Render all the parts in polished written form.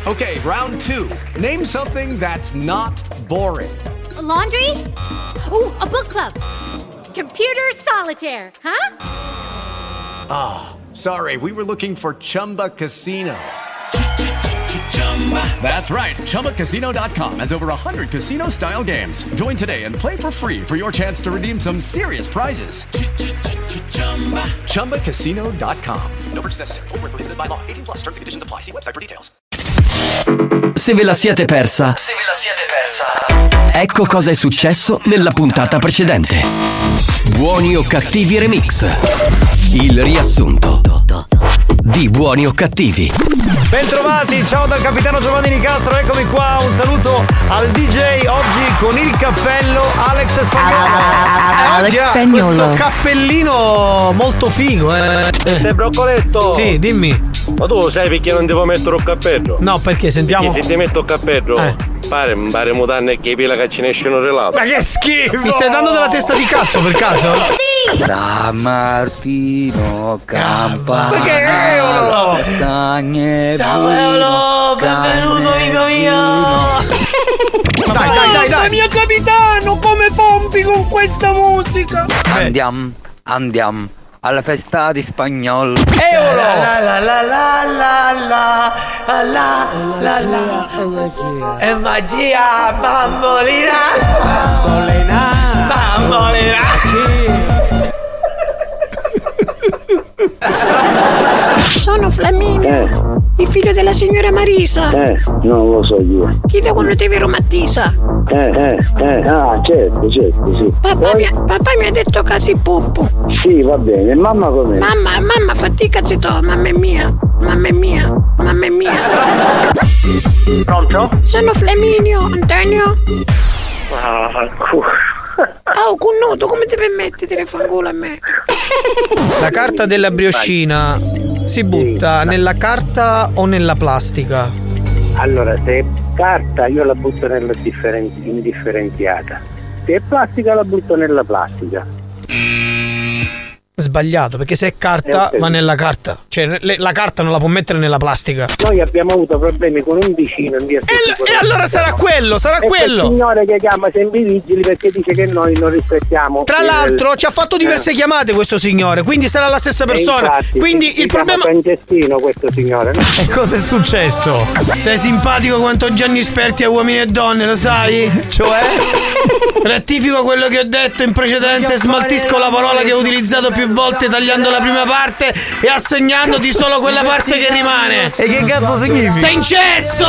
Okay, round 2. Name something that's not boring. A laundry? Ooh, a book club. Computer solitaire, huh? Ah, sorry, we were looking for Chumba Casino. That's right, ChumbaCasino.com has over 100 casino-style games. Join today and play for free for your chance to redeem some serious prizes. ChumbaCasino.com. No purchase necessary. Void where prohibited by law. 18+ terms and conditions apply. See website for details. Se ve la siete persa, ecco cosa è successo nella puntata precedente. Buoni o cattivi remix. Il riassunto di Buoni o cattivi. Bentrovati, ciao dal capitano Giovanni Nicastro, eccomi qua, un saluto al DJ oggi con il cappello Alex Spagnolo. Alex Spagnolo. Questo cappellino molto figo, Stai broccoletto? Sì, dimmi. Ma tu sai perché non devo mettere un cappello? No, perché sentiamo. Perché se ti metto il cappello pare mutanne che pila che ce ne escono relato. Ma che schifo! Mi stai dando della testa di cazzo per caso? Sì! San Martino Campana. Ma che è Eolo? Castagne. Ciao Eolo, benvenuto amico mio. Dai. Mio capitano, come pompi con questa musica? Andiamo alla festa di Spagnolo. Eolo! È magia, bambolina. Sono Flaminio, il figlio della signora Marisa. Non lo so io. Chi da quello di Vero Mattisa? Certo, sì. Papà mi ha detto casi puppo. Sì, va bene. Mamma com'è? Mamma, fatti cazzetto, mamma è mia. Pronto? Sono Flaminio, Antonio. Oh, connuto, come ti permetti di fanculo a me? La carta della brioscina si butta nella carta o nella plastica? Allora, se è carta io la butto nella indifferenziata. Se è plastica la butto nella plastica. Sbagliato, perché se è carta va nella carta. Cioè la carta non la può mettere nella plastica. Noi abbiamo avuto problemi con un vicino in via E allora sarà quello. Il signore che chiama sempre i vigili perché dice che noi non rispettiamo. Tra l'altro ci ha fatto diverse chiamate questo signore, quindi sarà la stessa persona. Infatti, quindi il problema Francescino questo signore, no? E cosa è successo? Sei simpatico quanto Gianni Sperti a uomini e donne, lo sai? Cioè? Rettifico quello che ho detto in precedenza e smaltisco la parola che ho utilizzato più volte tagliando la prima parte e assegnandoti solo quella parte che rimane. E che cazzo significa? Sei incesso!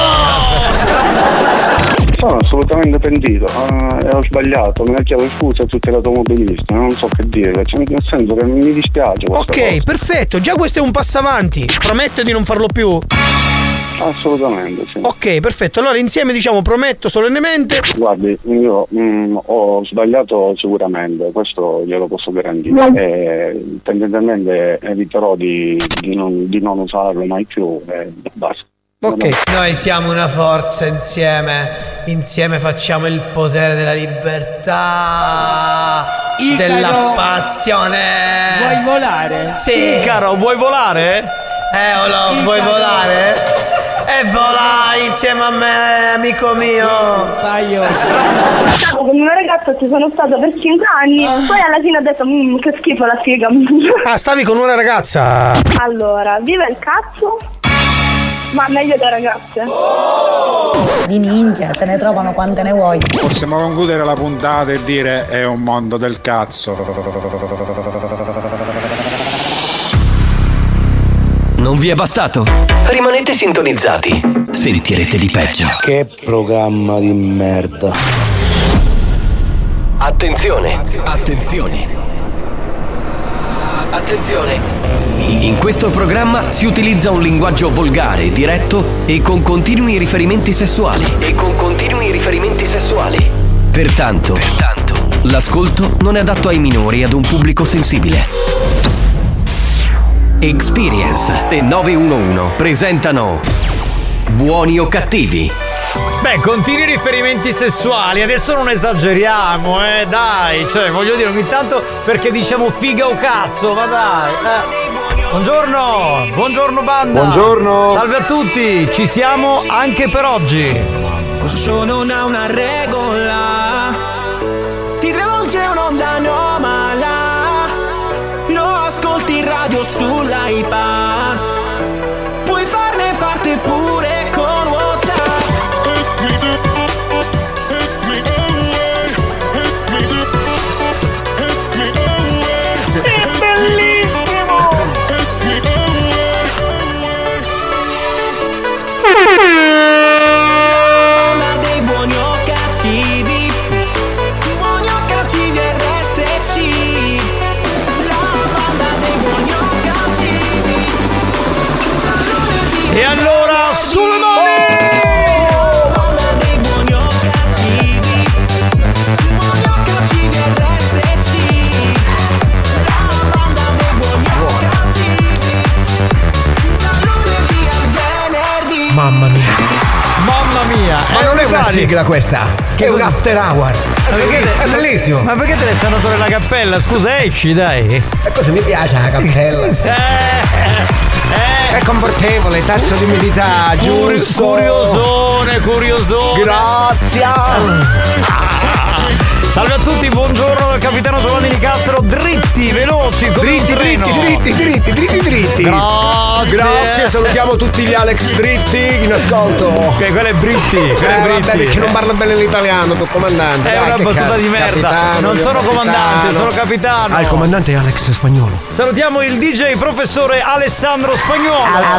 Sono assolutamente pentito, ho sbagliato, me ne chiedo scusa a tutti gli automobilisti, non so che dire, cioè, nel senso che mi dispiace questa cosa. Perfetto, già questo è un passo avanti. Promette di non farlo più? Assolutamente, sì. Ok, perfetto, allora insieme diciamo prometto solennemente. Guardi, io ho sbagliato sicuramente, questo glielo posso garantire. Tendenzialmente eviterò di non usarlo mai più e basta. Ok, noi siamo una forza insieme facciamo il potere della libertà, della passione. Vuoi volare? Sì. Icaro, vuoi volare? Eolo, vuoi volare? E volai insieme a me, amico mio. Stavo con una ragazza, ci sono stata per 5 anni. Poi alla fine ho detto che schifo la figa. Stavi con una ragazza? Allora, viva il cazzo, ma meglio da ragazze. Di ninja, te ne trovano quante ne vuoi. Possiamo concludere la puntata e dire è un mondo del cazzo. Non vi è bastato? Rimanete sintonizzati. Sentirete di peggio. Che programma di merda. Attenzione. In questo programma si utilizza un linguaggio volgare, diretto e con continui riferimenti sessuali. Pertanto, l'ascolto non è adatto ai minori e ad un pubblico sensibile. Experience e 911 presentano Buoni o cattivi? Beh, continui riferimenti sessuali, adesso non esageriamo, dai, cioè voglio dire ogni tanto perché diciamo figa o cazzo, ma dai. Buongiorno banda. Buongiorno. Salve a tutti, ci siamo anche per oggi. Questo show non ha una regola, ti travolge un'onda anomala, lo ascolti in radio sull'iPad, puoi farne parte pure con WhatsApp. È bellissimo! Dei buoni o cattivi, buoni o cattivi RSC, la banda dei buoni o cattivi. E allora sulle mani! La banda dei buoni o cattivi, buoni o cattivi RSC, la banda dei buoni o cattivi, da lunedì al venerdì. Mamma mia. Ma non è una sigla questa, che è un after hour. È bellissimo. Ma perché te ne sei andato nella cappella? Scusa, esci, dai. E cosa mi piace la cappella? È confortevole, tasso di umidità, giusto. Curiosone. Grazie. Salve a tutti, buongiorno dal capitano Giovanni Nicastro, dritti, veloci, dritti. Grazie, salutiamo tutti gli Alex dritti in ascolto. Ok, quello è britti. Vabbè, perché non parla bene l'italiano, tu comandante. È una battuta di merda. Capitano, non sono comandante, sono capitano. Il comandante è Alex Spagnolo. Salutiamo il DJ professore Alessandro Spagnolo.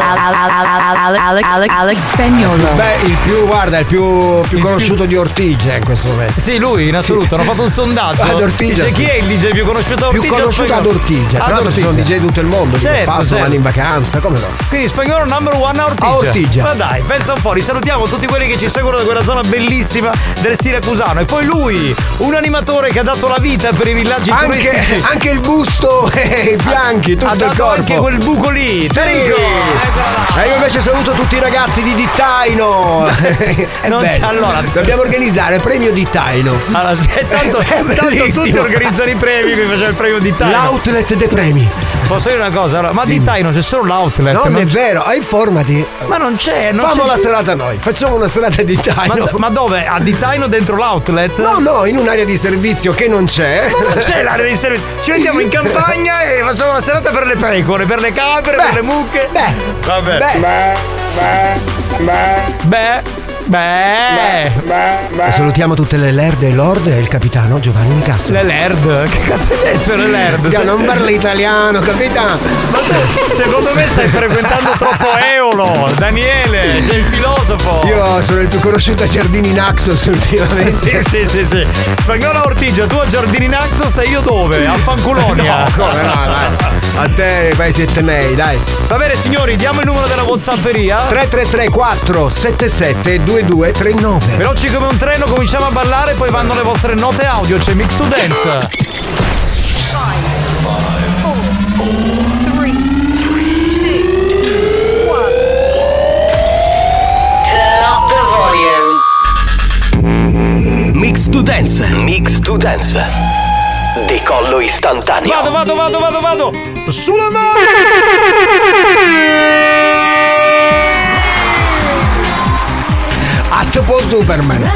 Alex Spagnolo. Beh, il più conosciuto di Ortigia in questo momento. Sì, lui in assoluto. Hanno fatto un sondaggio. Ad Ortigia. Dice, chi è il DJ più conosciuto a Ortigia? Più conosciuto ad Ortigia. Tra l'altro ci sono DJ di tutto il mondo. Certo. Vanno in vacanza, come no? Quindi Spagnolo number one a Ortigia. Ma dai, pensa un po', risalutiamo tutti quelli che ci seguono da quella zona bellissima del Siracusano. E poi lui, un animatore che ha dato la vita per i villaggi turistici. Anche il busto e i fianchi, tutto ha il dato corpo. Anche quel buco lì. Tarico. E io invece saluto tutti i ragazzi di Dittaino. Allora, dobbiamo organizzare premio Dittaino. Allora, tanto tutti organizzano i premi, mi faceva il premio Dittaino. L'outlet dei premi. Posso dire una cosa? Allora, ma Dittaino c'è solo l'outlet. Non è vero, informati. Ma non c'è. Facciamo la serata noi. Facciamo una serata di Dittaino. Ma dove? A Dittaino dentro l'outlet? No, in un'area di servizio che non c'è. Ma non c'è l'area di servizio. Ci mettiamo in campagna e facciamo la serata per le pecore, per le capre, per le mucche. Vabbè. Beh. E salutiamo tutte le Lerd e Lord e il capitano Giovanni Nicastro. Le Lerd? Che cazzo hai detto le Lerd? Non parli italiano, capitano. Ma tu, secondo me stai frequentando troppo Eolo, Daniele, sei il filosofo. Io sono il più conosciuto a Giardini Naxos ultimamente. Sì. Spagnolo Ortigia, tu a Giardini Naxos e io dove? A Pancolonia. No, come no, dai. A te i paesi etnei, dai. Va bene signori, diamo il numero della WhatsApperia. 333 477 2239. Veloci come un treno, cominciamo a ballare, poi vanno le vostre note audio, c'è Mix to Dance. 5, 4, 3, 2, 1. Mix to Dance. Decollo istantaneo. Vado. Sulla mano. A tipo Superman.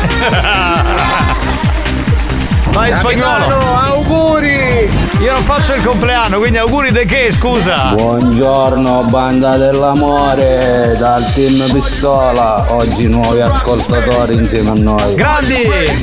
Vai Spagnolo. Auguri. Io non faccio il compleanno, quindi auguri di che, scusa? Buongiorno banda dell'amore dal team Pistola. Oggi nuovi ascoltatori insieme a noi. Grandi.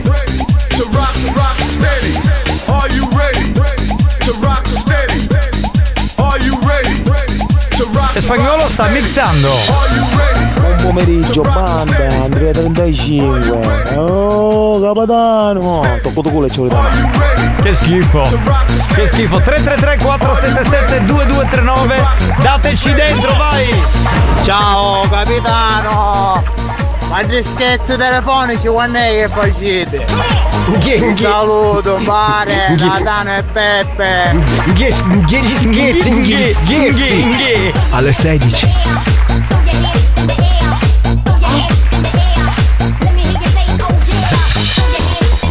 E Spagnolo sta mixando. Buon pomeriggio banda, Andrea 35. Oh capitano, tocco tu culo e ci vogliamo. Che schifo. 333 477 2239. Dateci dentro, vai. Ciao capitano. Quanti scherzi telefonici quando è che facete? Un saluto, pare, Natano e Peppe. Scherzi. Alle 16.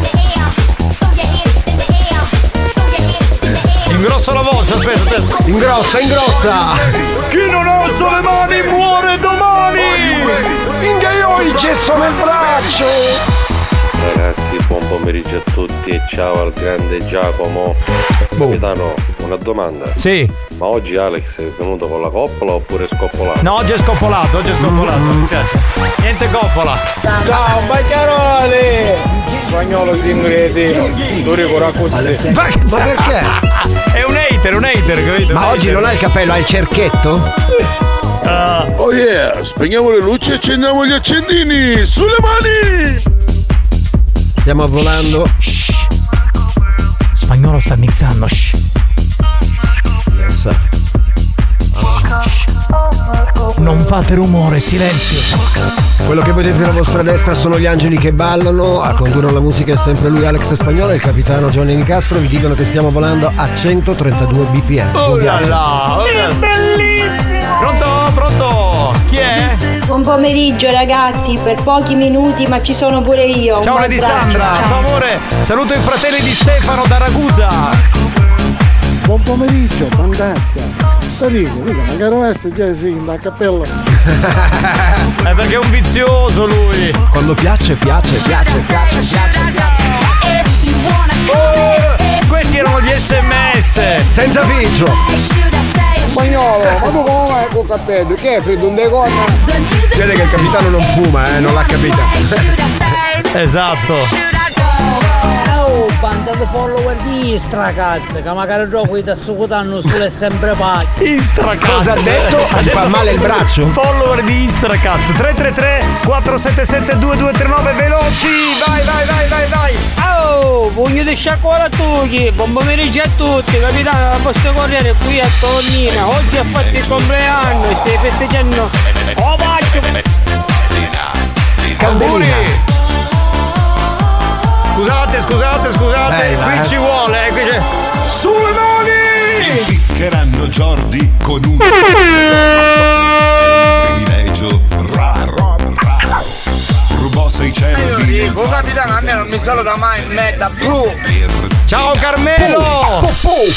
Ingrosso la voce, aspetta. Ingrosso. Ingrossa! Chi non alza le mani muore domani! Minchia, io ho il gesso nel braccio! Ragazzi, buon pomeriggio a tutti e ciao al grande Giacomo. Capitano, una domanda. Sì. Ma oggi Alex è venuto con la coppola oppure è scoppolato? No, oggi è scoppolato. Niente coppola. Ciao, Baccaroli! Spagnolo inglese, tu ricorda così. Ma perché? È un hater, capito? Ma oggi non ha il cappello, ha il cerchietto? Oh yeah, spegniamo le luci e accendiamo gli accendini! Sulle mani! Stiamo volando. Spagnolo sta mixando. Non fate rumore, silenzio. Quello che vedete alla vostra destra sono gli angeli che ballano. A condurre la musica è sempre lui, Alex Spagnolo, e il capitano Johnny Nicastro. Vi dicono che stiamo volando a 132 bpm. Oh là là, Che bellissimo! Pronto? Chi è? Buon pomeriggio ragazzi, per pochi minuti ma ci sono pure io. Ciao Lady Sandra, ciao amore. Saluto i fratelli di Stefano da Ragusa. Buon pomeriggio, bandazza. Dico, ma caro questo già sì, da cappello. È perché è un vizioso lui. Quando piace. Questi erano gli SMS. Senza filtro. Spagnolo, ma tu come vai con il cappello? Che è freddo un decorno? Vede che il capitano non fuma, non l'ha capita. Esatto. Oh, banda di follower di Istracazza, che magari gioco da succotanno sulle sempre paghe. Istracazza. Cosa ha detto? Gli fa male il braccio? Follower di Istracazza. 333-477-2239, veloci. Vai. Oh, pugno di sciacquola a tutti, buon pomeriggio a tutti, capitano, posso correre qui a Tonnina. Oggi ha fatto il compleanno e stai festeggiando. Oh, faccio! Auguri! Scusate, qui ci vuole, qui c'è. Sulle mani! Piccheranno Jordi con un privilegio raro. Rubò 600 io dico, capitano, a me non mi saluta mai in meta. Ciao Carmelo!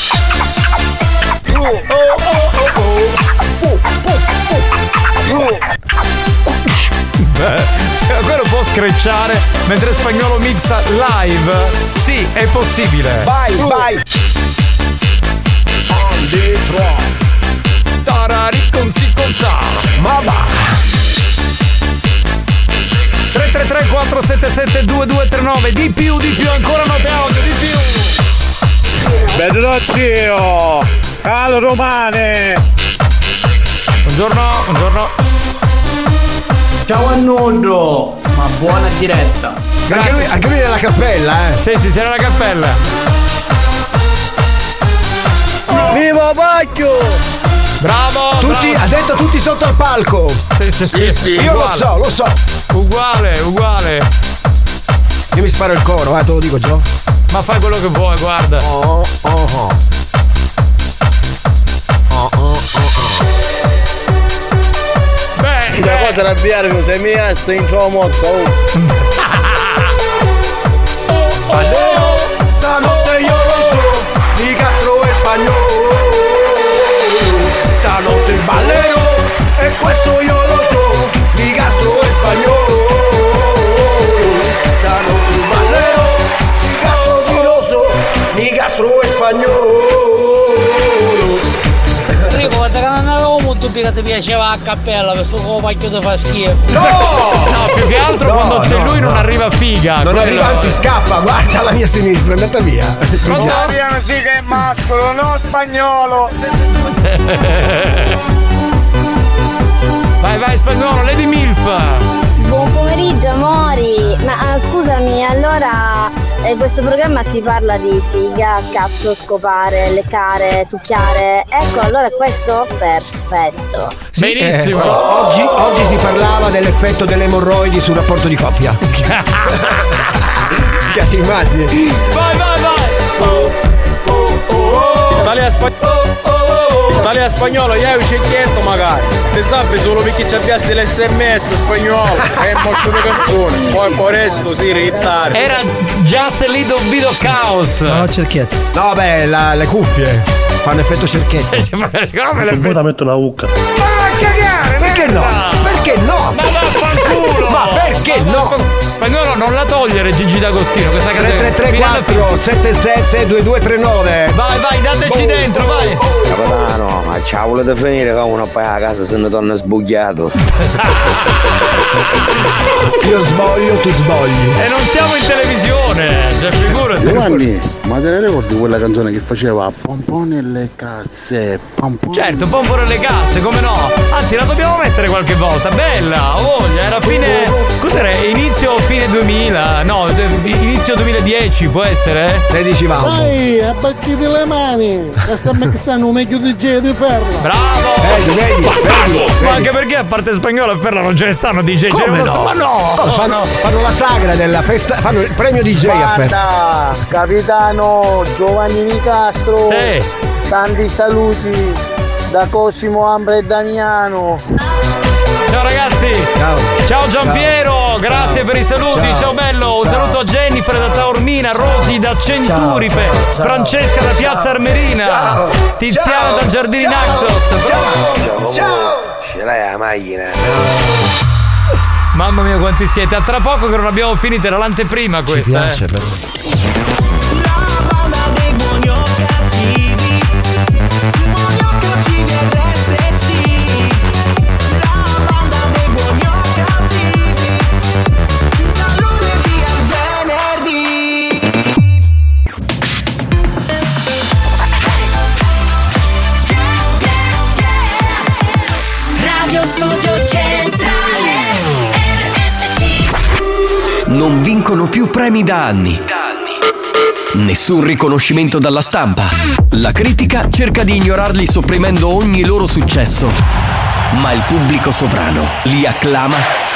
Quello può screcciare mentre Spagnolo mixa live? Sì, è possibile. Vai. On the track. Tarari con si consara. Ma va. 333-477-2239. Di più, ancora note audio, di più. Bello zio! Calo Romane! Buongiorno. Ciao a Nudo, ma buona diretta. Anche lui nella cappella, Sì, sei nella cappella. Viva Bacchio! Bravo! Ha detto tutti sotto al palco. Sì. Io lo so. Uguale. Io mi sparo il coro, te lo dico Gio. Ma fai quello che vuoi, guarda. La cosa da avviare mi sei mia, sto in ciò mozza. Stanotte io lo so, Nicastro è spagnolo. Stanotte ballerò, e questo io lo so, Nicastro è spagnolo. Stanotte ballerò, Nicastro io lo so, Nicastro è spagnolo. Rico, guarda che non avevo molto che ti piaceva a cappella, questo copacchio ti fa schifo. No, più che altro quando c'è lui non arriva figa. Non arriva, anzi scappa, guarda alla mia sinistra, è andata via. Italiano sì che è mascolo, no spagnolo. Vai Spagnolo, Lady Milf. Buon pomeriggio amori, ma scusami, allora questo programma si parla di figa, cazzo, scopare, leccare, succhiare, ecco allora è questo? Perfetto. Benissimo. Oggi si parlava dell'effetto delle emorroidi sul rapporto di coppia. Che ti immagini? Vai. Italia spagnolo, io ho chiesto magari. Ti sappi solo perché ci abbiassi l'SMS spagnolo. E molto di canzone. Poi per resto si rittare. Era Just a Little Bit of Chaos. No, cerchietto. No, beh, le cuffie. Fanno effetto cerchette. Se vuoi metto la ucca. Cagare, perché no? Perché no? Ma vaffanculo! Ma perché no? Spagnolo, non la togliere Gigi D'Agostino, questa canzone. 3334 77 2239. Vai, dateci dentro, vai! Capitano, ma ciao, volete finire che uno poi a casa se ne torna sbugliato. Io sbaglio, tu sbagli. E non siamo in televisione, cioè figurati. Giovanni, ma te ne ricordi quella canzone che faceva Pompone nelle casse? Certo, pompo nelle casse, come no? Anzi, la dobbiamo mettere qualche volta, bella, voglia, era fine. Cos'era? Fine 2000? No, inizio 2010 può essere? 13 va. Dai, abbattiti le mani! Che sta mixando un meglio DJ di Ferla! Bravo! Vedi. Ma anche perché a parte Spagnolo e Ferla non ce ne stanno DJ? Come no? Ma no! Fanno la sagra della festa, fanno il premio DJ a Ferla. Guarda, capitano Giovanni Nicastro. Sì. Tanti saluti da Cosimo, Ambra e Damiano. Ciao ragazzi! Ciao Giampiero, grazie per i saluti, ciao bello, un saluto a Jennifer da Taormina, Rosy da Centuripe, Francesca da Piazza Armerina, Tiziana da Giardini Naxos. Ciao! Ce l'hai la macchina. Mamma mia quanti siete, a tra poco che non abbiamo finito, era l'anteprima questa. Ci piace, Studio Centrale RSC. Non vincono più premi da anni. Nessun riconoscimento dalla stampa. La critica cerca di ignorarli sopprimendo ogni loro successo. Ma il pubblico sovrano li acclama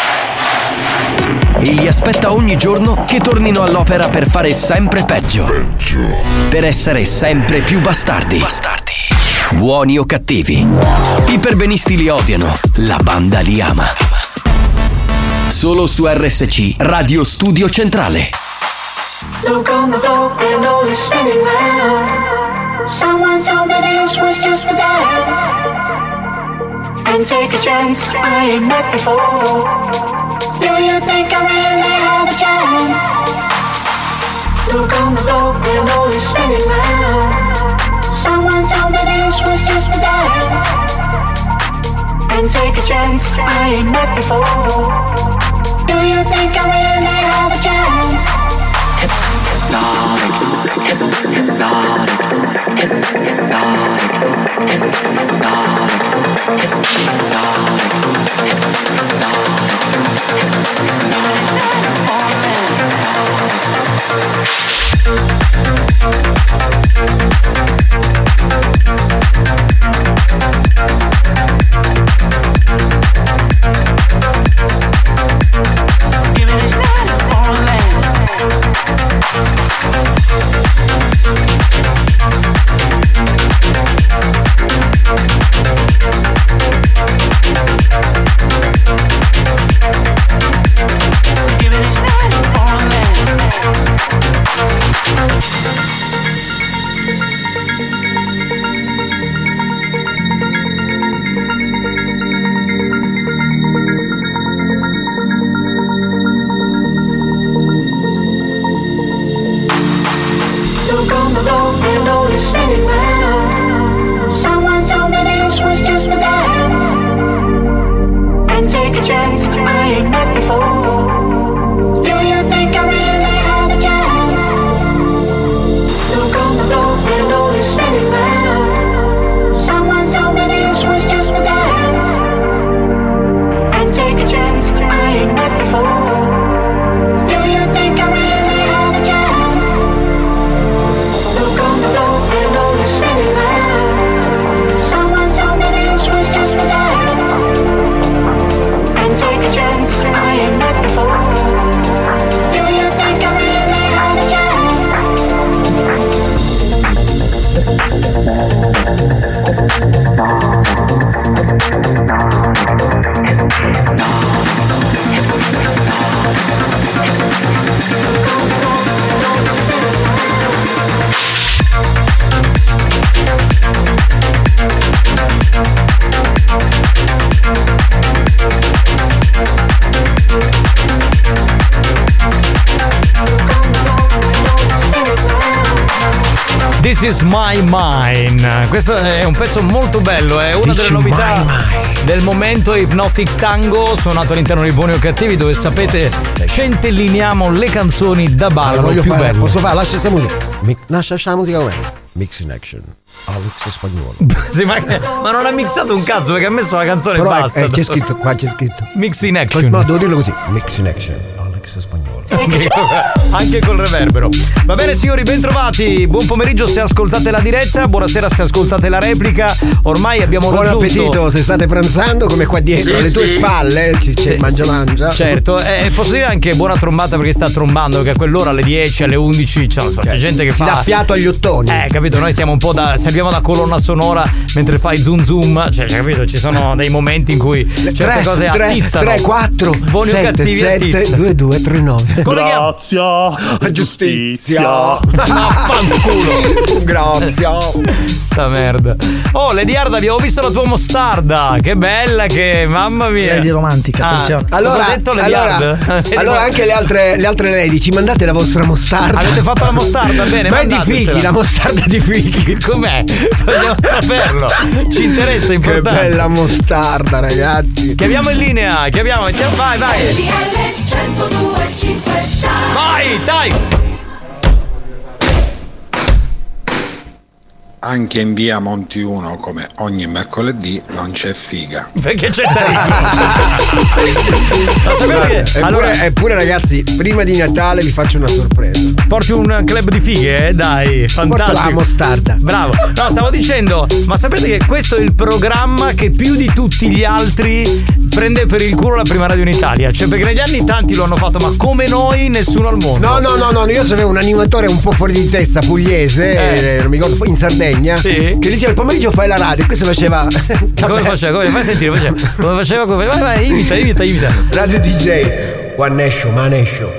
e li aspetta ogni giorno che tornino all'opera per fare sempre peggio. Per essere sempre più bastardi. Buoni o cattivi, i perbenisti li odiano, la banda li ama. Solo su RSC, Radio Studio Centrale. Look on the floor and all is spinning round. Someone told me this was just a dance. And take a chance, I ain't met before. Do you think I really have a chance? Look on the floor and all is spinning round. Someone told me this was just a dance. And take a chance, I ain't met before. Do you think I really have a chance? This is my mine. Questo è un pezzo molto bello, è una delle novità del momento. Hypnotic Tango, suonato all'interno di Buoni o Cattivi, dove sapete centelliniamo le canzoni da ballo più belle. Posso fare? Lascia questa musica. Lascia la musica com'è. Mix in action. Alex Spagnolo. Sì, ma non ha mixato un cazzo, perché ha messo la canzone e basta. C'è scritto, qua c'è scritto. Mix in action. No, devo dirlo così. Mix in action. Alex Spagnolo. Anche col reverbero. Va bene signori, bentrovati. Buon pomeriggio se ascoltate la diretta, buonasera se ascoltate la replica. Ormai abbiamo buon raggiunto. Appetito se state pranzando, come qua dietro, alle tue spalle c'è mangia. Certo, posso dire anche buona trombata perché sta trombando, perché a quell'ora alle 10, alle 11 c'è gente che si dà fiato agli ottoni. Capito, noi siamo un po' serviamo da colonna sonora mentre fai zoom, cioè capito, ci sono dei momenti in cui certe cose attizzano. 3, 4, Buoni 7, 7, 2, 2, 3, 9. Grazie a giustizia. Affanculo. Grazie. Sta merda. Oh, Lady Hard, abbiamo visto la tua mostarda. Che bella che, mamma mia. Lady romantica, attenzione. Allora, ha detto Lady Hard? Allora anche le altre lady, ci mandate la vostra mostarda. Avete fatto la mostarda? Bene, ma è di fichi, la mostarda di fichi. Com'è? Vogliamo saperlo. Ci interessa, è importante. Che bella mostarda, ragazzi. Che abbiamo in linea, vai. Vai, dai! Anche in via Monti 1, come ogni mercoledì, non c'è figa. Perché c'è Tarico? Ma sapete che eppure ragazzi, prima di Natale vi faccio una sorpresa. Porti un club di fighe, dai, fantastico. Porto la mostarda. Bravo. No, stavo dicendo, ma sapete che questo è il programma che più di tutti gli altri prende per il culo la prima radio in Italia? Cioè, perché negli anni tanti lo hanno fatto, ma come noi nessuno al mondo. No, io sapevo un animatore un po' fuori di testa, pugliese, non mi ricordo, in Sardegna, sì, che diceva il pomeriggio fai la radio, e questo faceva. Come faceva? Fai sentire, come faceva? Vai, imita. Radio DJ. One Nation, Manescio.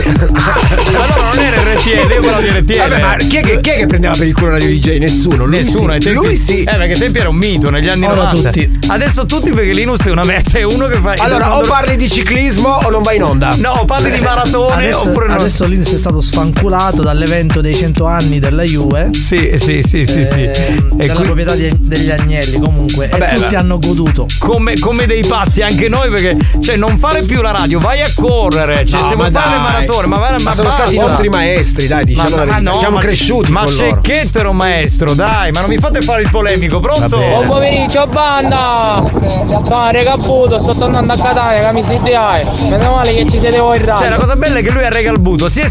Allora non era RTL, io quello di RTL. Vabbè, ma chi è che prendeva per il culo Radio DJ? Nessuno. Lui sì. Perché tempi era un mito negli anni 90. Tutti. Adesso tutti, perché Linus è una merda. È uno che fa. Allora, o parli di ciclismo o non vai in onda. No, parli di maratone oppure no. Adesso Linus è stato sfanculato dall'evento dei 100 anni della Juve. Sì. Della proprietà degli Agnelli, comunque. Vabbè, e tutti hanno goduto. Come dei pazzi, anche noi, perché cioè non fare più la radio, vai a correre, cioè se vuoi fare le maratone, ma sono stati i nostri maestri, dai, diciamo la verità. Siamo cresciuti. Ma Cecchetto era un maestro, dai, ma non mi fate fare il polemico, pronto? Buon pomeriggio, banda! Sono Regalbuto, sto tornando a Catania, che mi si ideale. Meno male che ci siete voi in radio. Cioè, la cosa bella è che lui è Regalbuto, che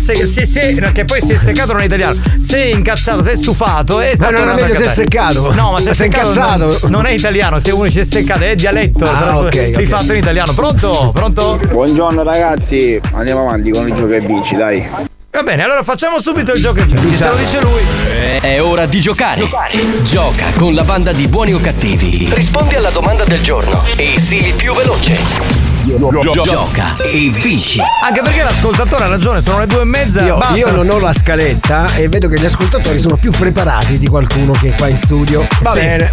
poi si è seccato, non è italiano. Si è incazzato, si è stufato e sta tornando a Catania. Si è seccato. No, ma si è incazzato. Non è italiano, se uno si è seccato, è dialetto. Ok. Rifatto in italiano. Pronto? Buongiorno ragazzi, andiamo avanti con il gioco e vinci, dai. Va bene, allora facciamo subito il gioco e vinci, se lo dice lui. È ora di giocare. Gioca con la banda di Buoni o Cattivi. Rispondi alla domanda del giorno e sii il più veloce. Gioca e vinci. Anche perché l'ascoltatore ha ragione, sono le 2:30. Io non ho la scaletta e vedo che gli ascoltatori sono più preparati di qualcuno che è qua in studio. Va bene.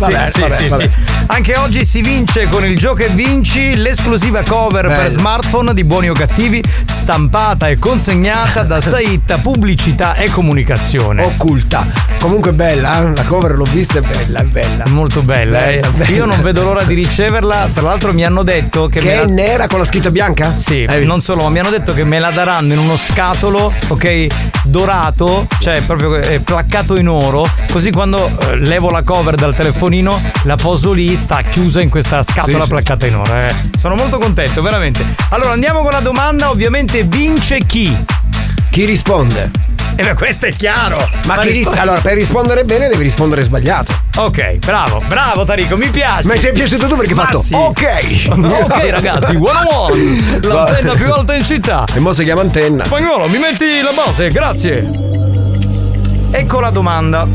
Anche oggi si vince con il gioco e vinci l'esclusiva cover per smartphone di Buoni o Cattivi, stampata e consegnata da Saitta Pubblicità e Comunicazione. Occulta. Comunque bella, la cover l'ho vista, è bella. Molto bella. Io non vedo l'ora di riceverla. Tra l'altro mi hanno detto che è nera con la scritta bianca? Sì, non solo, ma mi hanno detto che me la daranno in uno scatolo, ok, dorato, cioè proprio placcato in oro, così quando levo la cover dal telefonino la poso lì, sta chiusa in questa scatola placcata in oro. Sono molto contento, veramente. Allora andiamo con la domanda, ovviamente vince chi? Chi risponde? Questo è chiaro. Ma allora, per rispondere bene devi rispondere sbagliato. Ok, bravo Tarico, mi piace. Ma sei piaciuto tu perché hai fatto ok. Ok ragazzi, one l'antenna più alta in città. E mo si chiama antenna. Spagnolo, mi metti la base, grazie. Ecco la domanda.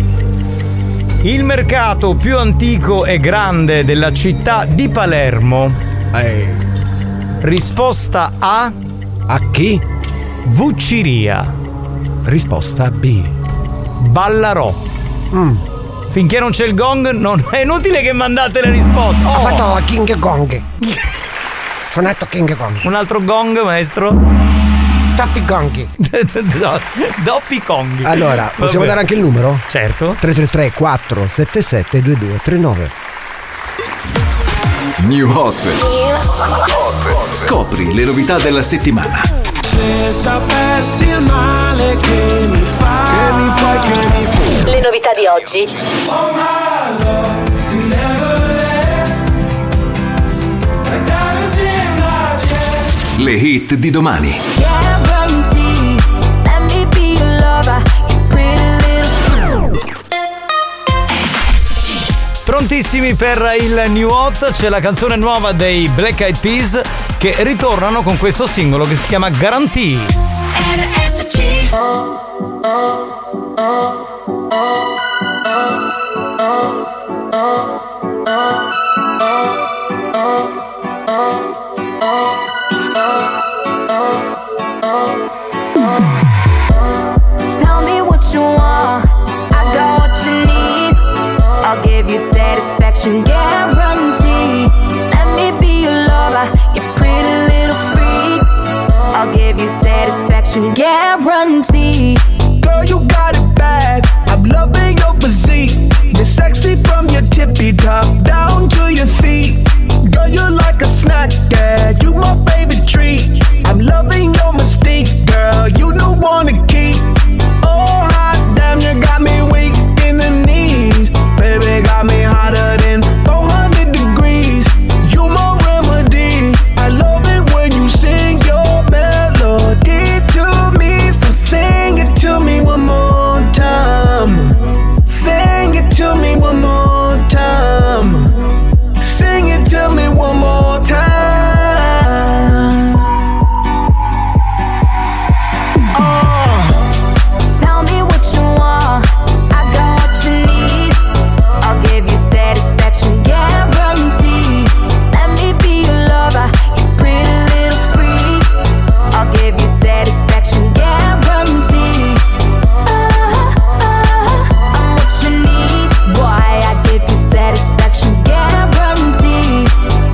Il mercato più antico e grande della città di Palermo. Risposta A. A chi? Vucciria. Risposta B. Ballarò. Finché non c'è il gong, non è inutile che mandate le risposte. Ha fatto King Kong. Suonato King Kong. Un altro gong, maestro. Doppi Conghi. Doppi Conghi. Allora, possiamo dare anche il numero? Certo. 333 477 2239. New Hot. Scopri le novità della settimana. Se sapessi il male che mi fai. Le novità di oggi. Le hit di domani. Prontissimi per il New Hot, c'è la canzone nuova dei Black Eyed Peas che ritornano con questo singolo che si chiama Guarantee. Tell me what you want, I got what you need. I'll give you satisfaction guarantee. Let me be your lover, you pretty little freak. I'll give you satisfaction guarantee. Girl, you got it bad. I'm loving your physique. You're sexy from your tippy top down to your feet. Girl, you're like a snack, yeah. You my favorite treat. I'm loving your mystique, girl. You don't wanna keep. Oh, hot damn, you got me weak in the knees. Baby, got me hotter than 400 degrees. You my remedy. I love it when you sing your melody to me. So sing it to me one more time. Sing it to me one more time. Sing it to me one more time. Tell me what you want, I got what you need. I'll give you satisfaction guarantee. Let me be your lover, you pretty little freak. I'll give you satisfaction guarantee. I'm what you need, boy. I give you satisfaction guarantee.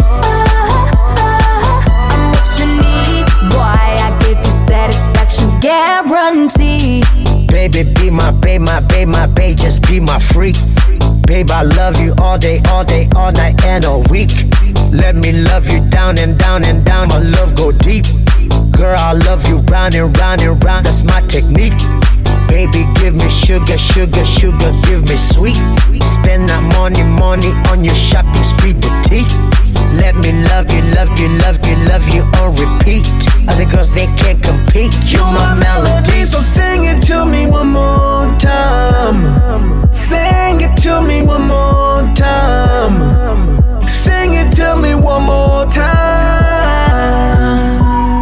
I'm what you need, boy. I give you satisfaction guarantee. Baby, be my babe, just be my freak. Babe, I love you all day, all night and all week. Let me love you down and down and down, my love go deep. Girl, I love you round and round and round, that's my technique. Baby, give me sugar, sugar, sugar, give me sweet. Spend that money on your shopping spree boutique. Let me love you, love you, love you, love you on repeat. Other girls, they can't compete. You my melody, so sing it to me one more time. Sing it to me one more time. Sing it to me one more time.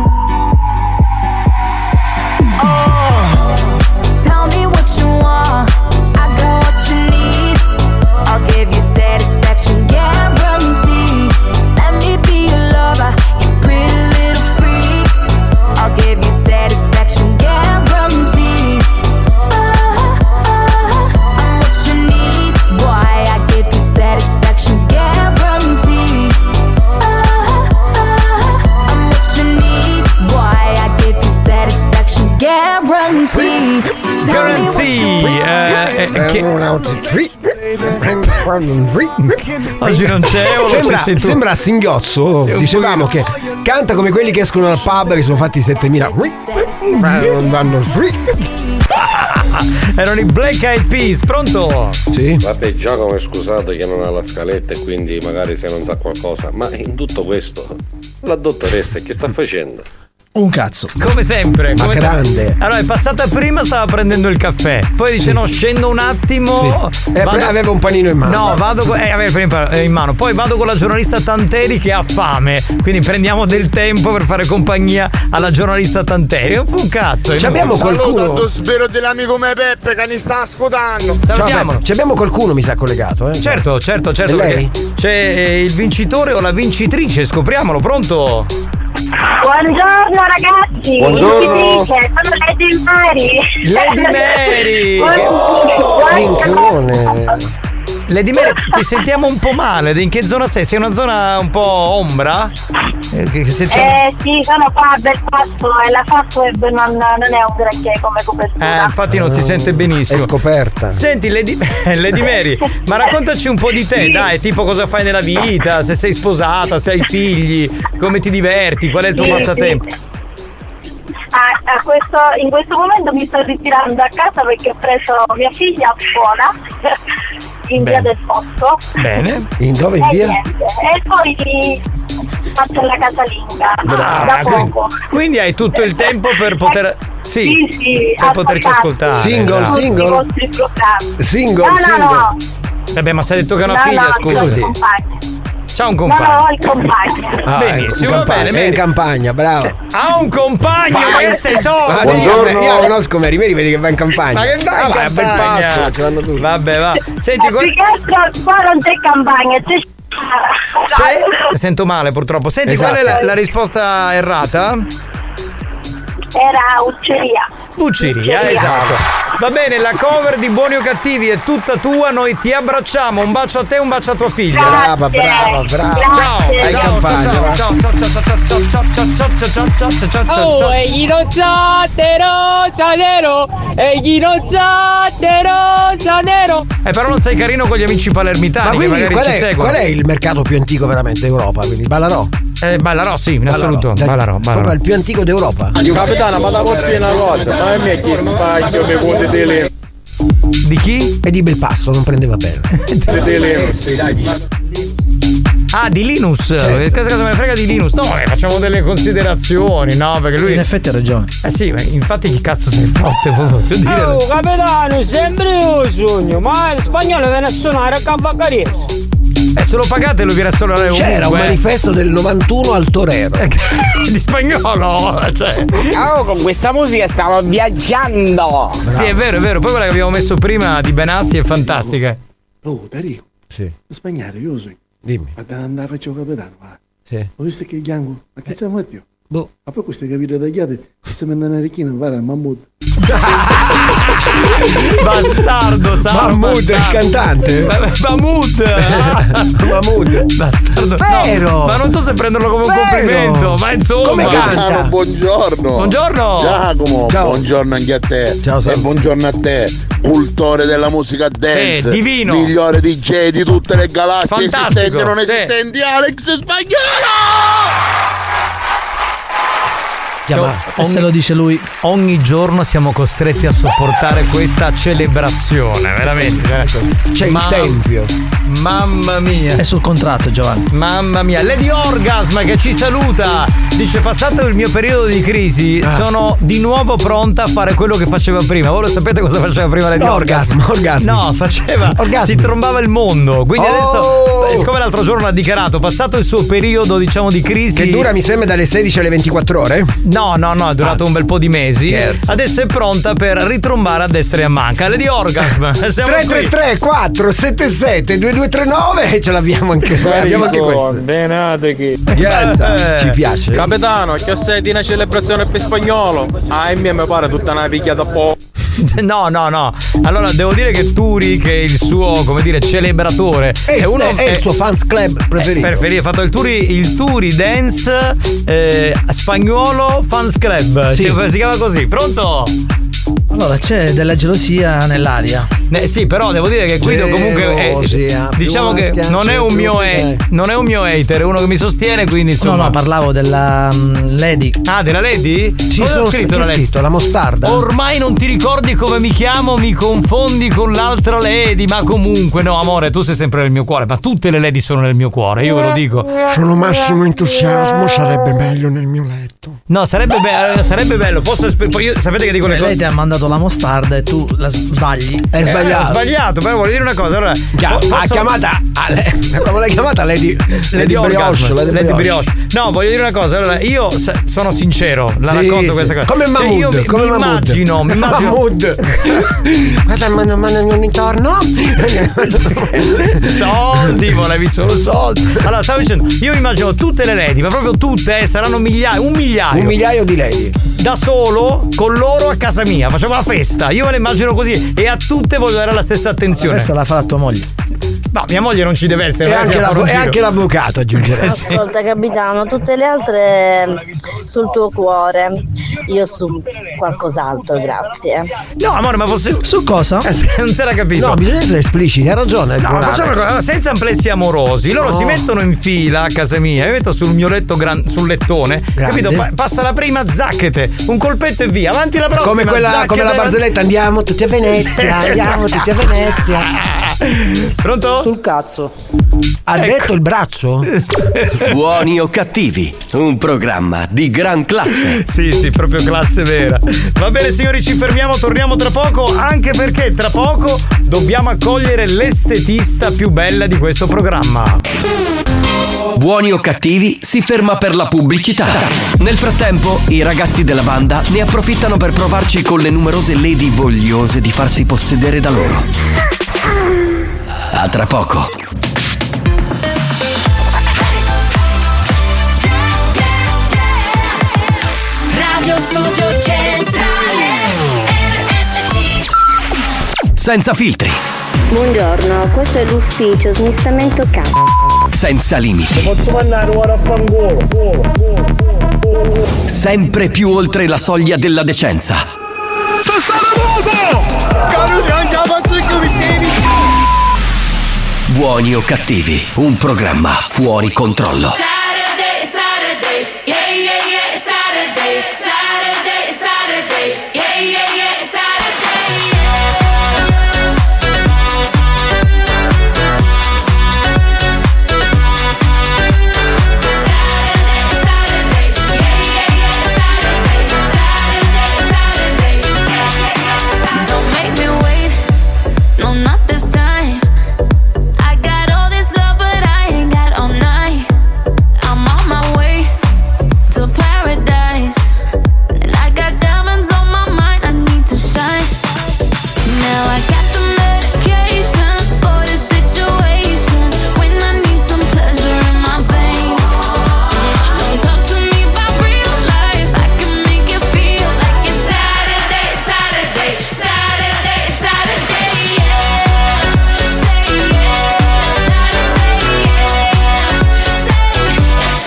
Tell me what you want, I got what you need. I'll give you satisfaction guarantee. Let me be your lover, you pretty little freak. I'll give you satisfaction guarantee. I'm what you need, boy. I give you satisfaction guarantee. I'm what you need, boy. I give you satisfaction guarantee. Oggi non c'è. Sembra a singhiozzo. Dicevamo che canta come quelli che escono dal pub che sono fatti 7000. Erano i Black Eyed Peas, pronto? Sì. Vabbè, Giacomo, scusate che non ha la scaletta e quindi magari se non sa qualcosa, ma in tutto questo la dottoressa che sta facendo? Un cazzo. Come sempre. Ma grande. Sempre. Allora è passata prima, stava prendendo il caffè. Poi dice no, scendo un attimo. Sì. Aveva un panino in mano. No, vado aveva il panino in mano. Poi vado con la giornalista Tanteri che ha fame. Quindi prendiamo del tempo per fare compagnia alla giornalista Tanteri. Un cazzo. Ci abbiamo qualcuno. Saluto spero dell'amico me Peppe che mi sta ascoltando. Salutiamolo. Ci abbiamo qualcuno, mi sa, collegato. Certo. E lei? C'è il vincitore o la vincitrice, scopriamolo, pronto? Buongiorno ragazzi. Buongiorno. Sono Lady Mary. Lady Mary. Minchione. Lady Mary, ti sentiamo un po' male. In che zona sei? Sei una zona un po' ombra? Sì, sono qua a Belpasso e la Fastweb non è un granché come copertura. Infatti non si sente benissimo. È scoperta. Senti, Lady Mary, ma raccontaci un po' di te, dai, tipo cosa fai nella vita, se sei sposata, se hai figli, come ti diverti, qual è il tuo passatempo? In questo momento mi sto ritirando a casa perché ho preso mia figlia a scuola in via del Posto. Bene. In dove? In via? E poi faccio la casalinga da poco. Quindi hai tutto il tempo per poter per poterci ascoltare. Single. No. Vabbè, ma sei detto che è una figlia, scusi. C'ha un compagno. No, ho il compagno. Benissimo, va bene. È in campagna, bravo. Ha un compagno, ma che sei solo? Buongiorno. Io conosco Mary, vedi che va in campagna. Ma che vai in campagna? Bel passo, ci vanno tutti. Vabbè, va. Senti, qua non c'è campagna, c'è. Sento male purtroppo. Senti, qual è la risposta errata? Era Ucceria, esatto. Va bene, la cover di Buoni o Cattivi è tutta tua, noi ti abbracciamo, un bacio a te, un bacio a tua figlia. Brava. Ciao. Oh, e chi non sa nero. Però non sei carino con gli amici palermitani. Ma quindi che magari ci seguono. Qual è il mercato più antico veramente d'Europa? Quindi Ballarò? Ballarò, sì, in assoluto. Ballarò. Proprio il più antico d'Europa. Capitano, ma da porti una cosa, ma a me chi spazio mi conti di lì. Di chi? E di Belpasso, non prendeva bene. Di Linus. Che cosa me ne frega di Linus? No, facciamo delle considerazioni, no? Perché lui. In effetti ha ragione. Sì, ma infatti chi cazzo sei forte? Oh, capitano, sempre un sogno, ma in spagnolo viene a suonare a Cavacarese. Se lo pagate lo viene a suonare ovunque. C'era un manifesto del 91 al Torero. Di spagnolo, cioè. Con questa musica stavo viaggiando. Bravo. Sì, è vero. Poi quella che abbiamo messo prima di Benassi è fantastica. Oh, Tarico. Sì. Spagnolo, io so. Dimmi. Ma andare a faccio capitano, va. Sì. Ho visto che Gianco, ma che siamo Matteo? Boh. Ma poi queste capite tagliate, se mi andano a Ricchina a fare il mammut. Bastardo, Mahmood è il cantante? Mahmood. Bastardo. Vero. No, ma non so se prenderlo come un complimento, ma insomma. Come canta? Buongiorno. Giacomo. Ciao. Buongiorno anche a te. Ciao, e buongiorno a te, cultore della musica dance. Divino. Migliore DJ di tutte le galassie esistenti e non esistenti, Alex Spagnolo. Se lo dice lui. Ogni giorno siamo costretti a sopportare questa celebrazione, veramente. C'è il tempio. Mamma mia. È sul contratto, Giovanni. Mamma mia. Lady Orgasm che ci saluta. Dice: passato il mio periodo di crisi, sono di nuovo pronta a fare quello che faceva prima. Voi lo sapete cosa faceva prima Lady Orgasm? No, faceva si trombava il mondo. Quindi adesso, siccome l'altro giorno ha dichiarato, passato il suo periodo, diciamo, di crisi, che dura mi sembra dalle 16 alle 24 ore. No, è durato un bel po' di mesi. Scherzo. Adesso è pronta per ritrombare a destra e a manca. Lady Orgasm. 333 477 2239 ce l'abbiamo anche noi. Abbiamo anche questo. Benate che. Ci piace. Capitano, che sei di una celebrazione per spagnolo? Mi pare tutta una picchiata a po'. No. Allora devo dire che Turi, che è il suo, come dire, celebratore, è il suo fans club preferito. Ha fatto il Turi Dance spagnolo fans club. Sì. Cioè, si chiama così. Pronto? Allora c'è della gelosia nell'aria. Sì, però devo dire che Guido comunque diciamo che non è un mio hater, è uno che mi sostiene, quindi insomma. No, parlavo della Lady. Della Lady? Sì, sono scritto la mostarda. Ormai non ti ricordi come mi chiamo, mi confondi con l'altra Lady, ma comunque no, amore, tu sei sempre nel mio cuore, ma tutte le Lady sono nel mio cuore, io ve lo dico. Sono massimo entusiasmo, sarebbe meglio nel mio letto. No, sarebbe bello. Sapete che dico le cose. Lei ti ha mandato la mostarda e tu la sbagli. È sbagliato. Ho sbagliato, però voglio dire una cosa. Allora, ha chiamata come l'hai chiamata Lady Brioche. No, voglio dire una cosa. Allora, io sono sincero, racconto questa cosa. Come Mahmood. Io mi immagino. Mahmood. Guarda, ma non intorno. Soldi, volevi solo soldi. Allora, stavo dicendo, io mi immagino tutte le Lady, ma proprio tutte, saranno un migliaio di Lady. Da solo, con loro a casa mia, facciamo la festa. Io me la immagino così e a tutte voglio dare la stessa attenzione. La festa la fa la tua moglie. No, mia moglie non ci deve essere. E anche l'avvocato aggiungerei. Ascolta capitano, tutte le altre sul tuo cuore, io su qualcos'altro, grazie. No amore, ma su cosa? Non si era capito. No, bisogna essere espliciti, hai ragione. No, facciamo una cosa, senza amplessi amorosi. Loro si mettono in fila a casa mia, io metto sul mio letto sul lettone, capito? Passa la prima, zacchete, un colpetto e via, avanti la prossima. Come la barzelletta, andiamo tutti a Venezia, andiamo tutti a Venezia. Pronto? Sul cazzo. Ha detto il braccio? Buoni o cattivi, un programma di gran classe. Sì, proprio classe vera. Va bene signori, ci fermiamo, torniamo tra poco, anche perché tra poco dobbiamo accogliere l'estetista più bella di questo programma. Buoni o cattivi si ferma per la pubblicità. Nel frattempo, i ragazzi della banda ne approfittano per provarci con le numerose lady vogliose di farsi possedere da loro. A tra poco. Radio Studio Centrale RSC. Senza filtri. Buongiorno, questo è l'ufficio smistamento Senza limiti. Posso mandare ora a fangolo. Sempre più oltre la soglia della decenza. Buoni o cattivi, un programma fuori controllo. Saturday, yeah, yeah, yeah, Saturday, yeah, yeah, yeah, don't make me wait, no, not this time. I got all this love, but I ain't got all night. I'm on my way to paradise, and I got diamonds on my mind. I need to shine. Now I got the medication for the situation when I need some pleasure in my veins. Don't talk to me about real life. I can make you feel like it's Saturday, Saturday, Saturday, Saturday. Yeah, say yeah, Saturday. Yeah, say it's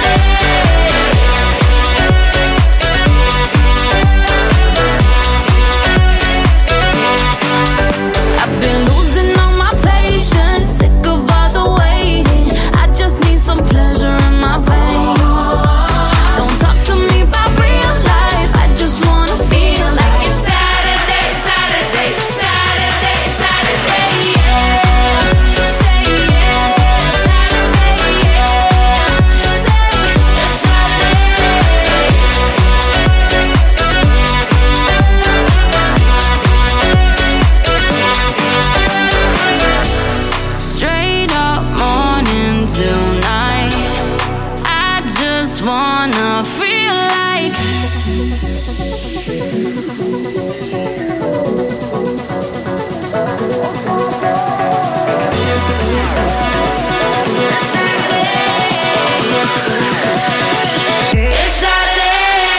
Saturday. I've been losing all my patience, sick of all the waiting. I just need some pleasure in my veins. Don't talk to me about real life. I just wanna feel like it's Saturday, Saturday, Saturday, Saturday. Yeah, say yeah, Saturday. Yeah, say it's straight up morning till night. I just wanna feel like it's Saturday.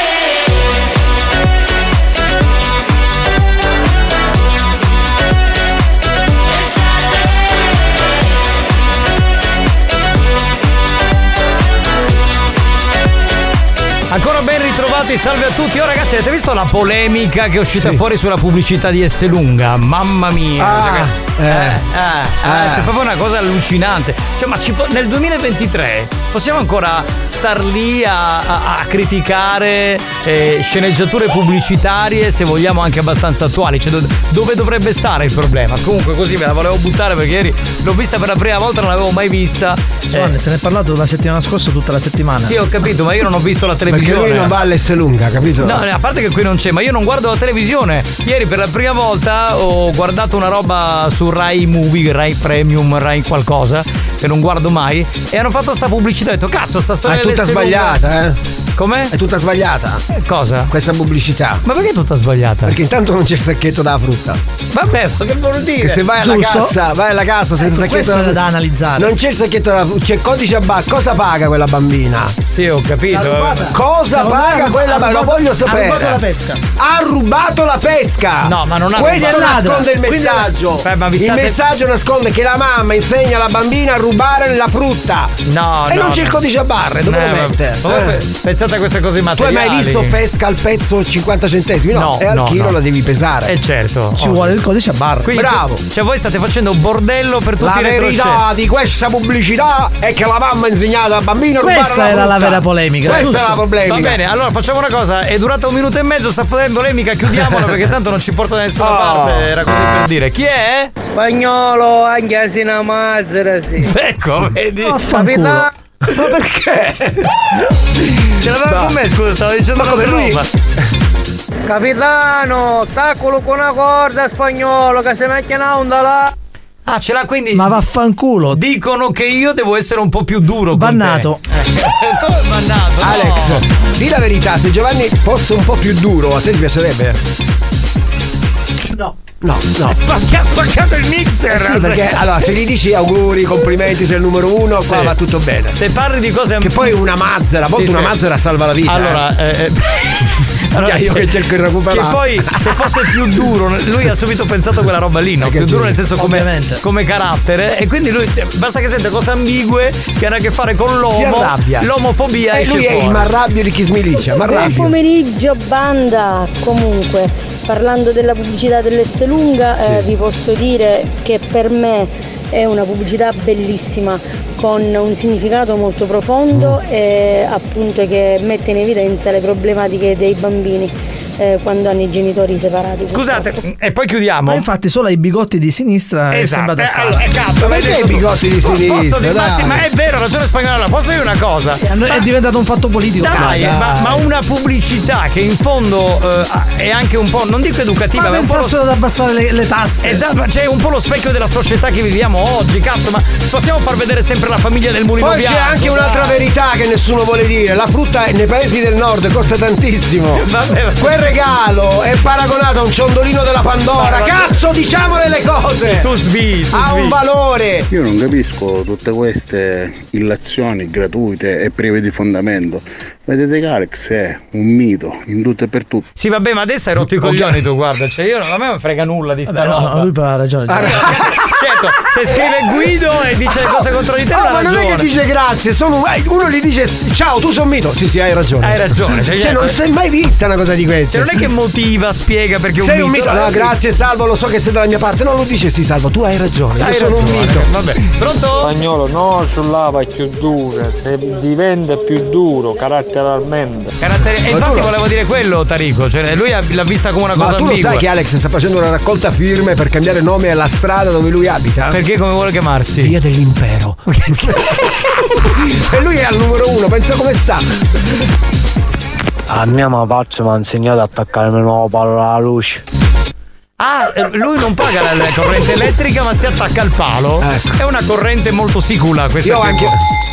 Ancora ben ritrovati, salve a tutti. Oh ragazzi, avete visto la polemica che è uscita fuori sulla pubblicità di Esselunga? Mamma mia. C'è proprio una cosa allucinante. Cioè, ma nel 2023 possiamo ancora star lì a criticare sceneggiature pubblicitarie, se vogliamo anche abbastanza attuali. Cioè, dove dovrebbe stare il problema? Comunque così me la volevo buttare perché ieri l'ho vista per la prima volta, non l'avevo mai vista. Giovanni, se ne è parlato la settimana scorsa, tutta la settimana. Sì, ho capito, ma io non ho visto la televisione. Perché lui non va all'Esselunga, capito? No, a parte che qui non c'è, ma io non guardo la televisione. Ieri per la prima volta ho guardato una roba su Rai Movie, Rai Premium, Rai qualcosa, che non guardo mai, e hanno fatto sta pubblicità. Ho detto, cazzo, sta storia è tutta dell'Esselunga sbagliata, Com'è? È tutta sbagliata. Cosa? Questa pubblicità. Ma perché è tutta sbagliata? Perché intanto non c'è il sacchetto della frutta. Vabbè, ma che vuol dire? Che se vai alla cassa senza sacchetto questo è da analizzare. Non c'è il sacchetto della frutta, c'è il codice a barra. Cosa paga quella bambina? Sì, ho capito. Cosa paga quella bambina? Lo voglio sapere. Ha rubato la pesca. Ha rubato la pesca. No, ma non ha Questo rubato. nasconde il messaggio. Il messaggio nasconde che la mamma insegna alla bambina a rubare la frutta. No, e non c'è il codice a barre, dove lo mette? Pensate a queste cose Tu hai materiali. mai visto pesca al pezzo 50 centesimi? No, e al chilo la devi pesare. Certo. Ci vuole il codice a barre. Quindi bravo. Cioè voi state facendo bordello per tutti la i retroscena. La verità di questa pubblicità è che la mamma ha insegnato al bambino a rubare Questa era la vera polemica. Questa è la polemica. Va bene, allora facciamo una cosa. È durata 1 minuto e mezzo, sta potendo polemica, chiudiamola perché tanto non ci porta da nessuna parte. Era così per dire. Chi è? Spagnolo, anche Asina Mazzera, sì. Ecco, vedi? Capitano. Ma perché? Ce l'aveva con me, scusa, stavo dicendo una roba. Capitano, taccolo con una corda, Spagnolo, che se mette una onda là. Ah, ce l'ha quindi. Ma vaffanculo. Dicono che io devo essere un po' più duro. Bannato. Come bannato? Alex, di la verità, se Giovanni fosse un po' più duro, a te ti piacerebbe? No. No. Ha spaccato il mixer. Sì, perché allora se gli dici auguri, complimenti, sei il numero 1, qua va tutto bene. Se parli di cose. Che poi una mazzera, a volte una mazzera salva la vita. Allora, io che cerco di recuperare. Che poi se fosse più duro, lui ha subito pensato a quella roba lì, no? Più duro nel senso come carattere. E quindi lui basta che sente cose ambigue che hanno a che fare con l'uomo. Si arrabbia. L'omofobia e lui è il marrabbio di chi smilicia. Buon pomeriggio banda. Comunque, parlando della pubblicità dell'Esselunga, vi posso dire che per me è una pubblicità bellissima, con un significato molto profondo e appunto che mette in evidenza le problematiche dei bambini quando hanno i genitori separati. Scusate, e poi chiudiamo. Ma infatti solo ai bigotti di sinistra è sembrata allora, ma perché i bigotti di sinistra? Ma è vero, ragione spagnola. Posso dire una cosa? È diventato un fatto politico. Dai, ma una pubblicità che in fondo è anche un po', non dico educativa, ma pensassero ad abbassare le tasse. Esatto, c'è un po' lo specchio della società che viviamo oggi, cazzo, ma possiamo far vedere sempre la famiglia del mulino bianco? Poi c'è anche un'altra verità che nessuno vuole dire. La frutta nei paesi del nord costa tantissimo. Quel regalo è paragonato a un ciondolino della Pandora. Cazzo, diciamole le cose. Tu svii. Ha un valore. Io non capisco tutte queste illazioni gratuite e prive di fondamento. Vedete che Alex è un mito in tutto e per tutto. Sì, vabbè, ma adesso hai rotto i coglioni tu, guarda, cioè io a me non frega nulla di sta roba. No, lui ha ragione. Certo, se scrive Guido e dice cose contro di te, ma non è che dice grazie, uno gli dice ciao, tu sei un mito. Sì, hai ragione. Hai ragione. Cioè non si è mai vista una cosa di questa. Cioè non è che motiva, spiega perché sei un mito. No, grazie Salvo, lo so che sei dalla mia parte. No, lo dice sì, Salvo, tu hai ragione. Io sono un mito. Vabbè. Pronto? Spagnolo, no, sull'ava più dura, se diventa più duro caratterialmente. E infatti volevo dire quello, Tarico, cioè lui l'ha vista come una cosa ambigua. Ma tu lo sai che Alex sta facendo una raccolta firme per cambiare nome alla strada dove lui abita? Perché come vuole chiamarsi? Via dell'impero. E lui è al numero 1, pensa come sta. A mia mamma mi ha insegnato ad attaccare il nuovo palo alla luce. Ah, lui non paga la corrente elettrica ma si attacca al palo. È una corrente molto sicura questa. Io anche.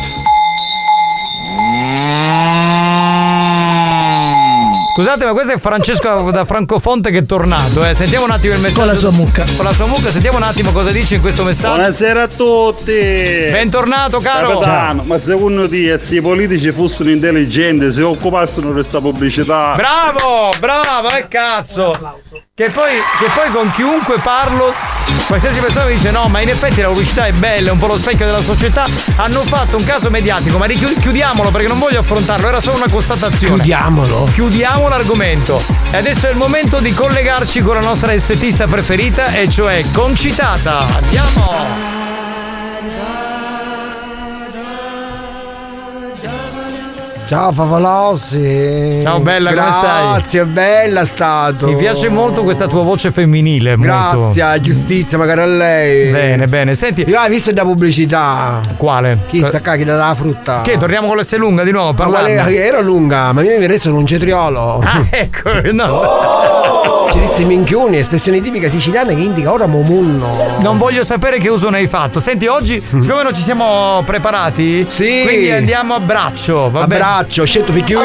Scusate, ma questo è Francesco da Francofonte che è tornato, Sentiamo un attimo il messaggio. Con la sua mucca. Con la sua mucca, sentiamo un attimo cosa dice in questo messaggio. Buonasera a tutti. Bentornato, caro. Capitano, ma secondo te se i politici fossero intelligenti, se occupassero questa pubblicità. Bravo, cazzo. Che poi con chiunque parlo, qualsiasi persona mi dice no, ma in effetti la pubblicità è bella, è un po' lo specchio della società. Hanno fatto un caso mediatico, ma chiudiamolo perché non voglio affrontarlo, era solo una constatazione. Chiudiamo l'argomento. E adesso è il momento di collegarci con la nostra estetista preferita, e cioè Concitata. Andiamo! Ciao favolosi. Ciao bella, come stai? Grazie, bella stato. Mi piace molto questa tua voce femminile. Grazie, molto. giustizia magari a lei. Bene, senti. Io hai visto la pubblicità? Quale? Chi sta cacchina della frutta? Che torniamo con l'S lunga di nuovo? Era lunga, ma io mi adesso un cetriolo. Ah, ecco, no. Ci disse minchioni, espressione tipica siciliana che indica ora momunno. Non voglio sapere che uso ne hai fatto. Senti, oggi, siccome non ci siamo preparati, sì, quindi andiamo a braccio. Va bene? A braccio, ho scelto perché io.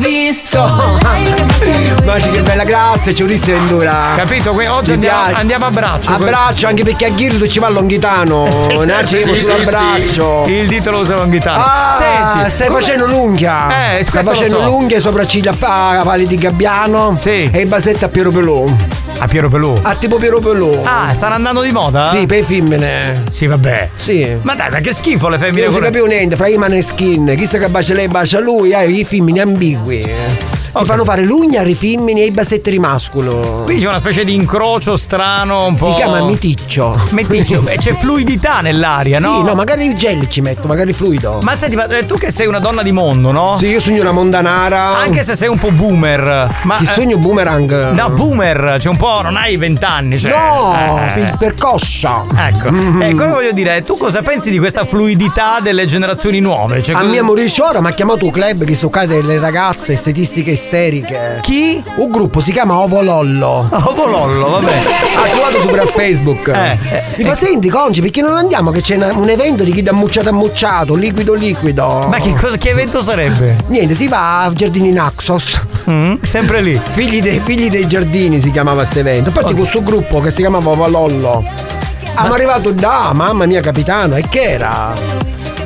Ma che bella grazia, ci disse Ventura. Capito? Oggi andiamo a braccio. A braccio, anche perché a Ghirdo ci va a Longhitano. Ne arriviamo sull'abbraccio. Il dito lo usa Longhitano. Senti, stai facendo l'unghia. Stai facendo l'unghia, sopracciglia a pali di Gabbiano. Sì. E il basetto a Piero Pelù. A Piero Pelù? A tipo Piero Pelù. Ah, stanno andando di moda? Sì, per femmine. Sì, vabbè. Sì. Ma dai, ma che schifo le femmine. Non si capiva niente, fra i Maneskin. Chi sta che bacia lei bacia lui, i femmini ambigui. Si fanno fare l'ugna ai femmini e i bassetti rimascolo. Qui c'è una specie di incrocio strano un po'. Si chiama miticcio. Beh, c'è fluidità nell'aria, no? Sì, no, magari il gel ci metto, magari fluido. Ma senti, tu che sei una donna di mondo, no? Sì, io sogno una mondanara. Anche se sei un po' boomer. Ma ti sogno boomerang. No, boomer, c'è un po', non hai 20 anni, cioè. No, percossa. Ecco. Cosa voglio dire? Tu cosa pensi di questa fluidità delle generazioni nuove? Cioè, a mia Mauricio ora mi ha chiamato un club che soccate le ragazze estetistiche isteriche. Chi? Un gruppo si chiama Ovolollo. Ovolollo, vabbè. Ha trovato super a Facebook. Mi fa senti Conci, perché non andiamo che c'è un evento di chi da mucciato a mucciato, liquido. Ma che evento sarebbe? Niente, si va a Giardini Naxos. Sempre lì. Figli dei giardini si chiamava questo evento. Infatti questo gruppo che si chiamava Ovolollo. Siamo arrivato da mamma mia capitano, e che era?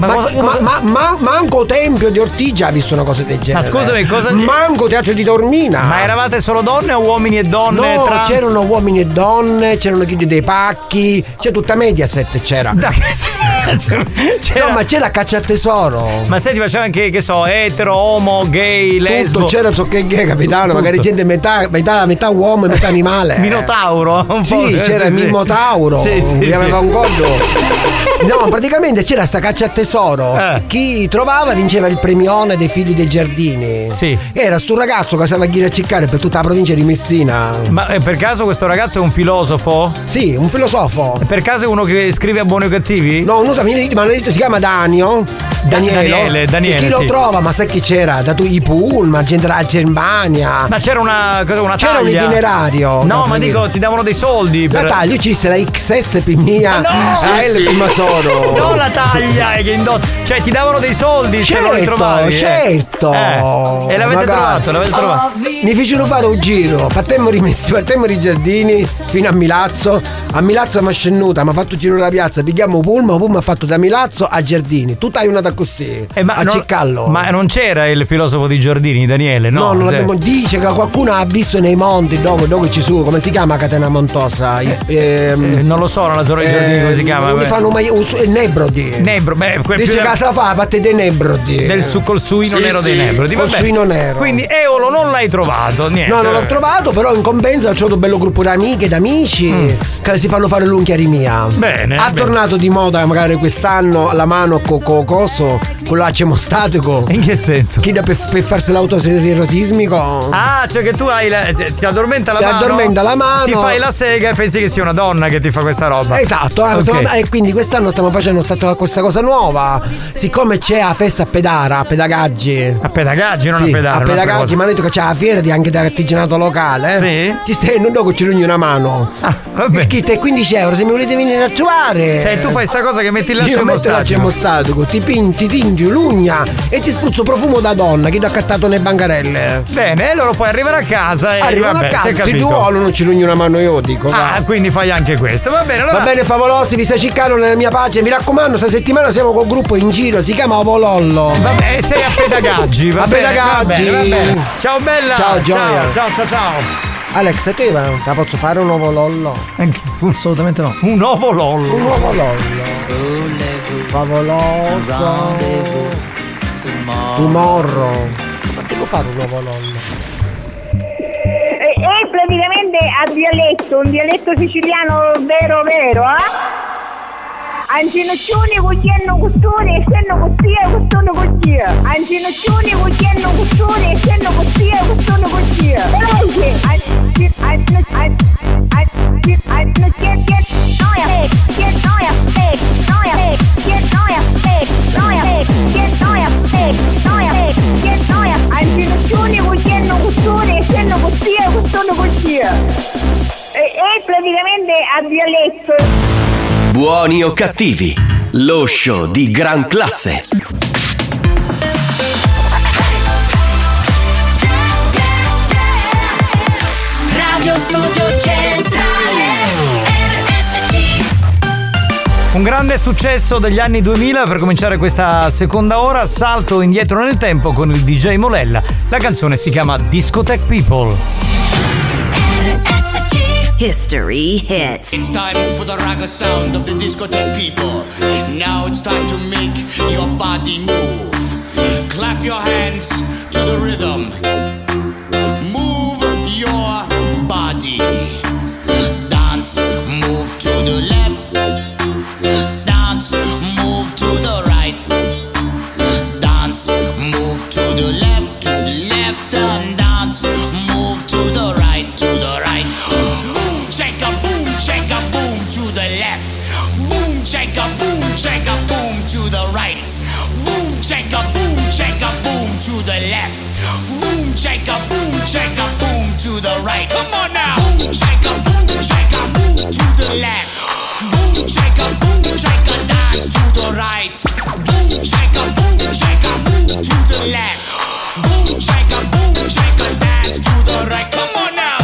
Manco Tempio di Ortigia ha visto una cosa del genere. Ma scusami, manco Teatro di Tormina. Ma eravate solo donne o uomini e donne? No, trans? c'erano uomini e donne, c'erano chi dei pacchi, c'è tutta Mediaset c'era. No, ma c'è la caccia al tesoro. Ma senti, faceva anche, che so, etero, omo, gay, lesbo. Tutto c'era, so che gay, capitano. Tutto. Magari gente metà uomo e metà animale. Minotauro, un sì, po'. C'era il Mimotauro. Che aveva un godo. No, praticamente c'era sta caccia al tesoro. Chi trovava vinceva il premione dei figli dei giardini. Sì. Era sto ragazzo che sapeva a ciccare per tutta la provincia di Messina. Ma per caso questo ragazzo è un filosofo? Sì, un filosofo. Per caso è uno che scrive a Buoni o Cattivi? No, non so, ma si chiama Daniele. E chi lo trova? Ma sai chi c'era? Dato i Pullman, gente della Germania. Ma c'era una taglia? C'era un itinerario. No, ma dico, ti davano dei soldi per... La taglia, io ci disse la XS per mia. L per Masono. No, la taglia che indossa. Cioè ti davano dei soldi se lo ritrovavi. Certo. E l'avete trovato? Mi fecero fare un giro. Partemmo i giardini fino a Milazzo. A Milazzo mi ha scennuta, mi ha fatto giro la piazza. Pighiamo Pullman ha fatto da Milazzo a Giardini. Tu hai una da così. A Ciccallo. Ma non c'era il filosofo di Giardini, Daniele? No, non l'abbiamo. Dice che qualcuno ha visto nei monti dove ci su. Come si chiama Catena Montosa? Non lo so, non la so i giardini come si chiama. Mi fanno Nebrodi. Dice casa fa parte dei Nebrodi. Col suino nero dei Nebrodi. Col suino nero. Quindi Eolo non l'hai trovato, niente. No, non l'ho trovato, però in compenso ho trovato un bello gruppo di amiche ed amici che si fanno fare l'unchiarimia. Bene. Tornato di moda magari quest'anno la mano coso con l'accio emostatico. In che senso? Chi da per farsi l'autoerotismico. Ah, cioè che tu hai ti addormenta la mano. Ti addormenta la mano. Ti fai la sega e pensi che sia una donna che ti fa questa roba. Esatto. Okay. E quindi quest'anno stiamo facendo questa cosa nuova. Siccome c'è la festa a Pedara, a Pedagaggi. A Pedagaggi, non a Pedara. A Pedagaggi mi ha detto che c'è la fiera anche di artigianato locale. Sì. Ci stai, non dopo ci rugni una mano. Vabbè. Che te 15 euro se mi volete venire a trovare. Cioè tu fai sta cosa che metti il laccio emostatico, ti tingi l'ugna e ti spruzzo profumo da donna che ti ha accattato nelle bancarelle. Bene, e loro poi arrivano a casa e arrivano a casa, se tu non ci rugni una mano io dico. Quindi fai anche questo. Va bene, allora. Va bene, favolosi, vi stai ciccando nella mia pace. Mi raccomando, sta settimana siamo col gruppo in giro, si chiama Ovolollo. Vabbè, sei a Pedagaggi, va bene. Pedagaggi. Va bene. Ciao bella. Ciao Gioia. Ciao. Alex, te la posso fare un ovolollo? Assolutamente no. Un ovolollo. Un ovolollo. Favoloso. Tomorrow. Ma devo fare un ovolollo? È praticamente a dialetto, un dialetto siciliano vero, Ancinoccioni cucchiano costone, essendo costia, costone costia. Ancinoccioni cucchiano costone, essendo costia, costone costia. Ancinoccioni cucchiano costone, essendo costia, costone costia. praticamente a violetto. Buoni o cattivi, lo show di gran classe. Radio Studio Centrale RSC. Un grande successo degli anni 2000 per cominciare questa seconda ora. Salto indietro nel tempo con il DJ Molella. La canzone si chiama Discotheque People. History hits. It's time for the ragga sound of the discotheque people. Now it's time to make your body move. Clap your hands to the rhythm. Move your body. Dance, move to the left. Dance, move to the right. Dance, move to the left, and dance, move to the right, to the right. Boom, checka boom to the left. Boom, checka boom to the right. Boom, checka boom to the left. Boom, checka boom to the right. Come on now. Boom, checka boom to the left. Boom, checka dance to the right. Boom, checka boom to the left. Boom, checka dance to the right. Come on now.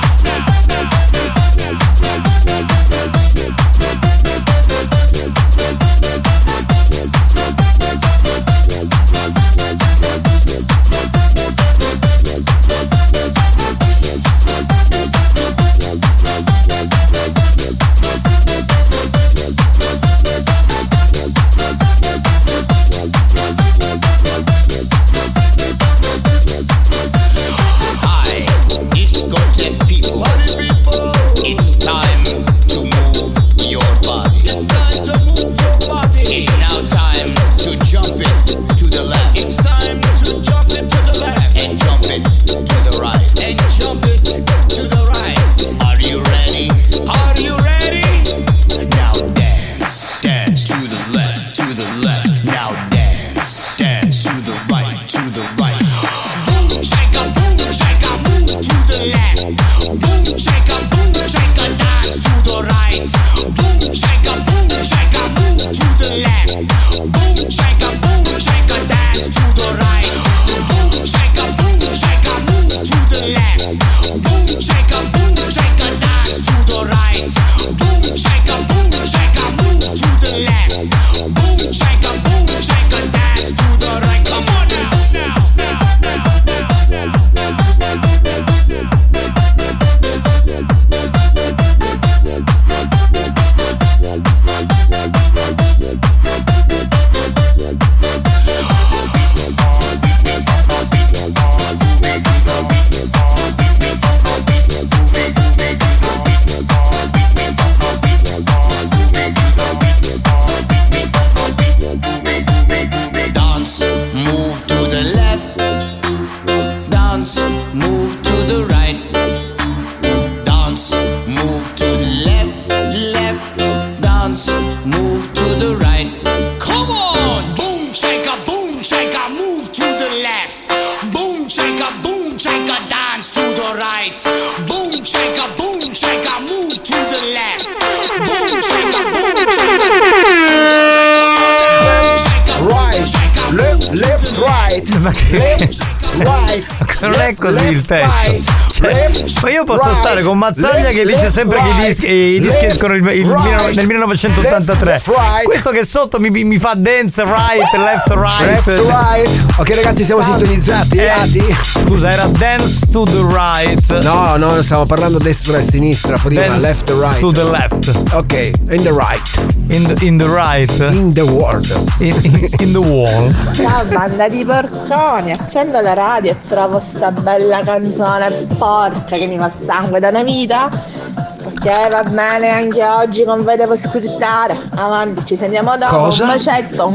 Non è così il testo. Ma io posso stare con Mazzaglia che dice sempre che i dischi escono nel 1983. Questo che sotto mi fa dance right, left right. Ok ragazzi, siamo sintonizzati. Scusa, era dance to the right. No, stiamo parlando destra e sinistra. Prima left e right. To the left. Ok, in the right. In the right. In the world. In the wall. Ciao banda di porconi, accendo la radio e trovo sta bella canzone porca che mi fa sangue da una vita. Ok, va bene, anche oggi con voi devo squirtare. Avanti, ci sentiamo dopo. Cosa? Un bacetto.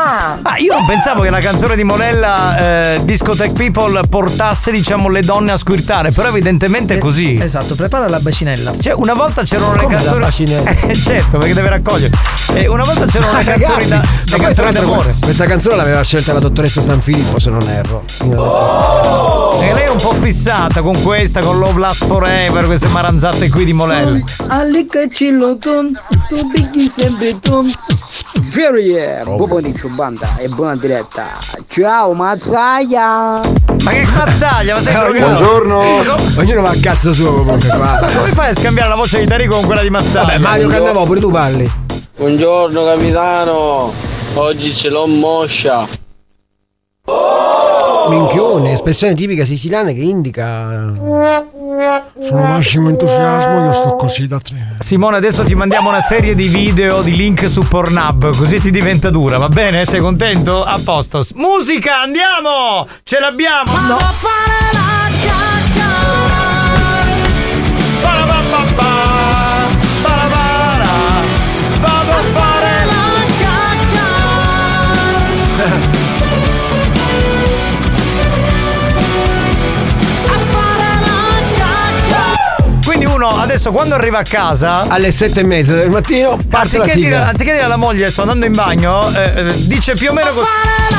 Io non pensavo che la canzone di Molella Discotheque People portasse, diciamo, le donne a squirtare, però evidentemente è così. Esatto, prepara la bacinella. Cioè, una volta c'erano le canzoni. La bacinella? Certo, perché deve raccogliere. Una volta c'erano le canzoni ragazzi, canzoni d'amore. Questa canzone l'aveva scelta la dottoressa San Filippo, se non erro. E lei è un po' fissata con questa, con Love Last Forever, queste maranzate qui di Molella. Allicacillo tu picchi sempre tu. Buon pomeriggio banda e buona diretta. Ciao Mazzaglia. Ma che mazzaglia? Ma sei drogato? Buongiorno. Ognuno va a cazzo suo comunque qua. Come fai a scambiare la voce di Tarico con quella di Mazzaglia? Vabbè, Mario Cannavò, pure tu parli. Buongiorno capitano. Oggi ce l'ho moscia. Minchione, espressione tipica siciliana che indica sono massimo entusiasmo, io sto così da 3. Simone, adesso ti mandiamo una serie di video di link su Pornhub, così ti diventa dura, va bene? Sei contento? A posto. Musica, andiamo! Ce l'abbiamo! Vado a fare la cacca. Vado a fare la cacca. Quindi uno adesso quando arriva a casa alle 7:30 del mattino parte anziché dire alla moglie sto andando in bagno, dice più o meno così.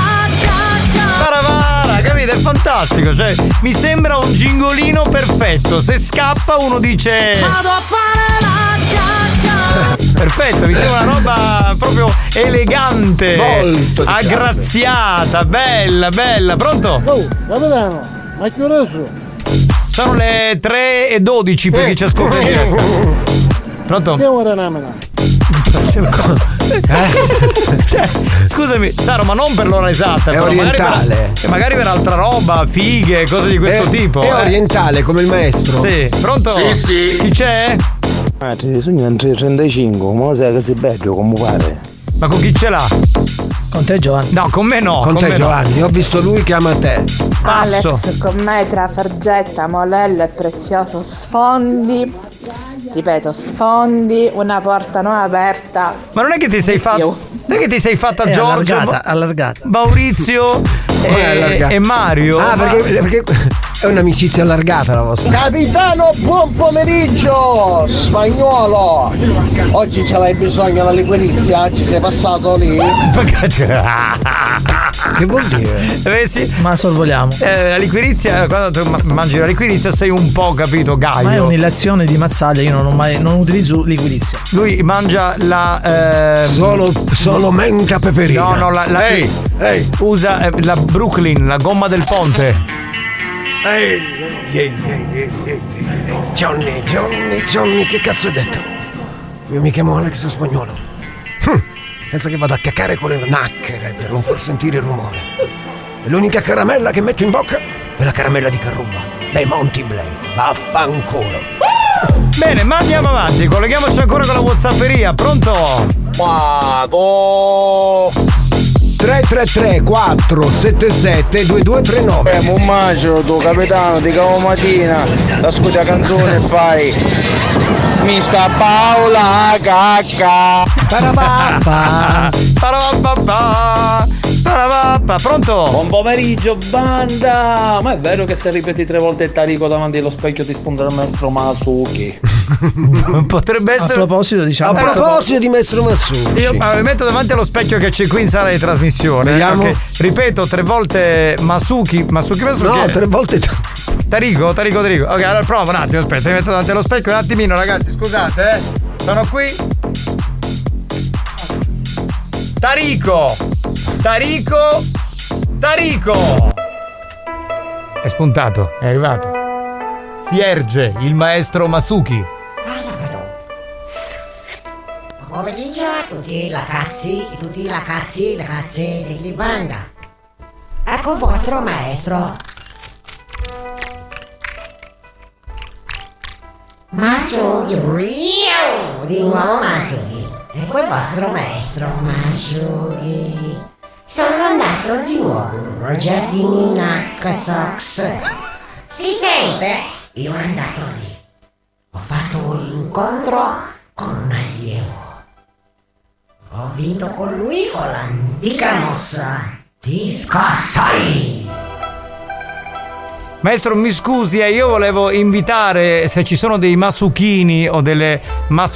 Capite? È fantastico, cioè mi sembra un gingolino perfetto. Se scappa uno dice vado a fare la cacca. Perfetto, mi sembra una roba proprio elegante, molto aggraziata, bella. Pronto? Oh, capitano, ma che ora sono? Sono le 3:12 per chi ci ascolta in diretta. Pronto? Che ora namena? Cioè, scusami, Saro, ma non per l'ora esatta, è però orientale. magari per altra roba, fighe, cose di questo tipo. È orientale come il maestro. Sì, pronto? Sì. Chi c'è? Sono in 35, ma sai che sei bello come pare. Ma con chi ce l'ha? Con te Giovanni? No, con me no. Con te Giovanni, ho visto lui che ama te. Passo. Alex con me tra Fargetta, Molella e Prezioso sfondi. Ripeto, sfondi, una porta non aperta. Ma non è che ti sei fatta. Non è che ti sei fatta Giorgio, allargata. Maurizio e Mario. Ah, perché è un'amicizia allargata la vostra. Capitano, buon pomeriggio! Spagnolo! Oggi ce l'hai bisogno la liquirizia? Ci sei passato lì? Che vuol dire? Sì. Ma sorvoliamo. La liquirizia, quando tu mangi la liquirizia sei un po', capito, gaio. Ma è un'illazione di mazzaglia, io non utilizzo liquirizia. Lui mangia la solo menta peperina. No, Ehi. Usa la Brooklyn, la gomma del ponte. Ehi. Johnny, che cazzo hai detto? Io mi chiamo Alex Spagnolo. Penso che vado a caccare con le nacchere per non far sentire il rumore. E l'unica caramella che metto in bocca è la caramella di Carruba, dei Monty Blair. Vaffanculo. Bene, ma andiamo avanti, colleghiamoci ancora con la WhatsApperia, pronto? Vado! 333 477 2239. Un mangio tu capitano di cavo mattina, ascolti la canzone e fai Mister Paola cacca. Pronto? Buon pomeriggio banda. Ma è vero che se ripeti 3 volte il Tarico davanti allo specchio ti spunta il maestro Masuki? Potrebbe essere. A proposito di maestro Masuki, io mi metto davanti allo specchio che c'è qui in sala di trasmissione. Vediamo. Perché, ripeto 3 volte Masuki. No, 3 volte Tarico. Ok, allora prova un attimo, aspetta, mi metto davanti allo specchio un attimino, ragazzi, scusate, sono qui. Tarico. È spuntato, è arrivato. Si erge il maestro Masuki. Buon pomeriggio a tutti i ragazzi degli banda. Ecco il vostro maestro. Masuki, di nuovo Masuki. Ecco il vostro maestro Masuki. Sono andato di nuovo al giardino in H-Sox. Si sente? Io sono andato lì. Ho fatto un incontro con un allievo. Ho vinto con lui con l'antica mossa di Scassai. Maestro, mi scusi, io volevo invitare, se ci sono dei masuchini o delle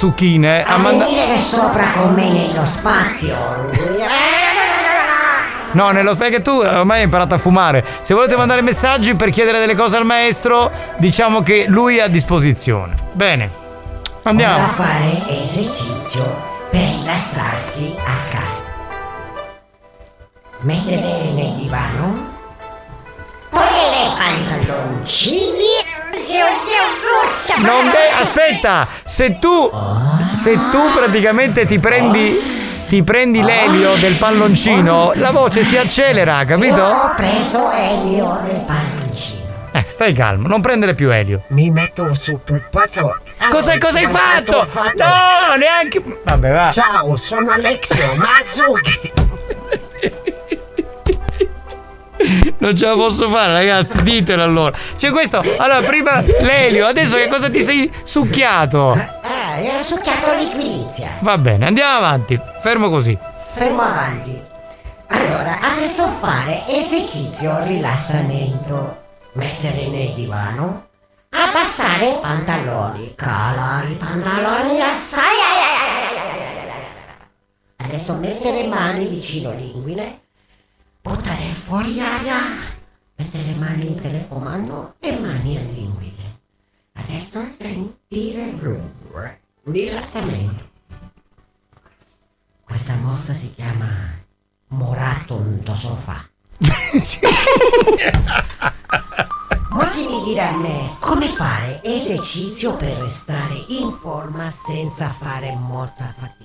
masuchine, a venire sopra con me nello spazio. No, perché tu ormai hai imparato a fumare. Se volete mandare messaggi per chiedere delle cose al maestro, diciamo che lui è a disposizione. Bene, andiamo. Ora fare esercizio per rilassarsi a casa. Mettere nel divano, togliere i pantaloncini. Aspetta, se tu praticamente ti prendi l'elio del palloncino, la voce si accelera, capito? Io ho preso elio del palloncino. Stai calmo, non prendere più elio. Mi metto su per passo. Cosa hai fatto? No, neanche. Vabbè, va. Ciao, sono Alexio Mazzucchi. Non ce la posso fare, ragazzi, ditelo allora. C'è questo, allora prima l'elio, adesso che cosa ti sei succhiato? Era succhiato liquidizia. Va bene, andiamo avanti, fermo così. Fermo avanti. Allora, adesso fare esercizio rilassamento. Mettere nel divano, abbassare i pantaloni. Cala i pantaloni assai. Adesso mettere mani vicino all'inguine. Buttare fuori aria, mettere mani in telecomando e mani all'inguine. Adesso sentire rilassamento. Questa mossa si chiama Moraton do sofà. Molti mi diranno come fare esercizio per restare in forma senza fare molta fatica.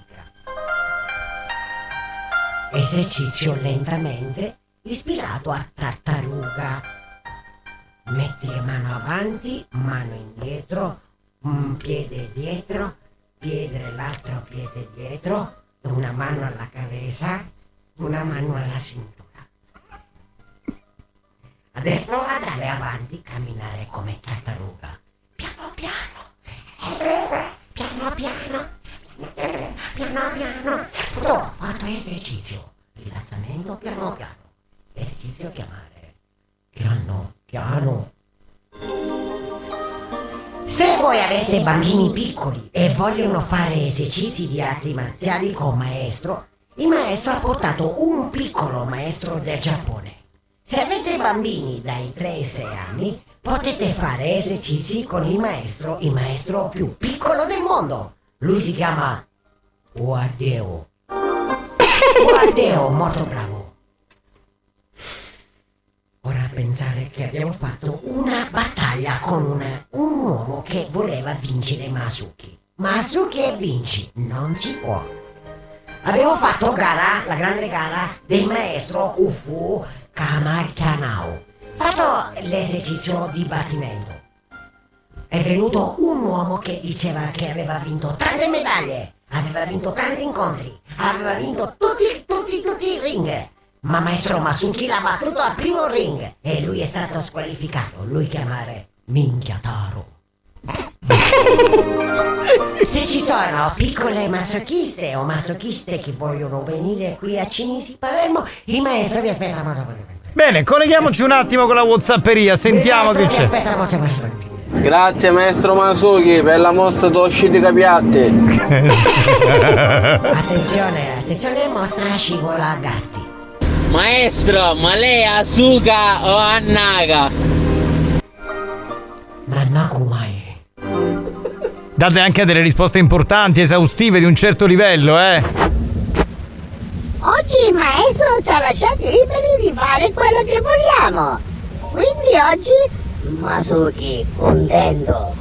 Esercizio lentamente, ispirato a tartaruga. Metti le mano avanti, mano indietro, un piede dietro, l'altro piede dietro, una mano alla cabeza, una mano alla cintura. Adesso andare avanti, camminare come tartaruga. Piano piano. Ho fatto esercizio, rilassamento piano. Esercizio chiamare piano. Se voi avete bambini piccoli e vogliono fare esercizi di arti marziali con maestro, il maestro ha portato un piccolo maestro del Giappone. Se avete bambini dai 3 ai 6 anni, potete fare esercizi con il maestro più piccolo del mondo. Lui si chiama Guardeo, molto bravo. Ora pensare che abbiamo fatto una battaglia con un uomo che voleva vincere Masuki. Masuki e vinci, non si può. Abbiamo fatto la grande gara del maestro Ufu Kamakanao. Fatto l'esercizio di battimento. È venuto un uomo che diceva che aveva vinto tante medaglie, aveva vinto tanti incontri, aveva vinto tutti i ring. Ma maestro Masuki l'ha battuto al primo ring e lui è stato squalificato. Lui chiamare Minchiataro. Se ci sono piccole masochiste o masochiste che vogliono venire qui a Cinisi Palermo, il maestro vi aspetta molto. Bene, colleghiamoci un attimo con la WhatsApperia, sentiamo che c'è. Aspetta molto. Grazie maestro Masuki per la mossa d'uscita di capiatti. Attenzione, mostra scivola a gatti. Maestro, ma lei è Asuka o Annaga? Mannakumai. Date anche delle risposte importanti, esaustive di un certo livello, Oggi il maestro ci ha lasciati liberi di fare quello che vogliamo. Quindi oggi Masuki contento.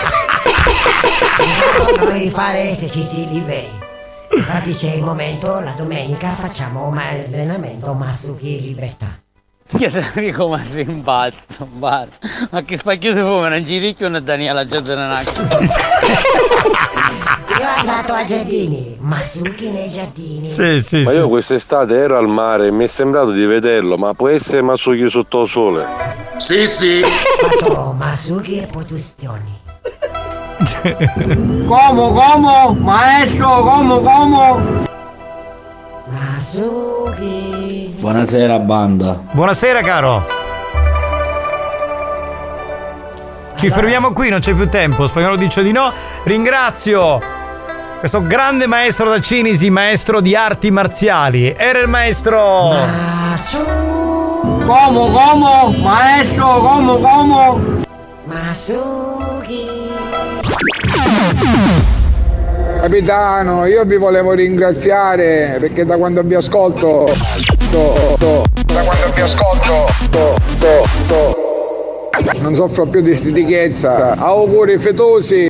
Noi fare esercizi liberi. Infatti c'è il momento, la domenica facciamo un allenamento Masuki libertà. Io te dico ma si impazzo, ma che spacchio si fumo, non ci ricchio una Daniela Giardinacchi. Io ho andato a giardini, Masuki nei giardini. Sì. Ma io quest'estate ero al mare e mi è sembrato di vederlo, ma può essere Masuki sotto il sole? Sì. Fatto Masuki e potustioni. Come? Maestro, come? Masuki. Buonasera banda. Buonasera caro. Ci fermiamo qui, non c'è più tempo. Spagnolo dice di no. Ringrazio questo grande maestro da Cinisi, maestro di arti marziali. Era il maestro Come? Maestro, come? Masuki. Capitano, io vi volevo ringraziare perché da quando vi ascolto non soffro più di stitichezza. Auguri fetosi.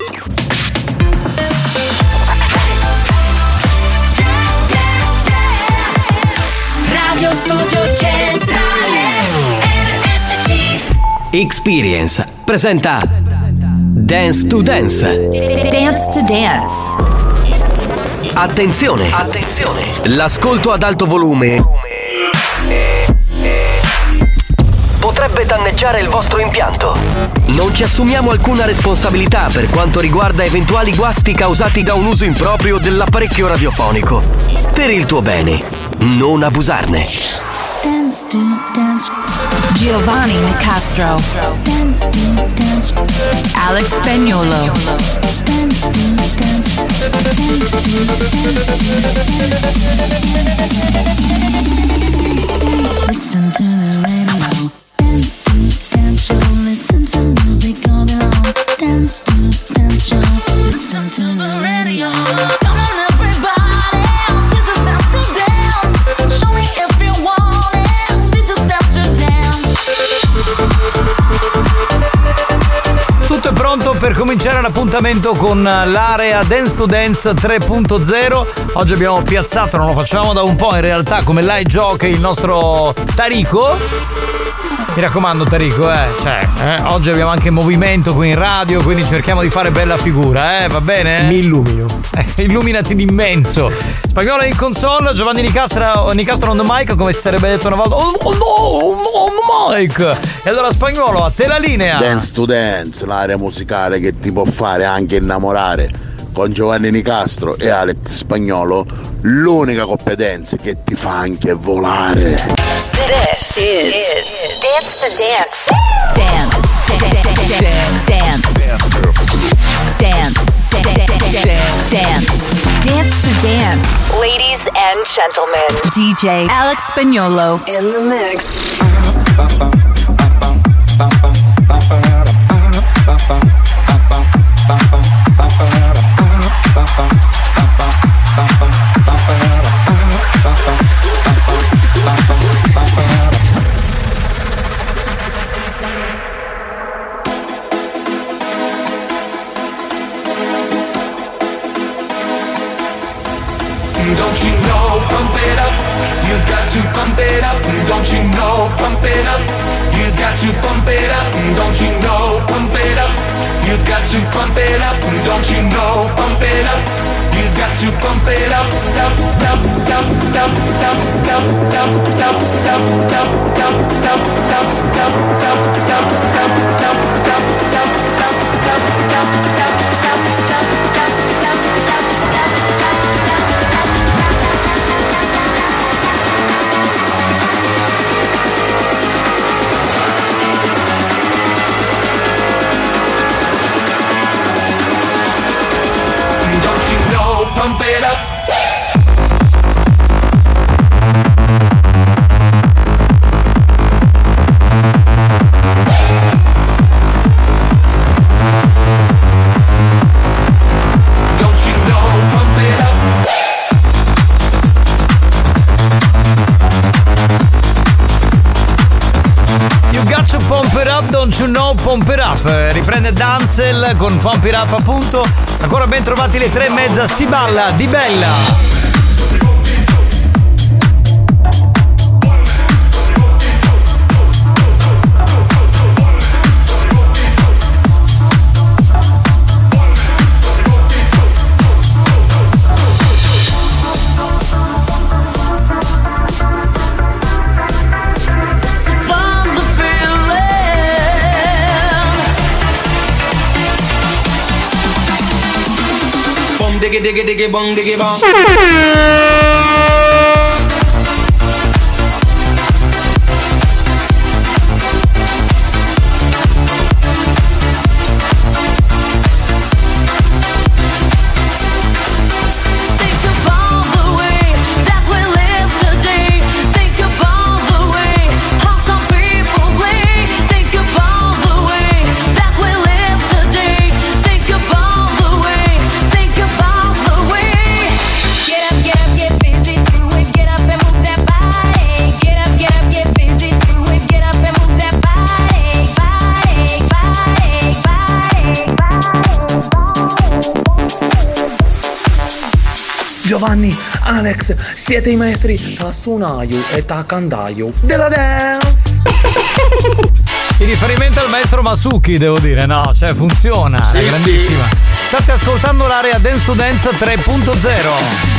Radio Studio Centrale RSC. Experience presenta Dance to Dance. Dance to Dance. Attenzione! L'ascolto ad alto volume potrebbe danneggiare il vostro impianto. Non ci assumiamo alcuna responsabilità per quanto riguarda eventuali guasti causati da un uso improprio dell'apparecchio radiofonico. Per il tuo bene, non abusarne. Dance to Dance. Giovanni Nicastro. Dance to Dance. Alex Spagnolo. Dance to Dance. Listen to the radio. Dance to Dance show. Listen to music all day long. Dance to Dance show. Listen to the radio. Come on everybody, this is Dance to Dance. Show me if you want it. This is Dance to Dance. Tutto è pronto per cominciare l'appuntamento con l'area Dance to Dance 3.0. Oggi abbiamo piazzato, non lo facciamo da un po' in realtà, come live jockey il nostro Tarico. Mi raccomando Tarico, oggi abbiamo anche movimento qui in radio, quindi cerchiamo di fare bella figura, va bene? Mi illumino. Illuminati d'immenso. Spagnolo in console, Giovanni Nicastro on the mic, come si sarebbe detto una volta. On the mic. E allora Spagnolo, a te la linea. Dance to Dance, l'area musicale che ti può fare anche innamorare. Con Giovanni Nicastro e Alex Spagnolo, l'unica coppia dance che ti fa anche volare. This is Dance to Dance. Dance to Dance. Ladies and gentlemen, DJ Alex Spagnolo in the mix. Don't you know, pump it up, you've got to pump it up. Don't you know, pump it up, you've got to pump it up. Don't you know, pump it up, you've got to pump it up. Don't you know, pump it up, you've got to pump it up. Pump it up. Don't you know, pump it up. You got to pump it up, don't you know, pump it up. Riprende Danzel con Pump It Up appunto. Ancora ben trovati le 3:30, si balla di bella. Diggy diggy diggy bong diggy bong. Think of all the way that we live today. Think of all the Giovanni, Alex, siete i maestri ta suonaio e ta cantaio della dance. In riferimento al maestro Masuki, devo dire, no, cioè funziona, Sì, è grandissima. sì. State ascoltando l'area Dance to Dance 3.0.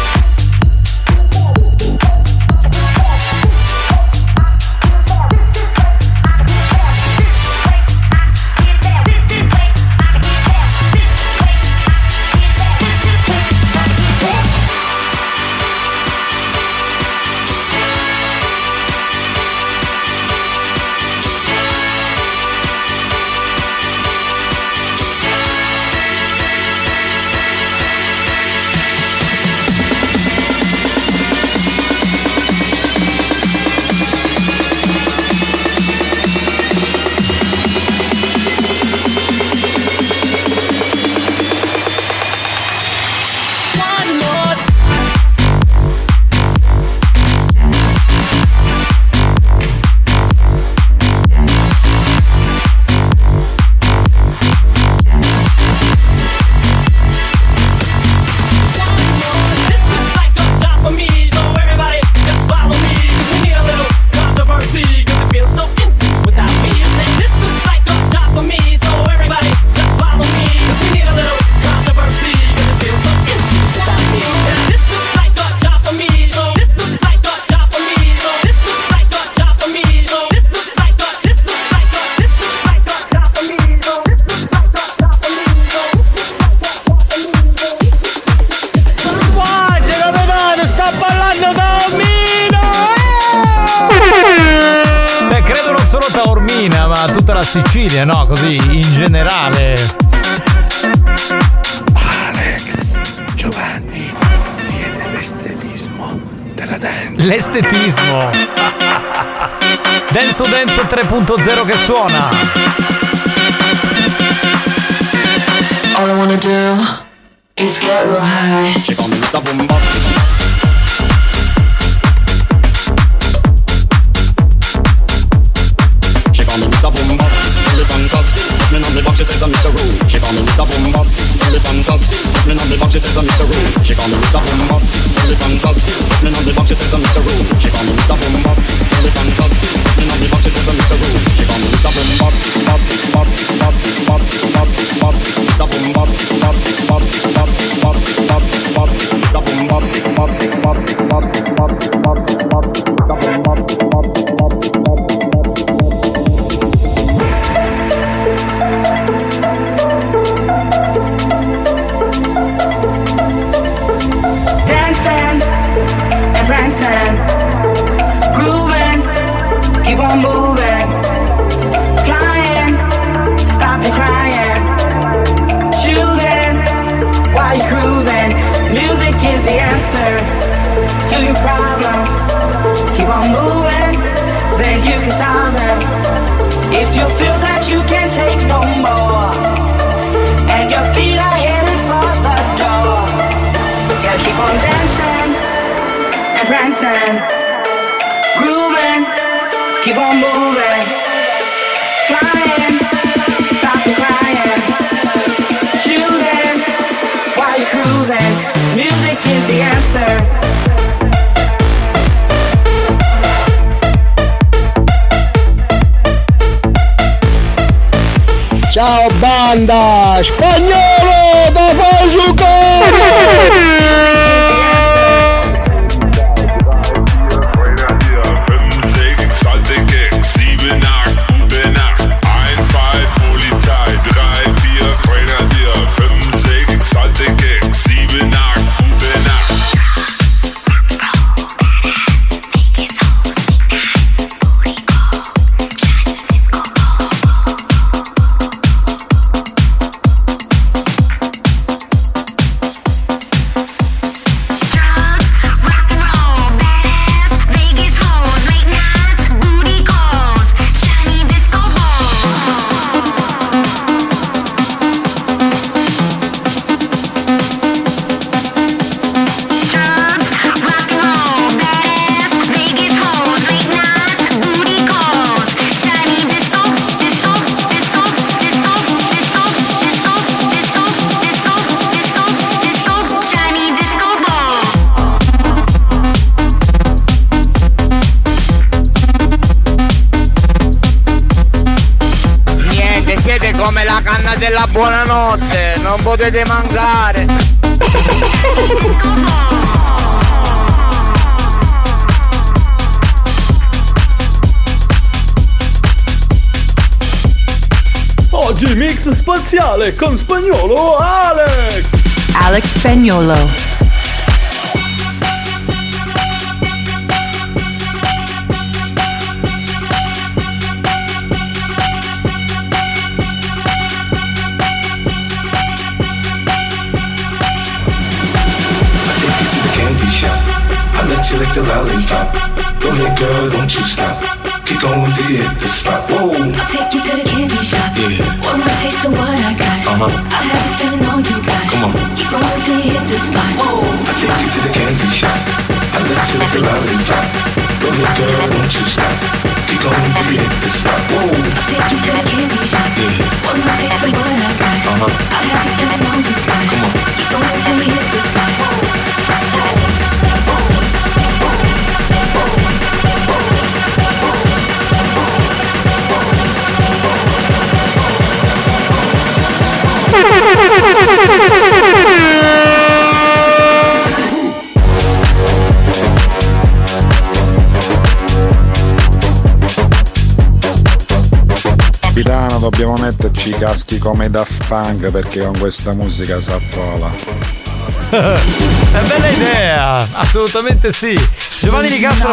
Sicilia, no? Così in generale. Alex, Giovanni, siete l'estetismo della dance. L'estetismo. Dance to Dance 3.0 che suona. All I wanna do is get real high. Check on the bombastic. Me on the box, she says I'm Mr. Rude. She call me Mr. Bombastic, tell it fantastic. Me on the box, she says I'm Mr. Rude. She call me Mr. Bombastic, tell it fantastic. Me on the box, she says I'm Mr. Rude. She call me Mr. Bombastic, tell it fantastic. Me on the box, she says I'm Mr. Rude. She call me Mr. Bombastic, bastic, bastic, bastic, bastic, bastic, bastic. Mr. Bombastic, bastic, bastic, bastic, bastic, bastic, bastic. Mr. Bombastic, bastic, bastic, bastic, bastic, bastic, bastic. Mr. Bombastic, bastic, bastic, bastic. Keep on moving, flying, stop your crying, choosing while you're cruising. Music is the answer to your problems. Keep on moving, then you can solve them. If you feel that you can't take no more, and your feet are headed for the door, you gotta keep on dancing and prancing. Keep on moving, flying, stop the crying, choosing while you're cruising. Music is the answer. Ciao banda, spagnolo da Fasucco! della buonanotte, non potete mancare. Oggi mix spaziale con Spagnuolo Alex. Alex Spagnuolo. Let you lick the lollipop. Go ahead, girl, don't you stop. Keep going till you hit the spot. Whoa. I'll take you to the candy shop. Yeah. One more taste of what I got. Uh-huh. I'll have you spending all you got. Come on. Keep going till you hit the spot. Whoa. I'll take you to the candy shop. I'll let you lick the lollipop. Go ahead, girl, don't you stop. Keep going till you hit the spot. Whoa. I'll take you to the candy shop. Yeah. One more taste of what I got. Uh-huh. I'll have you spending all you got. Come on. Keep going till you hit the spot. Whoa. Capitano, dobbiamo metterci i caschi come i Daft Punk perché con questa musica s'affola. È bella idea, assolutamente sì. Giovanni Di Castro.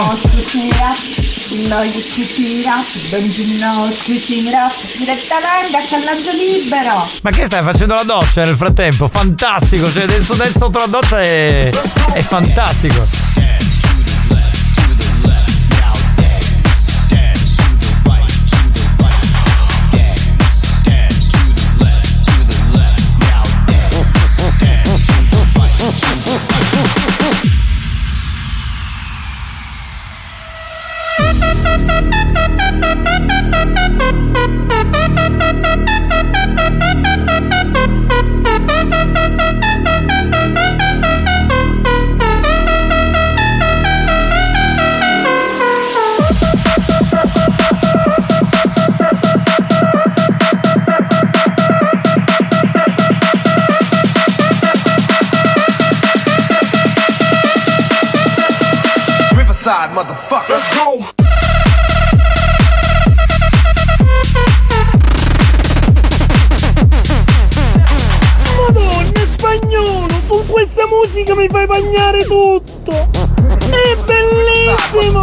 Direttamente a Cannaggio Libero. Ma che stai facendo la doccia nel frattempo? Fantastico, cioè adesso sotto la doccia è fantastico. Motherfucker, let's go. Madonna, Spagnolo, con questa musica mi fai bagnare tutto. È bellissimo.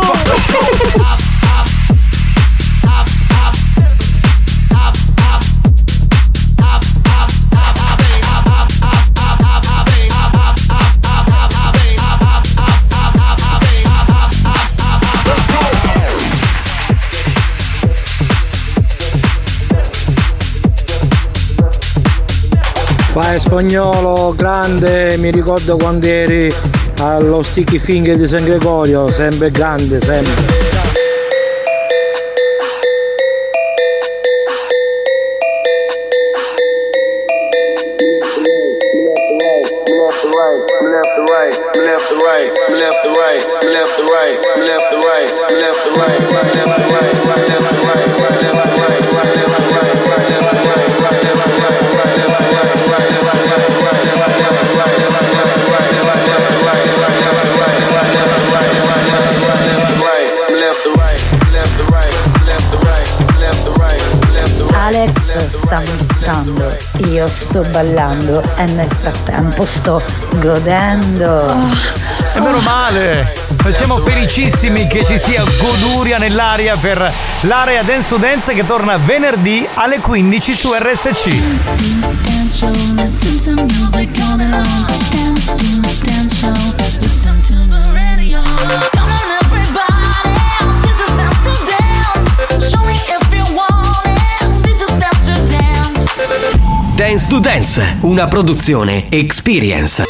Vai Spagnolo, grande, mi ricordo quando eri allo Sticky Finger di San Gregorio, sempre grande, sempre. Alex sta mixando, io sto ballando e nel frattempo sto godendo. E meno male! Noi siamo felicissimi che ci sia goduria nell'aria per l'area Dance to Dance che torna venerdì alle 15 su RSC. Dance to Dance, una produzione Experience.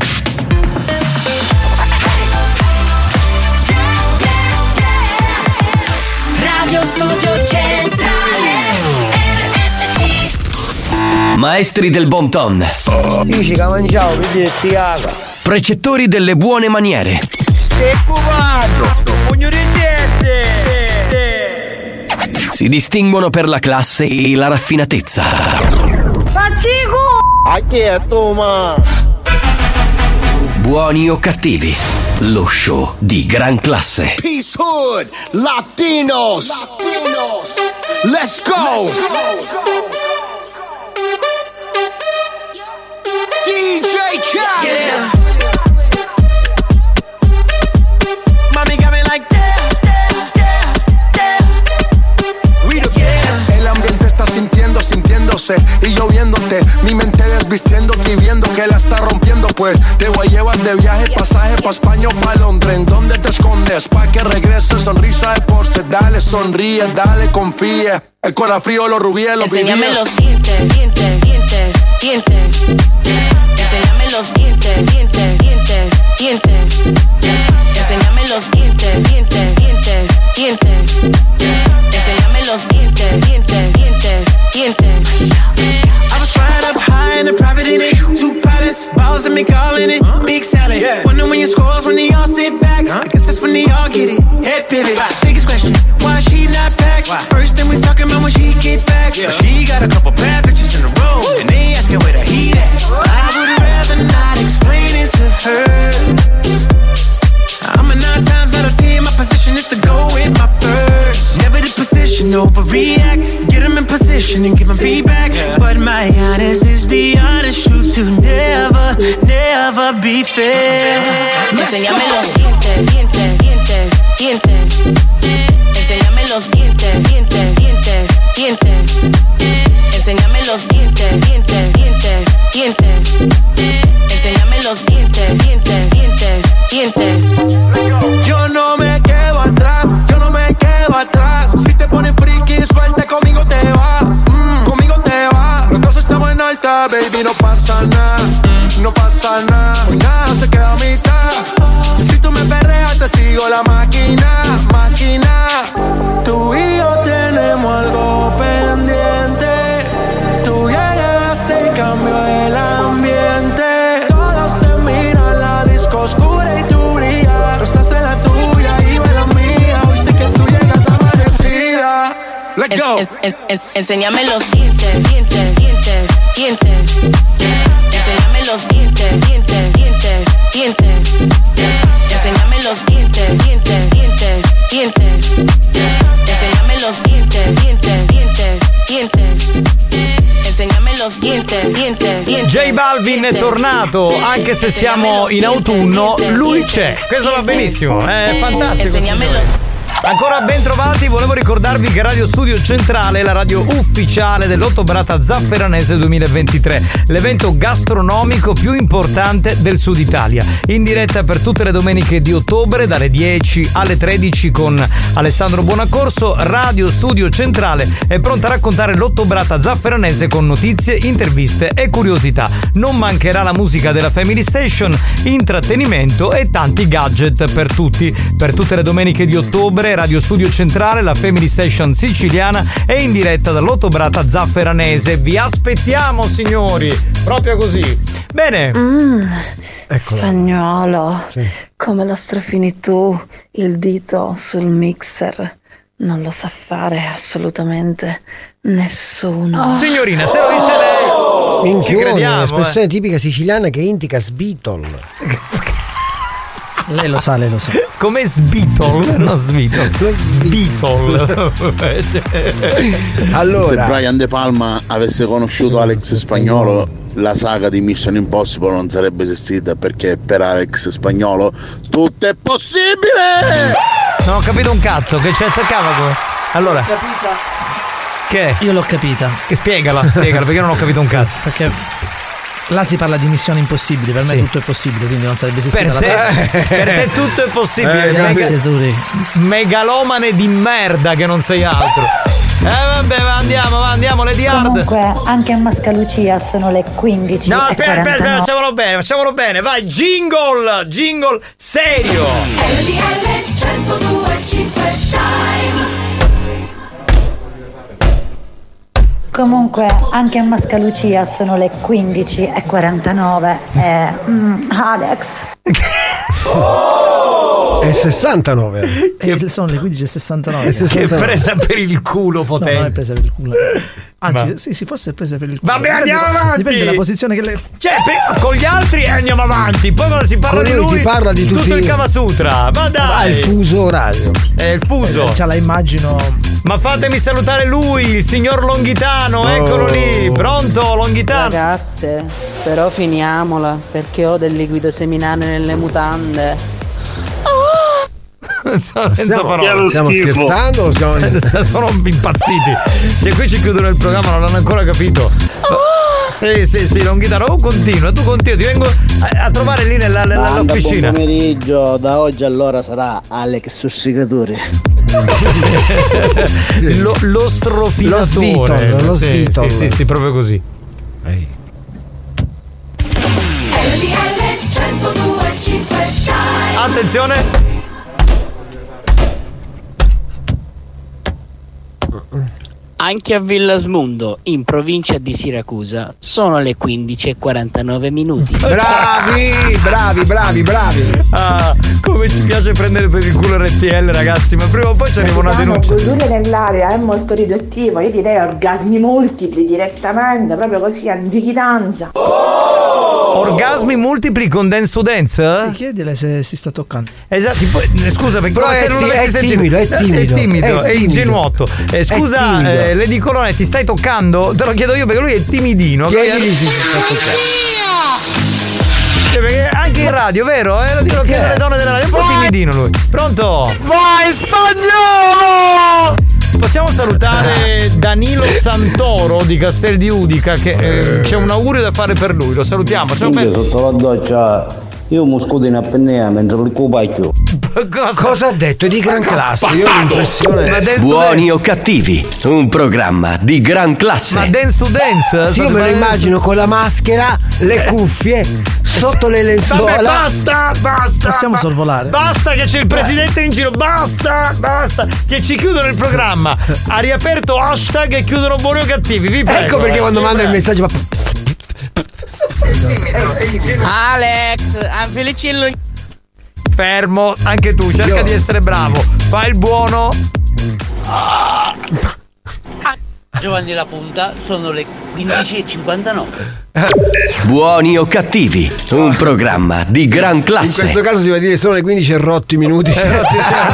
Radio Studio Centrale RSC. Maestri del bon ton. Dici che mangiavo, vedi ziaga. Precettori delle buone maniere. Stai cubando. Pugno di niente. Si distinguono per la classe e la raffinatezza. A chi è tu, ma? Buoni o cattivi, lo show di gran classe. Peace Hood, Latinos. Let's go. DJ Khaled. Yeah. Mommy got me like El ambiente está sintiéndose y yo viéndote, mi mente desvistiéndote y viendo que la está rompiendo, pues te voy a llevar de viaje, pasaje pa' España o pa' Londres. ¿En dónde te escondes? Pa' que regreses, sonrisa de porce, dale, sonríe, dale, confía. El corazón frío, los rubíes, los vivíes. Enséñame los dientes, dientes, dientes, dientes. Enséñame los dientes, dientes, dientes, dientes. Enséñame los dientes, dientes, dientes, dientes. Enséñame los dientes, dientes, dientes, dientes. I was flying up high in a private in it. 2 pilots, balls and me calling it big salad. Wonder when your scores when they all sit back. I guess that's when they all get it. Head pivot. Biggest question, why she not back? First thing we talking about when she get back. But she got a couple bad bitches in a row, and they asking where the heat at. I would rather not explain it to her. I'm a 9 times out of 10, my position is to go with my first. Never the position, overreact. Get them in position and give them feedback. But my honest is the honest truth to never, never be fair. Enséñame los dientes, dientes, dientes, dientes. Enséñame los dientes, dientes, dientes, dientes. Enséñame los dientes, dientes, dientes, dientes. Enséñame los dientes, dientes, dientes, dientes. Yo no me quedo atrás, yo no me quedo atrás. Si te pones friki, suelta, conmigo te vas, conmigo te vas. Los dos estamos en alta, baby, no pasa nada, no pasa nada. Hoy nada se queda a mitad. Si tú me perreas, te sigo la máquina, máquina. Tú y yo tenemos algo pendiente. Tú llegaste y cambió el ambiente. Todos te miran, la disco oscura y tú brillas. Tú estás en la tuya y yo en la mía. Hoy sé que tú llegas amanecida. Let's go. Enséñame los dientes, dientes, dientes, dientes. Enséñame los dientes, dientes, dientes, dientes. Enséñame los dientes, dientes, dientes, dientes. Enséñame los dientes, dientes, dientes, dientes. Enséñame los dientes, dientes, dientes. J Balvin è tornato, anche se siamo in autunno, lui c'è. Questo va benissimo, è fantastico. Ancora ben trovati, volevo ricordarvi che Radio Studio Centrale è la radio ufficiale dell'Ottobrata Zafferanese 2023, l'evento gastronomico più importante del Sud Italia, in diretta per tutte le domeniche di ottobre dalle 10 alle 13 con Alessandro Buonacorso. Radio Studio Centrale è pronta a raccontare l'Ottobrata Zafferanese con notizie, interviste e curiosità. Non mancherà la musica della Family Station, intrattenimento e tanti gadget per tutti. Per tutte le domeniche di ottobre Radio Studio Centrale, la Family Station siciliana, è in diretta dall'Ottobrata Zafferanese. Vi aspettiamo, signori, proprio così. Bene. Spagnolo, sì. Come lo strafini tu il dito sul mixer? Non lo sa fare assolutamente nessuno. Signorina, se lo dice lei. Minchione, un'espressione tipica siciliana che indica sbitol. Lei lo sa. Come sbitol, no sbitol. Sbitol. Allora, se Brian De Palma avesse conosciuto Alex Spagnolo, la saga di Mission Impossible non sarebbe esistita, perché per Alex Spagnolo tutto è possibile. Non ho capito un cazzo, che c'è qua. Allora, che? Io l'ho capita. Che spiegala, perché non ho capito un cazzo. Perché là si parla di missioni impossibili, per me tutto è possibile, quindi non sarebbe esistita la saga. Per te tutto è possibile. Grazie Turi. Megalomane di merda che non sei altro. Vabbè, andiamo Lady Hard. Comunque anche a Mascalucia sono le 15. No, aspetta, facciamolo bene. Vai, jingle serio. RTL 102.5 Time. Comunque anche a Mascalucia sono le 15:49 Alex è 69 sono le 15:69. Che presa per il culo potente. No, non è presa per il culo. Anzi, sì, forse è presa per il culo. Vabbè, andiamo avanti. Dipende dalla posizione che le. Cioè, con gli altri andiamo avanti. Poi quando si parla di lui, parla di tutto il Kama Sutra. Ma dai. Il fuso orario. È il fuso. Già la immagino. Ma fatemi salutare lui, il signor Longhitano. Eccolo lì. Pronto, Longhitano? Ragazze, però finiamola, perché ho del liquido seminale nelle mutande. Senza parole. Stiamo scherzando o sono impazziti. E qui ci chiudono il programma, non hanno ancora capito. Sì, Longhitano, continua, tu continua, ti vengo a trovare lì nell'officina. Buon pomeriggio, da oggi allora sarà Alex Sussicatore. lo strofinatore. Lo svitolo. Sì, proprio così. RTL 102.5. Attenzione. Anche a Villasmundo, in provincia di Siracusa, sono le 15:49 minuti. Bravi. Ah, come ci piace prendere per il culo RTL, ragazzi, ma prima o poi ci arriva una denuncia. Il odore nell'aria è molto riduttivo, io direi orgasmi multipli direttamente, proprio così, anzichitanza. Orgasmi multipli con Dance to Dance? Sì, chiedile se si sta toccando. Esatto, scusa, perché però è timido, è ingenuoto. Scusa, Lady Colone, ti stai toccando? Te lo chiedo io perché lui è timidino. Chiedili se si sta toccando. Perché anche in radio, vero? Lo dico che le donne della radio, è un po' timidino lui. Pronto? Vai spagnolo! Possiamo salutare Danilo Santoro di Castel di Udica, che c'è un augurio da fare per lui, lo salutiamo. Sotto la doccia io mi scudo in apnea mentre il cubacchio. Cosa ha detto? Di gran classe, io ho l'impressione. Buoni o cattivi, un programma di gran classe. Ma Dance to Dance? Sì, io me lo immagino con la maschera, le cuffie, sotto le lenzuola. Vabbè, basta. Possiamo sorvolare. Basta che c'è il presidente in giro. Basta. Che ci chiudono il programma. Ha riaperto hashtag e chiudono buoni o cattivi. Vi prego. Ecco perché quando manda il messaggio Alex, Anfelicillo. Fermo, anche tu, cerca di essere bravo. Fai il buono. Giovanni La Punta, sono le 15:59. Buoni o cattivi, un programma di gran classe. In questo caso si va a dire sono le 15 e rotti minuti. Le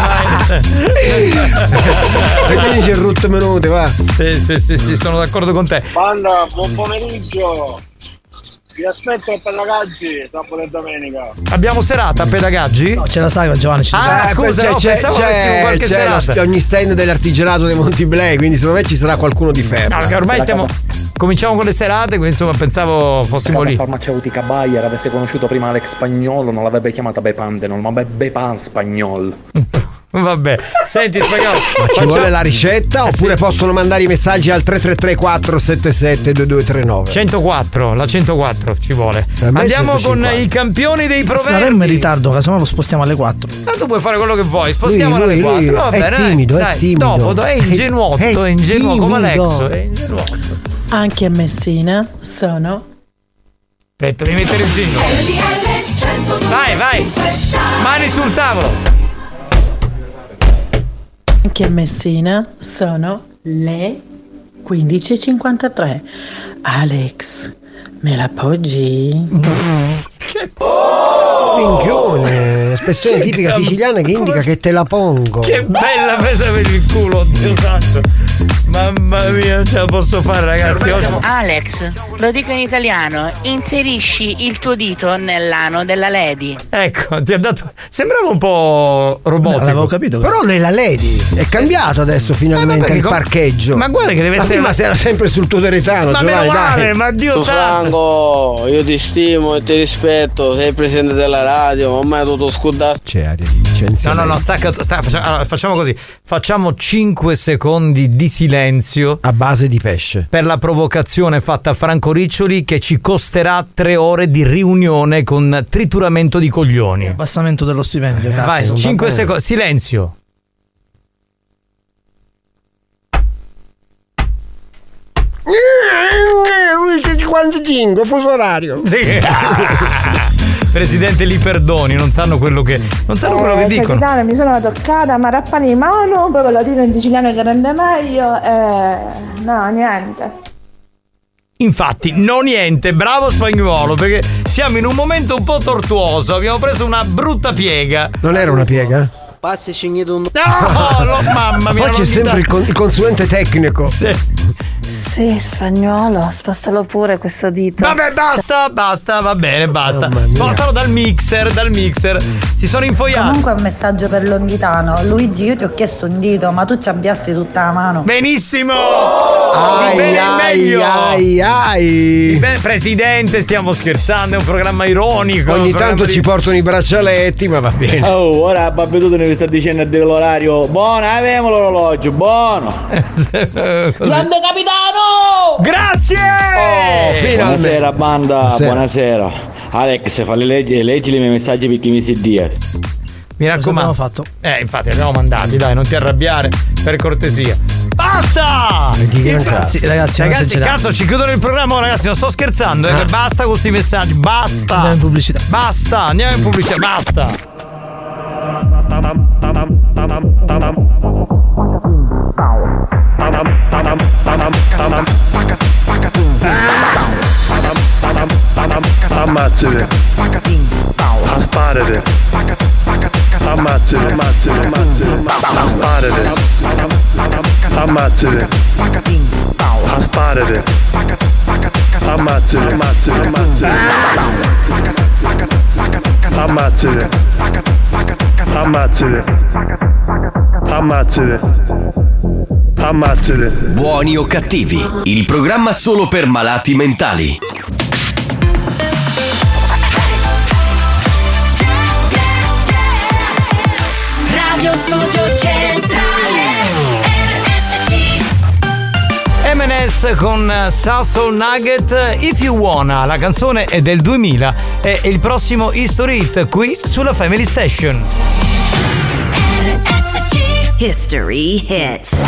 15 e rotti minuti, va. Sì, sono d'accordo con te. Banda, buon pomeriggio. Vi aspetto a Pedagaggi, sabato e domenica. Abbiamo serata a Pedagaggi? No, c'è la sagra, Giovanni. Scusa, pensavo avessimo qualche serata. Ogni stand dell'artigianato dei Monti Blei, quindi secondo me ci sarà qualcuno di ferro. No, perché ormai cominciamo con le serate, quindi insomma pensavo fossimo lì. La farmaceutica Bayer avesse conosciuto prima Alex Spagnolo, non l'avrebbe chiamata Bepandenol, ma Bepan Spagnol. Vabbè, senti spagnolo, ci vuole la ricetta oppure possono mandare i messaggi al 333-477-2239 104, la 104 ci vuole. Andiamo con i campioni dei proverbi. Saremmo in ritardo, casomai lo spostiamo alle 4. Ma tu puoi fare quello che vuoi, spostiamo alle 4. Va bene, è timido. Dopo è ingenuotto, è ingenuo come Alex, è ingenuotto. Anche a Messina sono. Aspetta, devi mettere il jingle. Vai, mani sul tavolo. Anche a Messina sono le 15:53. Alex, me la poggi? Minchione, espressione tipica siciliana che indica che te la pongo. Che bella presa per il culo, Dio santo. Mamma mia, non ce la posso fare, ragazzi. Alex, lo dico in italiano, inserisci il tuo dito nell'ano della Lady. Ecco, ti ha dato. Sembrava un po' robotico. L'avevo capito. Però nella Lady è cambiato adesso finalmente il parcheggio. Ma guarda che deve essere. Prima era sempre sul tuo teretano, ma Giovanni, dai. Ma Dio santo. Franco, io ti stimo e ti rispetto, sei presidente della radio, ma ormai tutto scudato. C'è aria di licenziamento. No, stacca. Allora, facciamo così. Facciamo 5 secondi di silenzio a base di pesce per la provocazione fatta a Franco Riccioli, che ci costerà 3 ore di riunione con trituramento di coglioni. Abbassamento dello stipendio. Vai, 5 secondi. Silenzio. 55 fuso orario. Sì. presidente li perdoni, non sanno quello che dicono. Capitano, mi sono toccata marappani in mano, poi latino in siciliano che rende meglio, no, niente. Infatti, no niente, bravo Spagnuolo, perché siamo in un momento un po' tortuoso, abbiamo preso una brutta piega. Non era una piega? Passi scegnato un... No, mamma mia. Poi c'è sempre il consulente tecnico. Sì, Spagnolo, spostalo pure questo dito. Vabbè, basta, va bene, basta. Spostalo dal mixer. Si sono infoiati. Comunque un messaggio per Longhitano. Luigi, io ti ho chiesto un dito, ma tu ci abbiasti tutta la mano. Benissimo! Di bene il meglio. Presidente, stiamo scherzando, è un programma ironico. Ogni tanto ci portano i braccialetti, ma va bene. Oh, ora Babbetuto ne sta dicendo dell'orario. Buono, avevamo l'orologio, buono. Grande capitano! Grazie! Buonasera banda, buonasera. Alex, fa leggi i miei messaggi perché mi si dia. Mi raccomando. Fatto? Infatti abbiamo mandati, dai, non ti arrabbiare, per cortesia. Basta! Ragazzi, cazzo, ci chiudono il programma, ragazzi, non sto scherzando, basta con questi messaggi, basta. Andiamo in pubblicità. Basta. Ammazzate. Asparate. Ammazzate. Asparate. Ammazzate. Asparate. Ammazzate. Ammazzate. Buoni o cattivi, il programma solo per malati mentali. Radio Studio Centrale RSC. M&S con Soul Nugget, If You Wanna. La canzone è del 2000, è il prossimo History Hit qui sulla Family Station. RSC History Hits.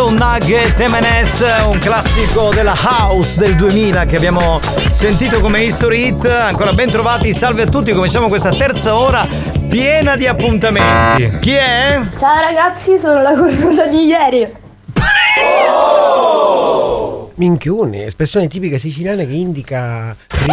Lil Nugget M&S, un classico della house del 2000 che abbiamo sentito come history hit. Ancora ben trovati, salve a tutti, cominciamo questa terza ora piena di appuntamenti. Chi è? Ciao ragazzi, sono la cornuta di ieri. Minchioni, espressione tipica siciliana che indica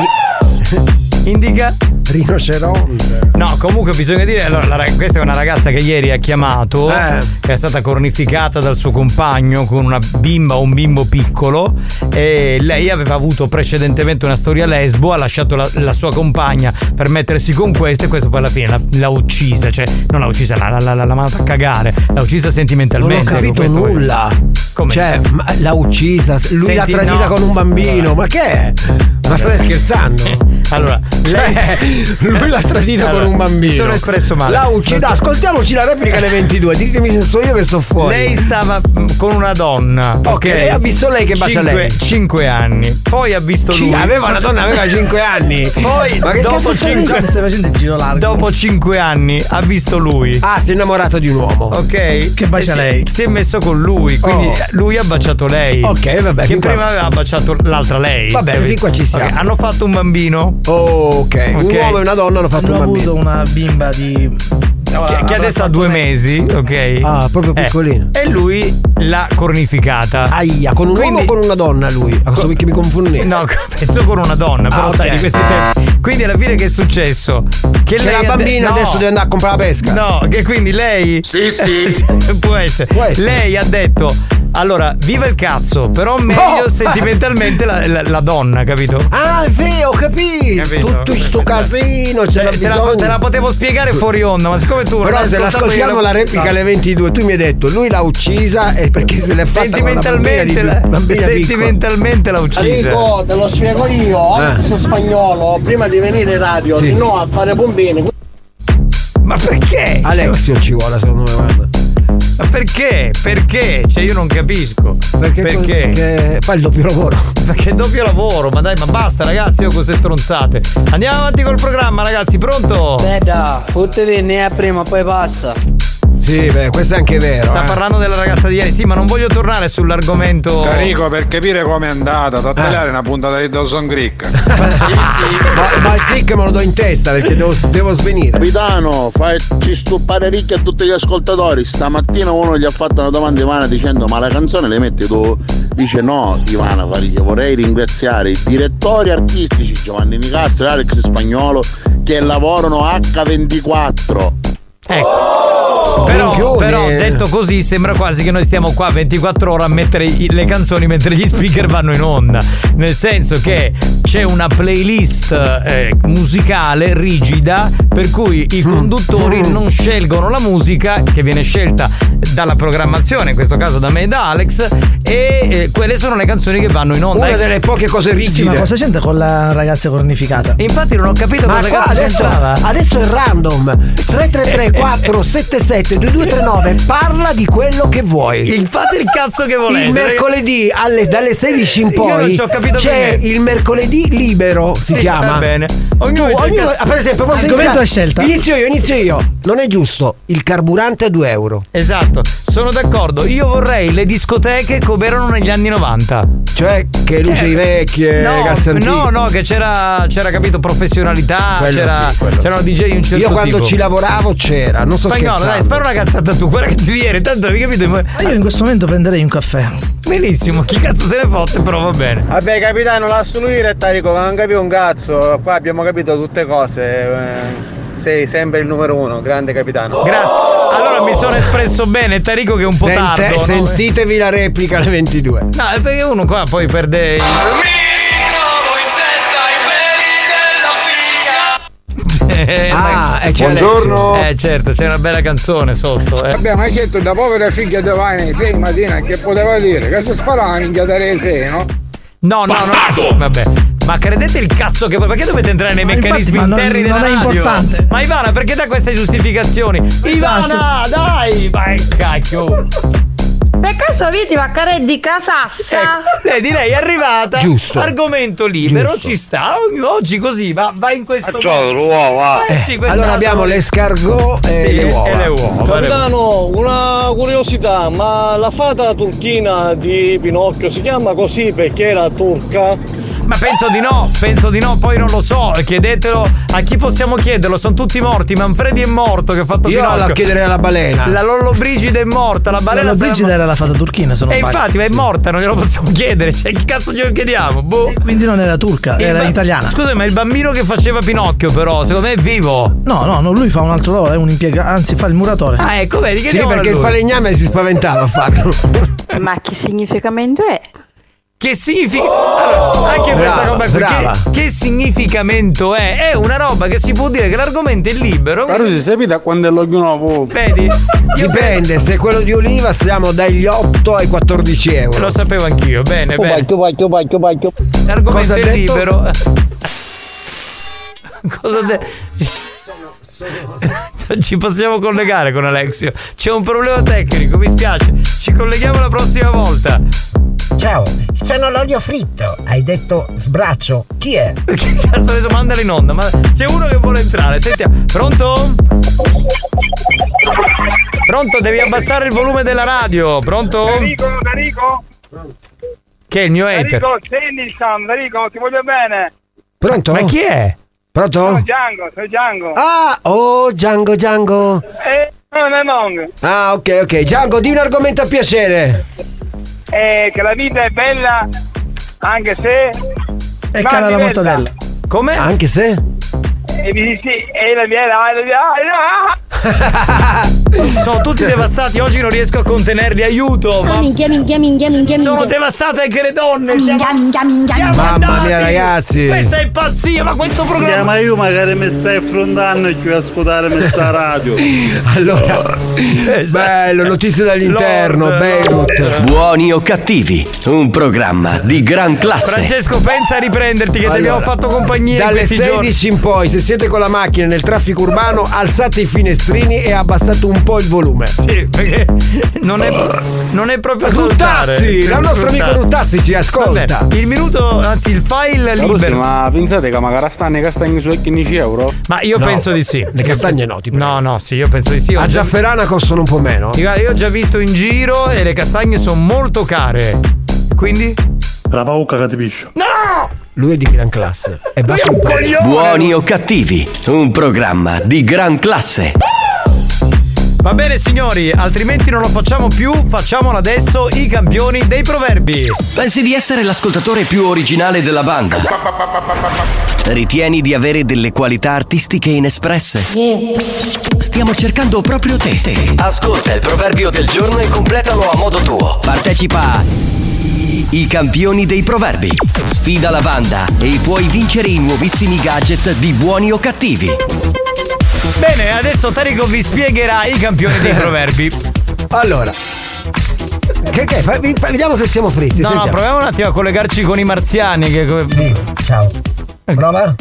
rinoceronte. No, comunque bisogna dire, allora, questa è una ragazza che ieri ha chiamato, che è stata cornificata dal suo compagno con una bimba o un bimbo piccolo, e lei aveva avuto precedentemente una storia lesbo, ha lasciato la sua compagna per mettersi con questo, e questo poi alla fine l'ha uccisa, cioè non l'ha uccisa, l'ha mandata a cagare, l'ha uccisa sentimentalmente. Non ho capito nulla. Come? Cioè, l'ha uccisa, lui l'ha tradita con un bambino, allora. Ma che è? Ma state scherzando? Allora, lui l'ha tradita con un bambino. Mi sono espresso male. L'ha uccisa. Ascoltiamoci la replica alle 22. Ditemi se sto io che sto fuori. Lei stava con una donna. Ok, e ha visto lei che bacia lei. 5 anni. Poi ha visto lui. Aveva una donna, aveva 5 anni. Poi dopo 5 stai facendo il giro largo. Dopo 5 anni ha visto lui. Ah, si è innamorato di un uomo. Ok. Che bacia lei. Si è messo con lui. Quindi lui ha baciato lei. Ok, vabbè. Che prima aveva baciato l'altra lei. Vabbè, fin qua ci siamo. Okay. Hanno fatto un bambino. Ok. Un uomo e una donna hanno fatto un bambino. Hanno avuto una bimba di che adesso ha 2 mesi, ok? Ah, proprio piccolino. E lui l'ha cornificata. Aia, con un uomo o con una donna lui? Perché mi confondevo. No, penso con una donna, però sai di questi tempi. Quindi alla fine che è successo? Che lei la bambina adesso deve andare a comprare la pesca. No, che quindi lei Sì. può essere. Lei ha detto: allora, viva il cazzo, però meglio sentimentalmente la donna, capito? Ah, è vero, ho capito. Tutto sto casino, c'è te la potevo spiegare fuori onda, ma siccome tu però se l'ascoltiamo la replica alle 22, tu mi hai detto lui l'ha uccisa e perché se l'è fatta sentimentalmente l'ha uccisa. Enrico, te lo spiego io, Alex Spagnolo, prima di venire in radio, si no a fare pompini. Ma perché? Alexio ci vuole, secondo me, guarda. Ma perché? Perché? Cioè io non capisco. Perché fa il doppio lavoro. Perché doppio lavoro? Ma dai, ma basta ragazzi, io con queste stronzate. Andiamo avanti col programma, ragazzi, pronto? Beda, fottene a prima, poi passa. Sì, beh, questo è anche vero. Sta parlando della ragazza di ieri, sì, ma non voglio tornare sull'argomento. Tarico, per capire com'è andata, tagliare una puntata di Dawson Creek. Sì. Ma il trick me lo do in testa perché devo svenire. Capitano, facci stuppare ricchi a tutti gli ascoltatori. Stamattina uno gli ha fatto una domanda a Ivana dicendo: ma la canzone le metti tu? Dice: no, Ivana Fariglia, vorrei ringraziare i direttori artistici Giovanni Nicastro e Alex Spagnolo che lavorano H24. Ecco. Però detto così sembra quasi che noi stiamo qua 24 ore a mettere le canzoni mentre gli speaker vanno in onda, nel senso che c'è una playlist musicale rigida per cui i conduttori non scelgono la musica che viene scelta dalla programmazione, in questo caso da me e da Alex, e quelle sono le canzoni che vanno in onda. Una delle poche cose rigide. Sì, ma cosa c'entra con la ragazza cornificata? Infatti non ho capito cosa cazzo c'entrava. Adesso è random. 333 477 2239, parla di quello che vuoi. Fate il cazzo che volete. Il mercoledì dalle 16 in poi io non ci ho capito c'è il mercoledì libero, si chiama. Va bene. Ognuno per esempio, argomento a scelta. Inizio io. Non è giusto. Il carburante a 2 euro. Esatto, sono d'accordo. Io vorrei le discoteche come erano negli anni 90. Cioè che luci vecchie, casse antiche. No, che c'era capito, professionalità, c'erano DJ di un certo tipo. Io quando ci lavoravo c'era, non so Spagnolo, dai, spara una cazzata tu, quella che ti viene, tanto hai capito? Ma io in questo momento prenderei un caffè. Benissimo, chi cazzo se ne fotte, però va bene. Vabbè capitano, lascio lui Tarico, non capivo un cazzo, qua abbiamo capito tutte cose. Sei sempre il numero 1, grande capitano. Grazie. Allora mi sono espresso bene, Tarico che è un po' tardo. Sentitevi la replica alle 22. No, è perché uno qua poi perde. Buongiorno. Certo, c'è una bella canzone sotto. Vabbè, ma certo, da povera figlia di Vane, sei mattina, che poteva dire? Che si spara la minchia da sei, no? No, vabbè. Ma credete il cazzo che voi? Perché dovete entrare nei meccanismi interni della radio? Non è importante. Ma Ivana, perché dà queste giustificazioni? Esatto. Ivana, dai! Vai, cacchio! Per caso vedi Vaccarè di Casassa? Vedi, lei è arrivata. Giusto. Argomento libero, Giusto. ci sta. Oggi così va in questo sì, Allora abbiamo l'escargot e Sì, le uova. e le uova. Capitano, una curiosità, ma la fata turchina di Pinocchio si chiama così perché era turca? Ma penso di no, poi non lo so, chiedetelo a chi possiamo chiederlo, sono tutti morti, Manfredi è morto che ha fatto Io Pinocchio. la chiederei alla balena. La Lollobrigida è morta, la balena Lollobrigida era la fata turchina, se non E sbaglio. infatti, ma è morta, non glielo possiamo chiedere, cioè che cazzo glielo chiediamo? Boh. Quindi non era turca, era italiana. Scusa, ma il bambino che faceva Pinocchio però, secondo me è vivo. No, lui fa un altro lavoro, è un impiegato, anzi fa il muratore. Ah, ecco, vedi che Sì, perché il falegname si spaventava, ha fatto. Ma che significamento è? Che significa? Allora, anche questa roba qui. Che significamento è? È una roba che si può dire che l'argomento è libero. Caro, si sapete da quando è l'ognuno. Vedi? Dipende, se è quello di oliva siamo dagli 8 ai 14 euro. Lo sapevo anch'io, bene, bene. L'argomento Cosa ha è detto? libero. Cosa ci possiamo collegare con Alexio? C'è un problema tecnico, mi spiace. Ci colleghiamo la prossima volta. Ciao, sono l'olio fritto. Hai detto sbraccio. Chi è? Che cazzo adesso mandala in onda? Ma c'è uno che vuole entrare. Sentiamo. Pronto? Pronto? Devi abbassare il volume della radio. Pronto? Darico? Che è il mio hater? Darico, ti voglio bene. Pronto? Ma chi è? Pronto? Sono Django. Ah, oh, Django. Non. Ah, ok. Django, di un argomento a piacere. Che la vita è bella anche se è cara la mortadella. Come? Anche se? Sono tutti devastati, oggi non riesco a contenerli, aiuto! Minchia. Sono devastate anche le donne! Minchia. Mamma mia, ragazzi! Questa è pazzia, ma questo programma. Ma io magari mi stai affrontando e qui a ascoltare questa radio. Allora, bello, notizie dall'interno, Beirut. Buoni o cattivi, un programma di gran classe. Francesco, pensa a riprenderti che ti abbiamo fatto compagnia dalle in questi 16 in poi, se siete con la macchina nel traffico urbano, alzate i finestrini e abbassate un po' il volume. Sì, perché non è proprio salutare. Ruttazzi, il nostro amico Ruttazzi ci ascolta. Vabbè, il minuto, anzi il file libero. Ma pensate che magari stanno i castagni su 15 euro? Ma io penso di sì. Le castagne no, tipo. No, sì, io penso di sì. A Giafferana costano un po' meno. Io ho già visto in giro e le castagne sono molto care. Quindi? La pauca che ti piscio. No! Lui è di gran classe. È basso un coglione. Buoni o cattivi, un programma di gran classe. Va bene signori, altrimenti non lo facciamo più, facciamolo adesso, i campioni dei proverbi. Pensi di essere l'ascoltatore più originale della banda? Ritieni di avere delle qualità artistiche inespresse? Stiamo cercando proprio te. Ascolta il proverbio del giorno e completalo a modo tuo. Partecipa a I campioni dei proverbi. Sfida la banda e puoi vincere i nuovissimi gadget di Buoni o cattivi. Bene, adesso Tarico vi spiegherà i campioni dei proverbi. Allora, vediamo se siamo fritti. No, sentiamo. proviamo un attimo a collegarci con i marziani. Sì, ciao. Prova?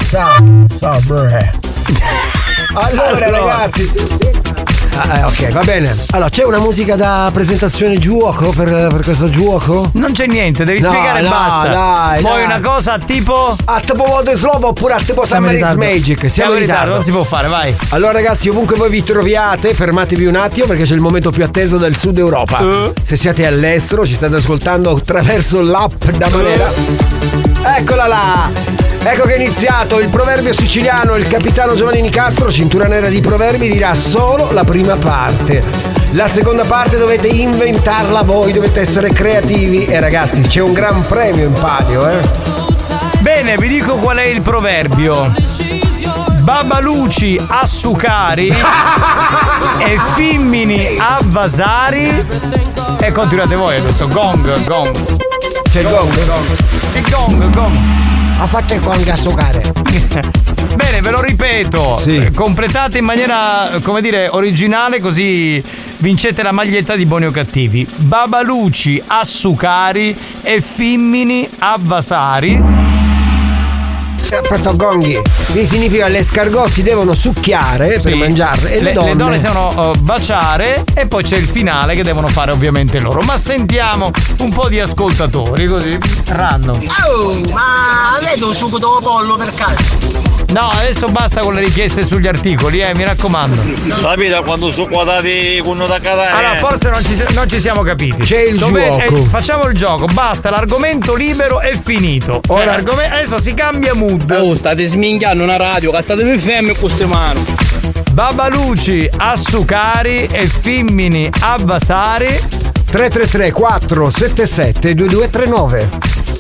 Allora, ragazzi. Ok, va bene. Allora, c'è una musica da presentazione gioco per questo gioco? Non c'è niente, devi spiegare e basta. Dai. Poi una cosa tipo a tipo World Slow oppure a tipo Summer Magic. Siamo in ritardo, non si può fare, vai. Allora ragazzi, ovunque voi vi troviate, fermatevi un attimo perché c'è il momento più atteso del Sud Europa. Se siete all'estero, ci state ascoltando attraverso l'app da Manera. Eccola là. Ecco che è iniziato il proverbio siciliano. Il capitano Giovanni Nicastro, cintura nera di proverbi, dirà solo la prima parte. La seconda parte dovete inventarla voi, dovete essere creativi. E ragazzi, c'è un gran premio in palio, Bene, vi dico qual è il proverbio. Babaluci a Sucari e femmini a Vasari. E continuate voi adesso. Gong. C'è il gong. Ha fatto il gong a Sucari. Bene, ve lo ripeto. Sì. Completate in maniera, come dire, originale, così vincete la maglietta di Buoni o Cattivi. Babaluci a Sucari e femmini a Vasari. Patogonghi. Che significa le escargot si devono succhiare per mangiarle e le donne devono baciare e poi c'è il finale che devono fare ovviamente loro. Ma sentiamo un po' di ascoltatori così random. Oh, ma vedo un sugo dopo pollo per caso? No, adesso basta con le richieste sugli articoli, mi raccomando. Sapete quando sono quotati con da Catania? Allora, forse non ci siamo capiti. C'è il gioco. Facciamo il gioco, basta, l'argomento libero è finito. Ora adesso si cambia mood. Oh, state sminchiando una radio che state per femme con queste mani. Babaluci a Sucari e femmini a Vasari. 333 477 2239.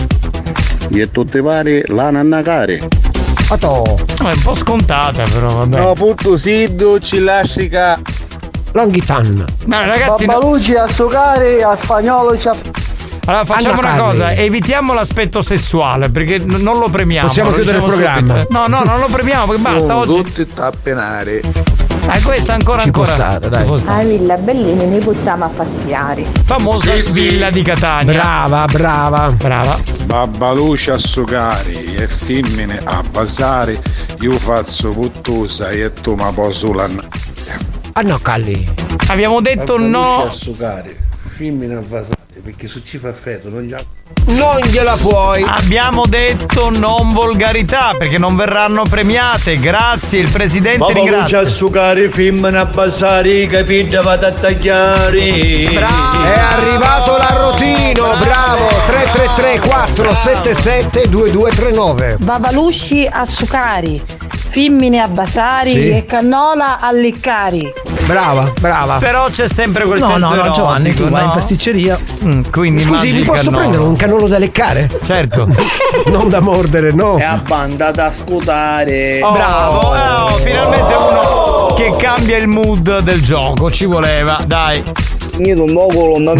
E tutti pari la nannacare. È un po' scontata però, vabbè. No, putto siddo ci lascica Longhitan. No, ragazzi, Babaluci a Sucari, a spagnolo c'ha. Allora facciamo una cosa, evitiamo l'aspetto sessuale perché non lo premiamo. Possiamo chiudere il programma. No, non lo premiamo perché basta oggi. Tutti tappenare. Questa ancora. Stare, dai. A Villa Bellini ne buttiamo a passeare. Famosa villa di Catania. Brava. Babbaluci a Sucari e femmine a Vasari. Io faccio puttusa e tu ma posulan. Ah no, Calli. Abbiamo detto no. a Sucari, femmine a Vasari, perché se ci fa effetto non gliela puoi. Abbiamo detto non volgarità perché non verranno premiate. Grazie, il presidente ringrazia. a Sucari, femmine a Vasari, capito, vado a tagliare. Bravo. È arrivato l'arrotino, bravo. 333 477 2239. Babalusci a Sucari, femmine a Vasari e cannola a Liccari. Brava. Però c'è sempre quel senso erotico, Giovanni, tu vai in pasticceria. Quindi scusi, mi posso prendere un cannolo da leccare? Certo. Non da mordere, no. È a banda da scutare. Bravo, finalmente uno che cambia il mood del gioco, ci voleva, dai. Io non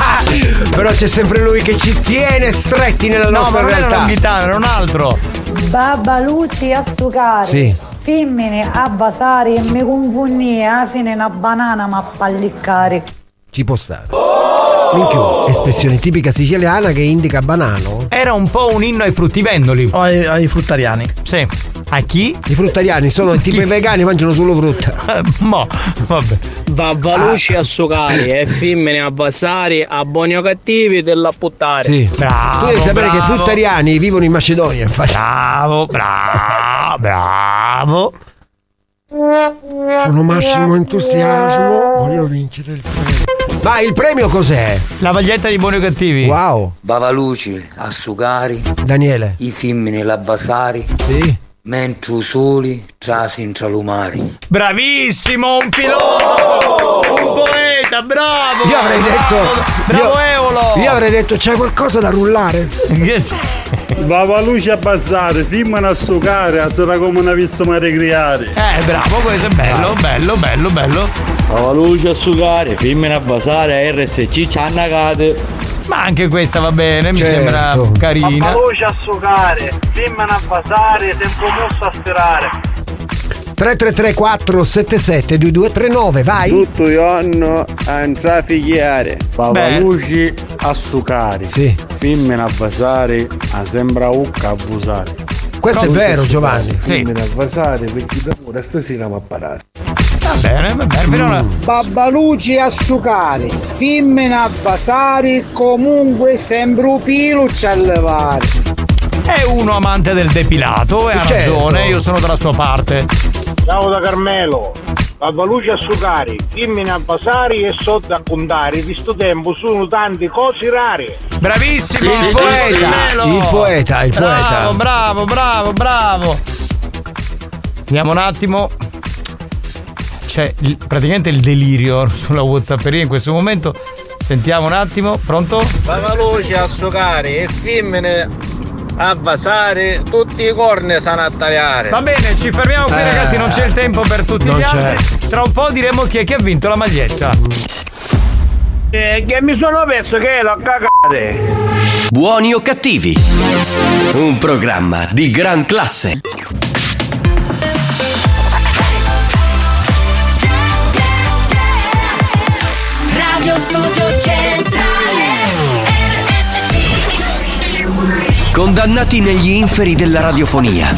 Però c'è sempre lui che ci tiene stretti nella nostra realtà. No, ma non era un altro. Babaluci a Sucari. Sì. Femmine a Vasari e mi confondi alla fine una banana ma a palliccare. Ci può stare. Minchia, espressione tipica siciliana che indica banano. Era un po' un inno ai fruttivendoli. O ai fruttariani. Sì. A chi? I fruttariani sono tipo i vegani, mangiano solo frutta. Vabbè. Babbaluci a Sucari e femmine a Vasari, a buoni o cattivi della puttare. Sì. Bravo. Tu devi sapere che i fruttariani vivono in Macedonia, infatti. Bravo. Sono massimo entusiasmo, voglio vincere il premio. Ma il premio cos'è? La maglietta di buoni o cattivi. Wow. Babaluci a Sucari. Daniele. I femmine la Vasari. Sì. Mentre soli trasi in cialumari. Bravissimo, un filosofo, un poeta, bravo. Io avrei detto bravo Eolo. Io avrei detto c'è qualcosa da rullare. Babaluci a Vasari, femmine a Sucari, a sarà come una vista mare creare. Bravo, questo è bello. Babaluci a Sucari, femmine a Vasari, a RSC ci hanno cade. Ma anche questa va bene, mi sembra carina. Babaluci a Sucari, femmine a Vasari, tempo mosso a sperare. 333 477 2239, vai. Tutto io hanno a trafichiare. Babaluci a Sucari. Sì. Femmine a Vasari, a sembra ucca a Busari. Questo è vero, Giovanni. Femmine a Vasari, perché d'amore stasera mi ha parato. Va bene, però. Babbaluci a Sucari, femmine a Vasari, comunque sembra un piluccio a levare. È uno amante del depilato e ha ragione, io sono dalla sua parte. Ciao da Carmelo, Babbaluci a Sucari, femmine a Vasari e sotto a Contari, di sto tempo sono tante cose rare. Bravissimo, il poeta. Bravo. Vediamo un attimo. C'è praticamente il delirio sulla WhatsApperia in questo momento. Sentiamo un attimo, pronto? Babbaluci a Sucari e femmine a Vasari, tutti i corni sanno a tagliare. Va bene, ci fermiamo qui ragazzi, non c'è il tempo per tutti gli altri. Tra un po' diremo chi è che ha vinto la maglietta. Che mi sono perso che l'ho cagate. Buoni o cattivi? Un programma di gran classe. Radio Studio Centrale RSC. Condannati negli inferi della radiofonia.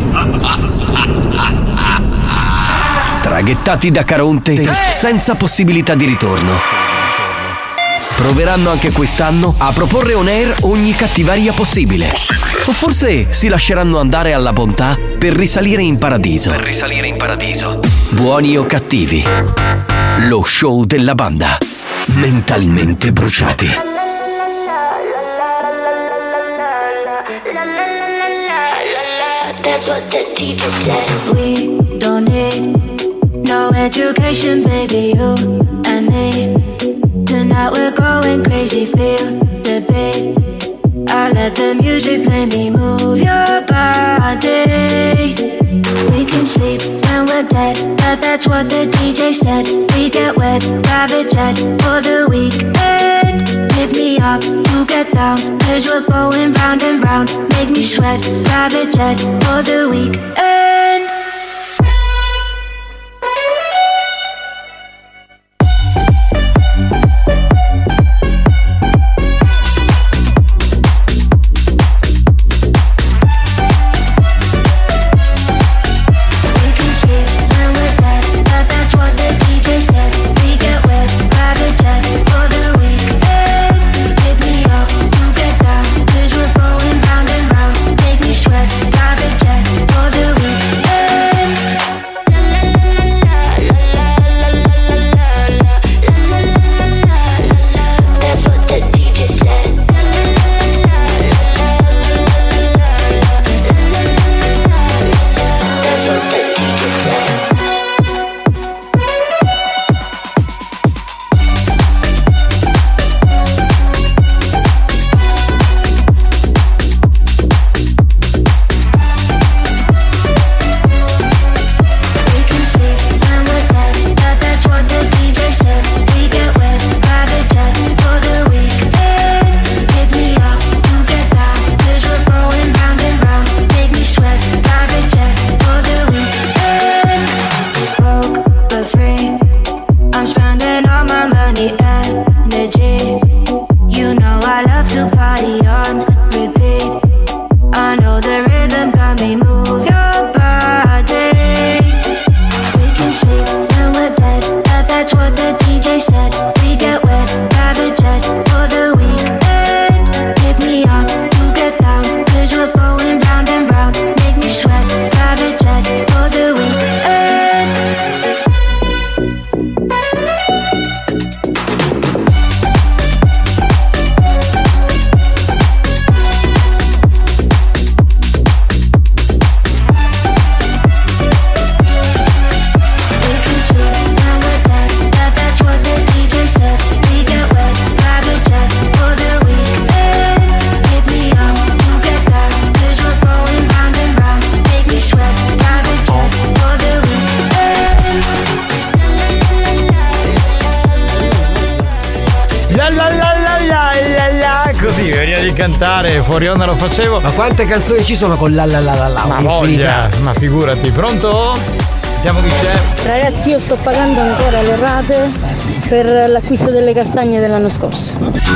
Traghettati da Caronte senza possibilità di ritorno. Proveranno anche quest'anno a proporre on air ogni cattiveria possibile. O forse si lasceranno andare alla bontà per risalire in paradiso. Buoni o cattivi. Lo show della banda. Mentalmente bruciati. That's what the teacher said. We don't need no education, baby, you and me. Tonight we're going crazy, feel the beat. I let the music play me, move your body. We can sleep when we're dead, that's what the DJ said. We get wet, private jet for the weekend. Pick me up to get down, cause we're going round and round. Make me sweat, private jet for the weekend. Cantare fuori onda lo facevo. Ma quante canzoni ci sono con la ma voglia, ma figurati. Pronto? Vediamo chi c'è. Ragazzi, io sto pagando ancora le rate per l'acquisto delle castagne dell'anno scorso.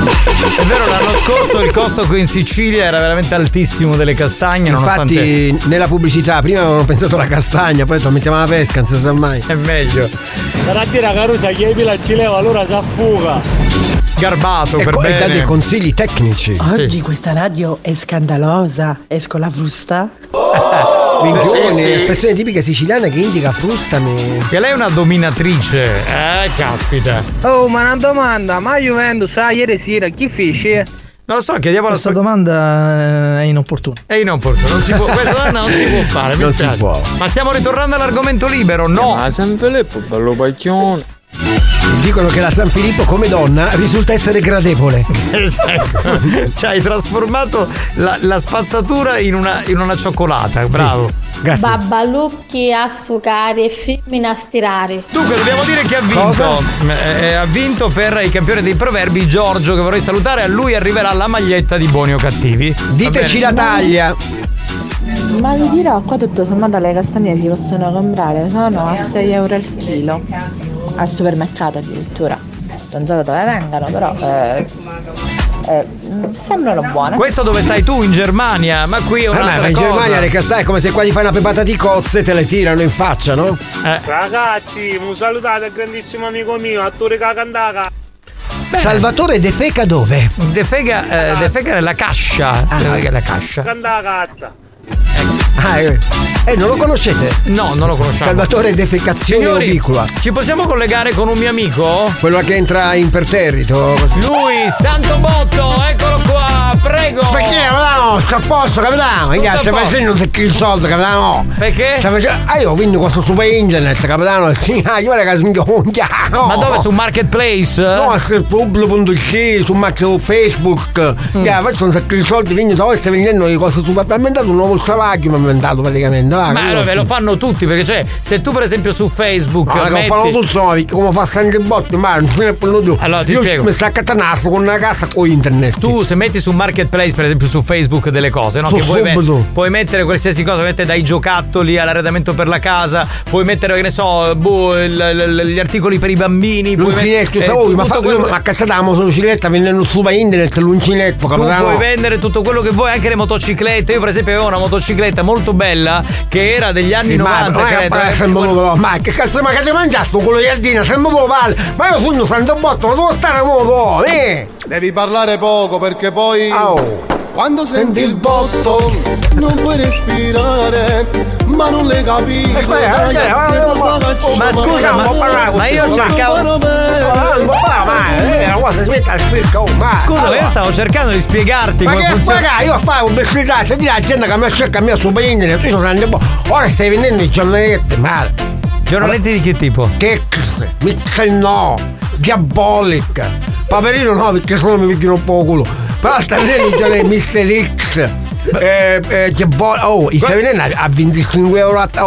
È vero, l'anno scorso il costo qui in Sicilia era veramente altissimo delle castagne. Infatti nonostante... nella pubblicità prima avevano pensato alla castagna, poi detto mettiamo la pesca, non si sa mai. È meglio. Stamattina Carusa chi la ci leva, allora si affuga. Garbato per bene. E dà dei consigli tecnici. Oggi questa radio è scandalosa. Esco la frusta. Minchioni, espressione tipica siciliana che indica frustami. Che lei è una dominatrice. Caspita. Oh, ma una domanda, ma Juventus ieri sera chi fece? Non lo so, chiediamo questa domanda è inopportuna. È inopportuna, non si può, questa domanda non si può fare, non si può. Ma stiamo ritornando all'argomento libero, no? Ma San Filippo, bello pacchione. Dicono che la San Filippo come donna risulta essere gradevole. Esatto. Cioè hai trasformato la spazzatura in una cioccolata, bravo. Grazie. Babbalucchi a sucare e femmine a stirare. Dunque dobbiamo dire che ha vinto. Ha vinto per i campioni dei proverbi Giorgio, che vorrei salutare. A lui arriverà la maglietta di Buoni o Cattivi. Diteci la taglia. Ma vi dirò, qua tutto sommato le castagne si possono comprare, sono a 6 euro al chilo, al supermercato addirittura. Non so da dove vengano, però sembrano buone. Questo dove stai tu, in Germania? Ma qui è un'altra ma in cosa. Germania le castagne è come se qua gli fai una pepata di cozze e te le tirano in faccia, no? Ragazzi, un salutate al grandissimo amico mio, attore Cacandaca. Salvatore defeca dove? Defeca nella cascia. Defeca nella cascia. Cacandaca. Non lo conoscete? No, non lo conosciamo. Salvatore defecazione ubicua. Ci possiamo collegare con un mio amico? Quello che entra imperterrito. Lui, Santo Botto, eccolo qua, prego. Perché capitano? Sta a posto, capitano. Stai facendo un sacco di soldi, capitano. Perché? Io quindi questo super internet, capitano. Ma dove? Su Marketplace? No, su pubblico.it, su Facebook. Faccio un sacco di soldi, quindi stai vendendo di cose super. Mi ha inventato un nuovo travaglio, mi ha inventato praticamente. Ma vabbè, lo fanno tutti, perché cioè, se tu per esempio su Facebook lo fanno tutti, perché come fa Sangue Botti, ma non se ne può più. Allora ti spiego. Mi sta accattanando con una casa con internet. Tu se metti su Marketplace per esempio su Facebook delle cose, no? Che puoi mettere qualsiasi cosa, puoi mettere dai giocattoli all'arredamento per la casa, puoi mettere, che ne so, gli articoli per i bambini, l'uncinetto, ma cazzatamo sull'uncinetta vendendo su internet l'uncinetto, tu puoi vendere tutto quello che vuoi, anche le motociclette. Io per esempio avevo una motocicletta molto bella che era degli anni 90. Ma che cazzo, ma che ti mangiato quello di Ardina? Sembra tuo vale. Ma io sono Santo Botto, ma devo stare a modo, Devi parlare poco perché poi quando senti il botto non puoi respirare, ma non le capisci. Ma scusa, ma io cercavo. Scusa, ma io stavo cercando di spiegarti ma come che funziona. Io favo pubblicità, se la gente che mi cerca a me su internet, io sono Santo Botto. Ora stai vendendo i giornaletti, male. Giornaletti di che tipo? Mixel no, Diabolic. Paperino no, perché sennò mi picchiano un po' culo. Però sta vendendo i Mr. X. I stai vendendo a 25 euro a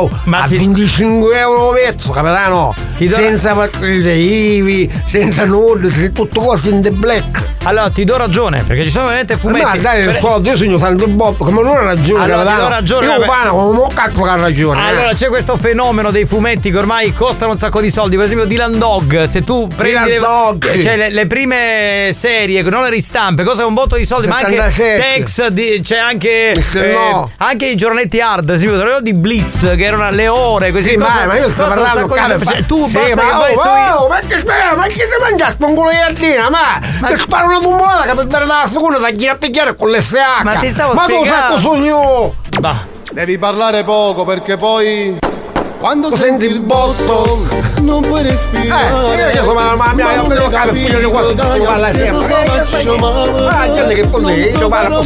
25 euro pezzo, capitano. Senza partite IVI, senza nulla, tutto cose in the black. Allora ti do ragione, perché ci sono veramente fumetti. Ma dai il soldo, io sono Santo Botto, come non ha ragione. Allora ti do ragione. Io come cazzo che ha ragione. Allora c'è questo fenomeno dei fumetti che ormai costano un sacco di soldi. Per esempio Dylan Dog, se tu prendi le prime serie, non le ristampe, cosa un botto di soldi, ma anche Tex, c'è anche anche i giornaletti hard, di Blitz, che erano le ore, così. Ma io sto parlando tu basta che vai su. Ma che ti mangiaste un culo di Ardina? Ma ti sparo una tumbolata che per dare dalla seconda da chi a pigliare con l'SH. Ma ti stavo spiegando. Ma tu sai sogno. Devi parlare poco perché poi quando senti il botto non puoi respirare. Io sono la mia figlio di quasi tu parla sempre. La gente che così, io parlo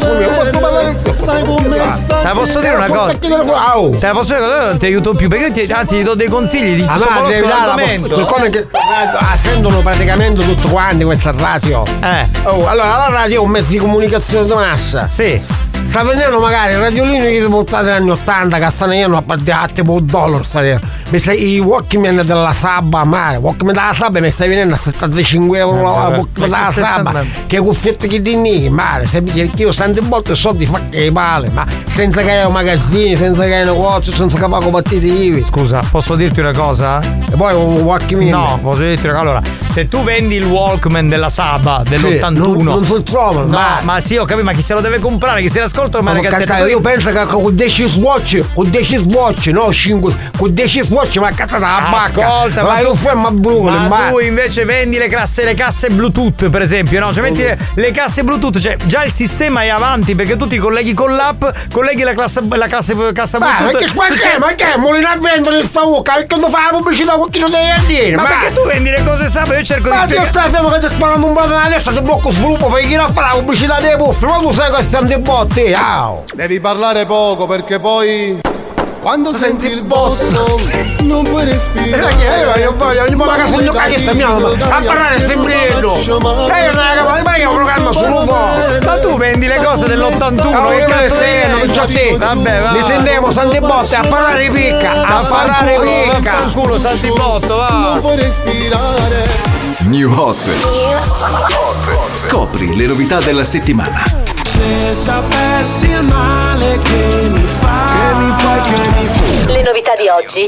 stai con me. Te la posso dire una cosa? Te la posso dire una cosa? Non ti aiuto più, perché io anzi ti do dei consigli di l'argomento. Come che attendono praticamente tutti quanti questa radio. Allora la radio è un mezzo di comunicazione di massa. Sì. Sta vendendo magari radiolini che portate negli anni 80 che stanno io a partire tipo $1 i Walkman della Sabba a mare. Walkman della Sabba mi stai venendo a 75 euro Walkman della Sabba, che cuffiette che dinni mare. Se io Santo Botto e soldi fa che vale, ma senza che hai magazzini, senza che hai negozio, senza che pago partite IVI. Scusa, posso dirti una cosa? E poi un Walkman. No, posso dirti una cosa. Allora, se tu vendi il Walkman della Sabba dell'81 non si trovano. No, ma sì, ho capito, ma chi se lo deve comprare? Chi se l'ascolta? Ma ragazzi, io penso che con 10 swatch, no 5, con 10 swatch ma cazzo dalla bacca. Ascolta, ma tu invece vendi le casse Bluetooth, per esempio, no? Cioè metti le casse Bluetooth, cioè già il sistema è avanti, perché tu ti colleghi con l'app, colleghi la cassa Bluetooth. Ma che Molina vendono in sta bocca? Perché non fa la pubblicità con chi non devi dire? Ma perché tu vendi le cose sapere? Io cerco di spiegare. Ma io sappiamo che ti sparano un botto nella testa, ti blocco sviluppo per chi non fa la pubblicità dei puffi, ma tu sai che stanno in botte. Devi parlare poco perché poi quando senti il botto non puoi respirare. Io voglio magari sogno cacchetta mia a parlare sembriello. Ma io programma solo. Ma tu vendi le cose dell'81, che cazzo devi? Vabbè, va. Mi sentiamo Santi Botte a parlare di picca. A parlare di picca. Culo Santi Botto, va. Non puoi respirare. New Hot. Scopri le novità della settimana. Se sapessi il male che mi fai. Le novità di oggi.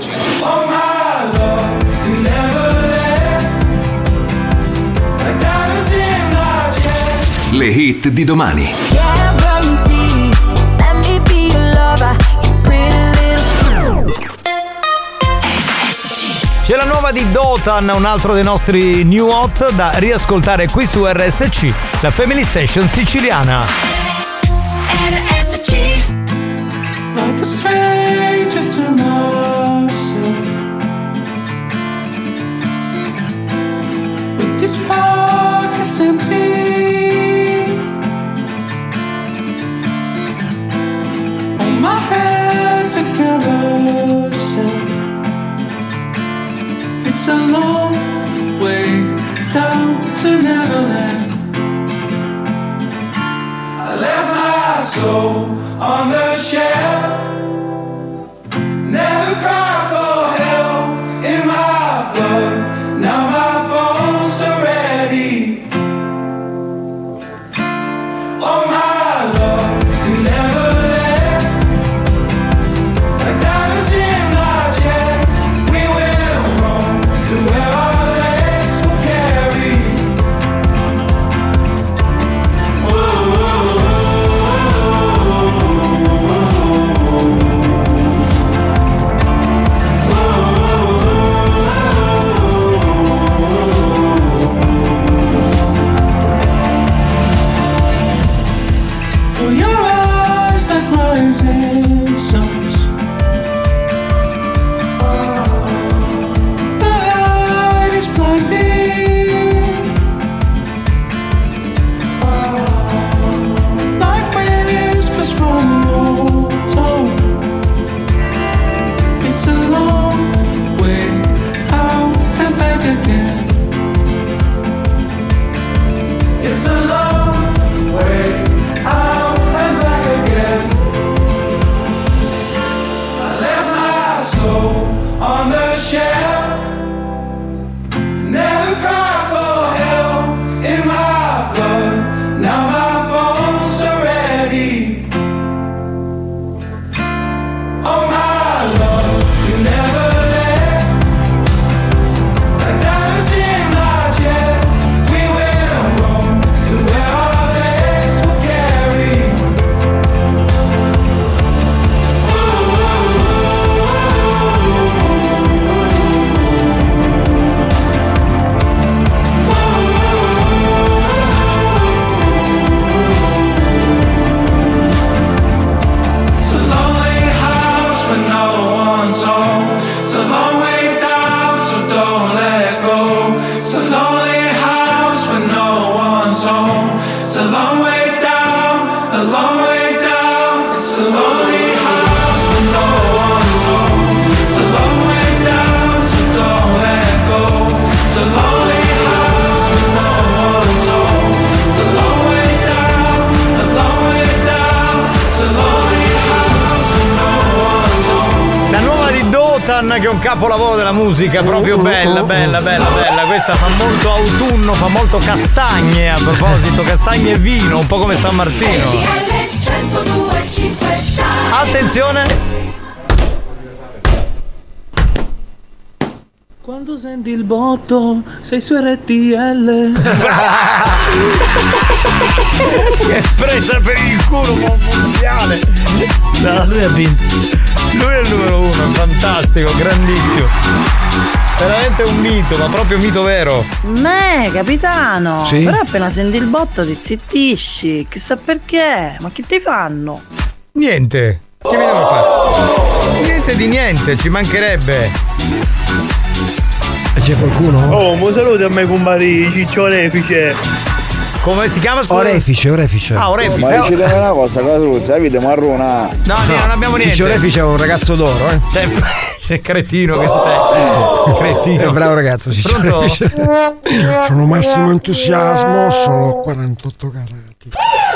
Le hit di domani. C'è la nuova di Dotan, un altro dei nostri new hot da riascoltare qui su RSC, la Family Station siciliana. RSC. Like a stranger to myself, with these pockets empty, on my head's a carousel. It's a long way down to Neverland. I left my soul on the shelf. Never cried for help in my blood. Now my bones are ready. Oh my love, you never left. Like diamonds in my chest, we will run to where our legs will carry. Oh, your eyes like rising suns. The light is blinding, like whispers from your tongue. It's a long way out and back again. It's a long way out and back again. I left my soul on the shelf. Never cried for help in my blood. Now my bones are ready. Oh my love, you never left. Like diamonds in my chest, we will roam to where our legs will carry. It's a lonely house when no one's home. It's a long way down, so don't let go. It's a lonely house when no one's home. It's a long way down, a long way down. It's a lonely house when no one's home. It's a long way down, so don't let go. It's a lonely house when no one's home. It's a long way down, a long way down. It's a lonely house when no one's home. La nuova di Dotan, che è un capolavoro della musica, proprio bella. Questa fa molto autunno, fa molto castagne, a proposito, castagne e vino, un po' come San Martino. Attenzione! Quando senti il botto, sei su RTL. Che presa per il culo mondiale! No, lui ha vinto. Lui è il numero uno, fantastico, grandissimo. Veramente un mito, ma proprio un mito vero. Capitano, Sì? però appena senti il botto ti zittisci, chissà perché, ma che ti fanno? Niente. Che mi devo fare? Niente di niente, ci mancherebbe. C'è qualcuno? Oh, un saluto a me compari Ciccio Orefice. Come si chiama? Scusa? Orefice. Ah, Orefice. Ma dici una cosa, la vita marrona. No, non abbiamo niente. Ciccio Orefice è un ragazzo d'oro, eh. Sei cretino che sei. Cretino. Bravo ragazzo, Ciccio Orefice. Sono massimo entusiasmo, solo 48 carati.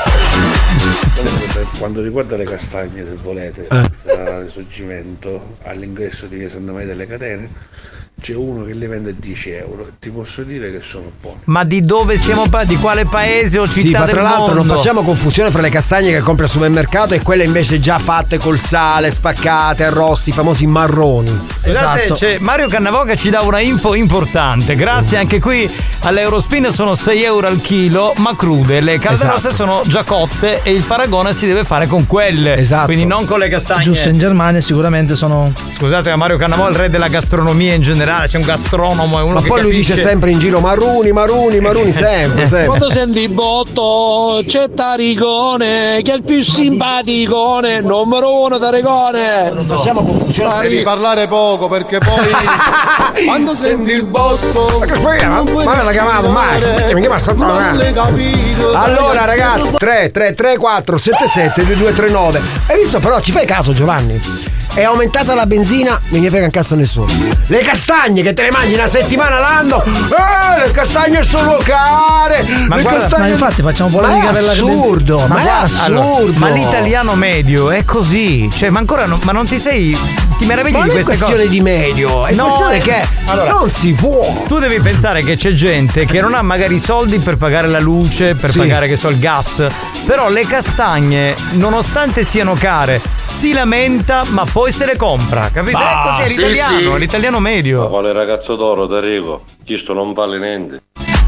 Per quanto riguarda le castagne, se volete, senza risorgimento all'ingresso di via Santa Maria delle Catene, c'è uno che le vende a 10 euro. Ti posso dire che sono buoni. Ma di dove stiamo parlando? Di quale paese o città sì, ma del tra l'altro mondo? non facciamo confusione fra le castagne che compri al supermercato e quelle invece già fatte col sale, spaccate, arrosti, i famosi marroni. Esatto. C'è Mario Cannavò che ci dà una info importante. Grazie anche qui all'Eurospin sono 6 euro al chilo, ma crude. Le calderoste sono già cotte e il paragone si deve fare con quelle. Esatto. Quindi non con le castagne. Giusto, in Germania sicuramente sono. Scusate, ma Mario Cannavò è il re della gastronomia in generale. C'è un gastronomo, è uno ma che poi lui capisce. dice sempre in giro maruni sempre. Quando senti il botto c'è Taricone che è il più simpaticone, numero 1 Taricone. Facciamo confusione. Devi parlare poco perché poi quando senti il botto ma me l'ha chiamato mai. Mi chiama allora ragazzi 334 77 2239. Hai visto però, ci fai caso Giovanni? È aumentata la benzina, non gli frega un cazzo a nessuno. Le castagne che te le mangi una settimana l'anno, le castagne sono care. Ma infatti facciamo polemica per la assurdo, ma è assurdo. Allora, ma l'italiano medio è così, cioè ma ancora ma non ti meravigli ma di queste cose? Non è questione di medio, è questione che non si può. Tu devi pensare che c'è gente che non ha magari i soldi per pagare la luce, per pagare che so il gas, però le castagne nonostante siano care si lamenta ma poi se le compra, capite? È così, è l'italiano, è l'italiano medio. Ma quale ragazzo d'oro, Tarico? Questo non vale niente.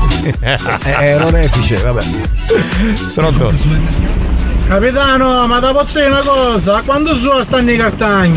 Non è effice, vabbè. Pronto? Capitano, ma da posso dire una cosa? Quando stanno i castagni?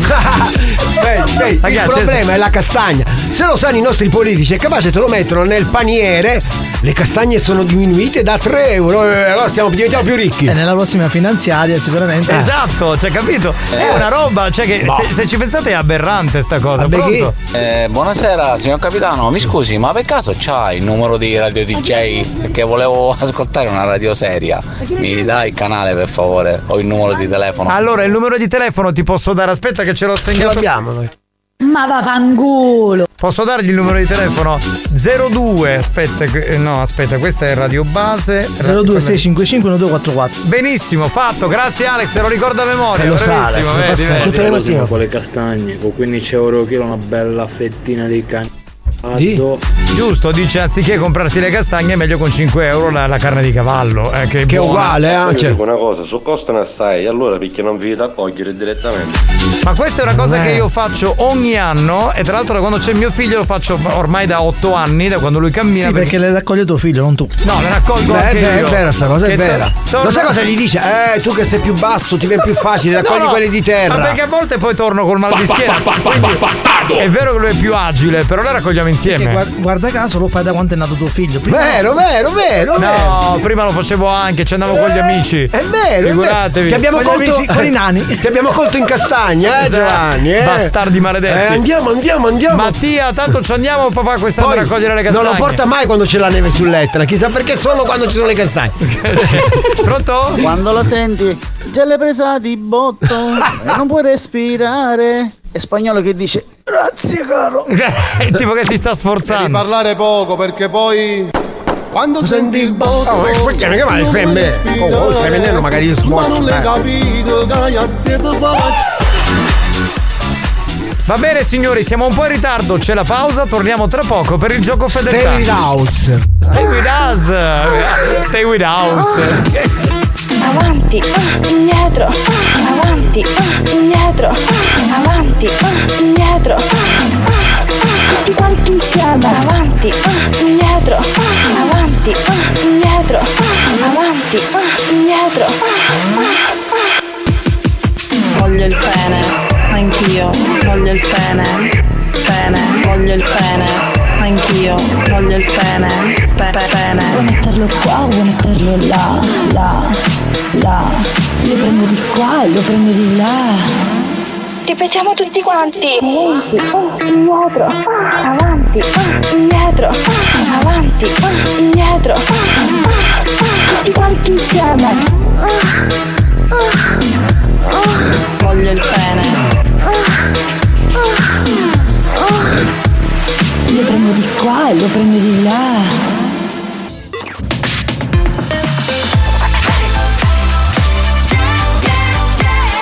Il problema è la castagna. Se lo sanno i nostri politici, è capace te lo mettono nel paniere. Le castagne sono diminuite da 3 euro. Allora diventiamo più ricchi. E nella prossima finanziaria sicuramente. Esatto, cioè capito? È una roba, cioè che se ci pensate è aberrante sta cosa. Pronto? Buonasera signor capitano, mi scusi, ma per caso c'hai il numero di radio DJ? Perché volevo ascoltare una radio seria. Mi dai il canale per favore? O il numero di telefono? Allora il numero di telefono ti posso dare, aspetta che ce l'ho segnato. Ce l'abbiamo noi. Ma vaffanculo. Posso dargli il numero di telefono? 02 aspetta, questa è radio base 02655 1244. Benissimo, fatto, grazie Alex, se lo ricorda a memoria. Bravissimo, tutte le mattine con le castagne con 15 euro al chilo, una bella fettina di cagno. Giusto, dice anziché comprarti le castagne è meglio con 5 euro la carne di cavallo, che è uguale, Io dico una cosa, su costano assai, allora perché non vi da cogliere direttamente? Ma questa è una cosa che io faccio ogni anno e tra l'altro da quando c'è mio figlio lo faccio ormai da 8 anni, da quando lui cammina. Sì, perché le raccoglie tuo figlio, non tu. No, le raccolgo anche io. È vera sta cosa, è vera. Lo sai cosa gli dice? Tu che sei più basso ti viene più facile, raccogli quelli di terra. Ma perché a volte poi torno col mal di schiena. È vero che lui è più agile, però le raccogliamo insieme. Perché guarda caso lo fai da quando è nato tuo figlio. Vero. No, prima lo facevo anche, ci andavo con gli amici. È vero. Figuratevi. Ti abbiamo con gli amici, con i nani. Ti abbiamo colto in castagna, Giovanni. Bastardi maledetti. Andiamo. Mattia, tanto ci andiamo papà quest'anno a raccogliere le castagne. Non lo porta mai quando c'è la neve sull'Etna, chissà perché solo quando ci sono le castagne. Pronto? Quando la senti, già l'hai presa di botto, non puoi respirare. È spagnolo che dice grazie caro. È tipo che si sta sforzando. Devi parlare poco perché poi quando senti il botto perché non puoi respirare. Stai vendendo magari il ma non l'hai capito, Va bene signori, siamo un po' in ritardo, c'è la pausa, torniamo tra poco per il gioco fedeltà. Stay with us. Avanti, indietro, avanti, indietro, avanti, indietro. Tutti quanti insieme, avanti, indietro, avanti, indietro, avanti, indietro. Voglio il pene, anch'io, voglio il pene, voglio il pene, anch'io, voglio il pene, pene. Vuoi metterlo qua, vuoi metterlo là, lo prendo di qua e lo prendo di là. Ripetiamo tutti quanti. Indietro, avanti, indietro, avanti, indietro. Tutti quanti insieme. Voglio il pene. Lo prendo di qua e lo prendo di là.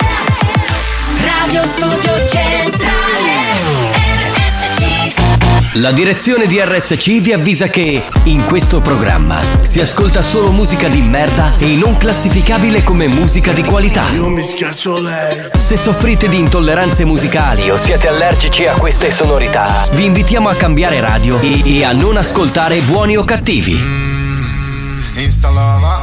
Radio Studio Centrale RSC. La direzione di RSC vi avvisa che in questo programma si ascolta solo musica di merda e non classificabile come musica di qualità. Io mi schiaccio lei. Se soffrite di intolleranze musicali o siete allergici a queste sonorità, vi invitiamo a cambiare radio e a non ascoltare Buoni o Cattivi. Installava.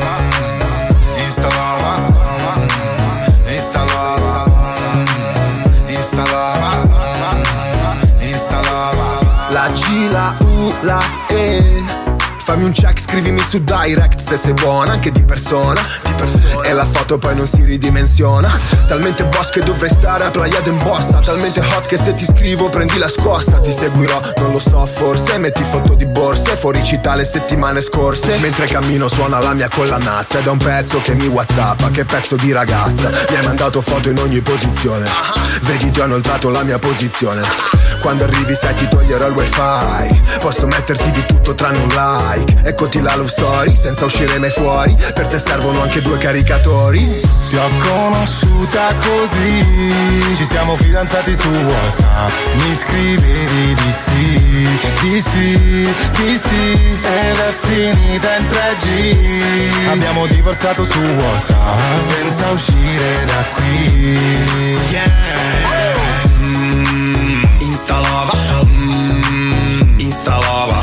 La G, la U, la E. Fammi un check, scrivimi su direct se sei buona, anche di persona. E la foto poi non si ridimensiona. Talmente boss che dovrei stare a Playa d'Embossa. Talmente hot che se ti scrivo prendi la scossa. Ti seguirò, non lo so forse. Metti foto di borse, fuori città le settimane scorse. Mentre cammino suona la mia collanazza. Ed è un pezzo che mi whatsappa, che pezzo di ragazza. Mi hai mandato foto in ogni posizione. Vedi ti ho inoltrato la mia posizione. Quando arrivi sai ti toglierò il wifi. Posso metterti di tutto tranne un like. Eccoti la love story, senza uscire mai fuori. Per te servono anche 2 caricatori. Ti ho conosciuta così, ci siamo fidanzati su WhatsApp. Mi scrivevi di sì, di sì, di sì. Ed è finita in 3G. Abbiamo divorziato su WhatsApp, senza uscire da qui. Instalava, instalava,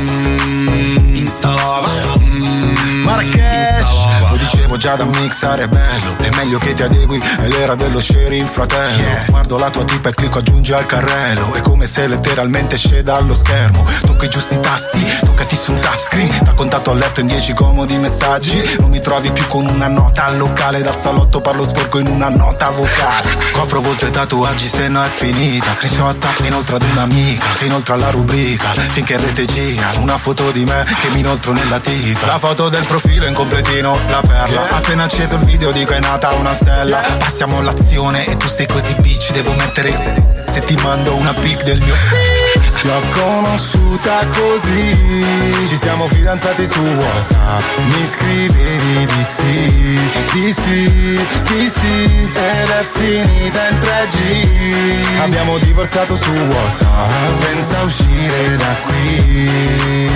instalava, Marrakesh. Lo dicevo già da mixare è bello. È meglio che ti adegui, è l'era dello sharing, fratello. Guardo la tua tipa e clicco aggiungi al carrello. È come se letteralmente sceda allo schermo. Tocco i giusti tasti, toccati sul touchscreen. Da contatto a letto in 10 comodi messaggi. Non mi trovi più con una nota al locale. Dal salotto parlo sporco in una nota vocale. Copro volte tatuaggi se no è finita. Screenshotta inoltre ad un'amica, che inoltre alla rubrica. Finché rete gira una foto di me che mi inoltro nella tipa. La foto del profilo in completino, la perla. Appena acceso il video dico è nata una stella. Passiamo all'azione e tu sei così bitch. Devo mettere se ti mando una pic del mio. Ti ho conosciuta così, ci siamo fidanzati su WhatsApp. Mi scrivevi di sì, di sì, di sì. Ed è finita in 3G. Abbiamo divorziato su WhatsApp, senza uscire da qui.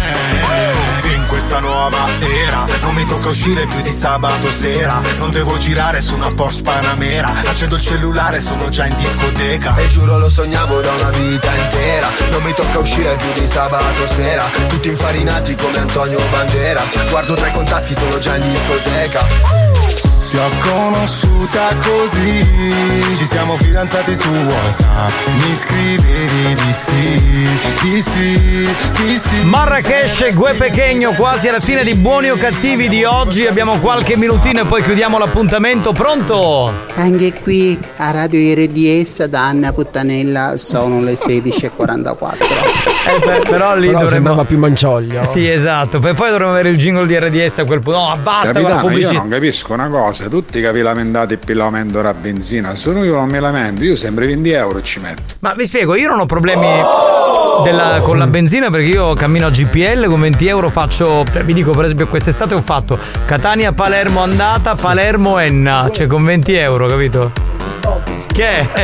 In questa nuova era non mi tocca uscire più di sabato sera. Non devo girare su una Porsche Panamera. Accendo il cellulare, sono già in discoteca. E giuro lo sognavo da una vita intera. Non mi tocca uscire più di sabato sera. Tutti infarinati come Antonio Banderas. Guardo tra i contatti, sono già in discoteca. Ti ho conosciuta così, ci siamo fidanzati su WhatsApp. Mi scrivevi di sì, di sì, di sì. Marrakesh e Gue Pequeño, quasi alla fine di Buoni o Cattivi di oggi. Abbiamo qualche minutino e poi chiudiamo l'appuntamento. Pronto? Anche qui a Radio RDS da Anna Puttanella sono le 16:44. Però lì dovremmo sembrava più mancioglio. Sì, esatto. Poi dovremmo avere il jingle di RDS a quel punto. No, basta con la Capitano, pubblicità. io non capisco una cosa. Tutti che vi lamentate per l'aumento della benzina. Sono io non mi lamento. Io sempre 20 euro ci metto. Ma vi spiego, io non ho problemi con la benzina, perché io cammino a GPL con 20 euro faccio, vi dico per esempio quest'estate ho fatto Catania-Palermo andata, Palermo-Enna, cioè con 20 euro, capito? Che è?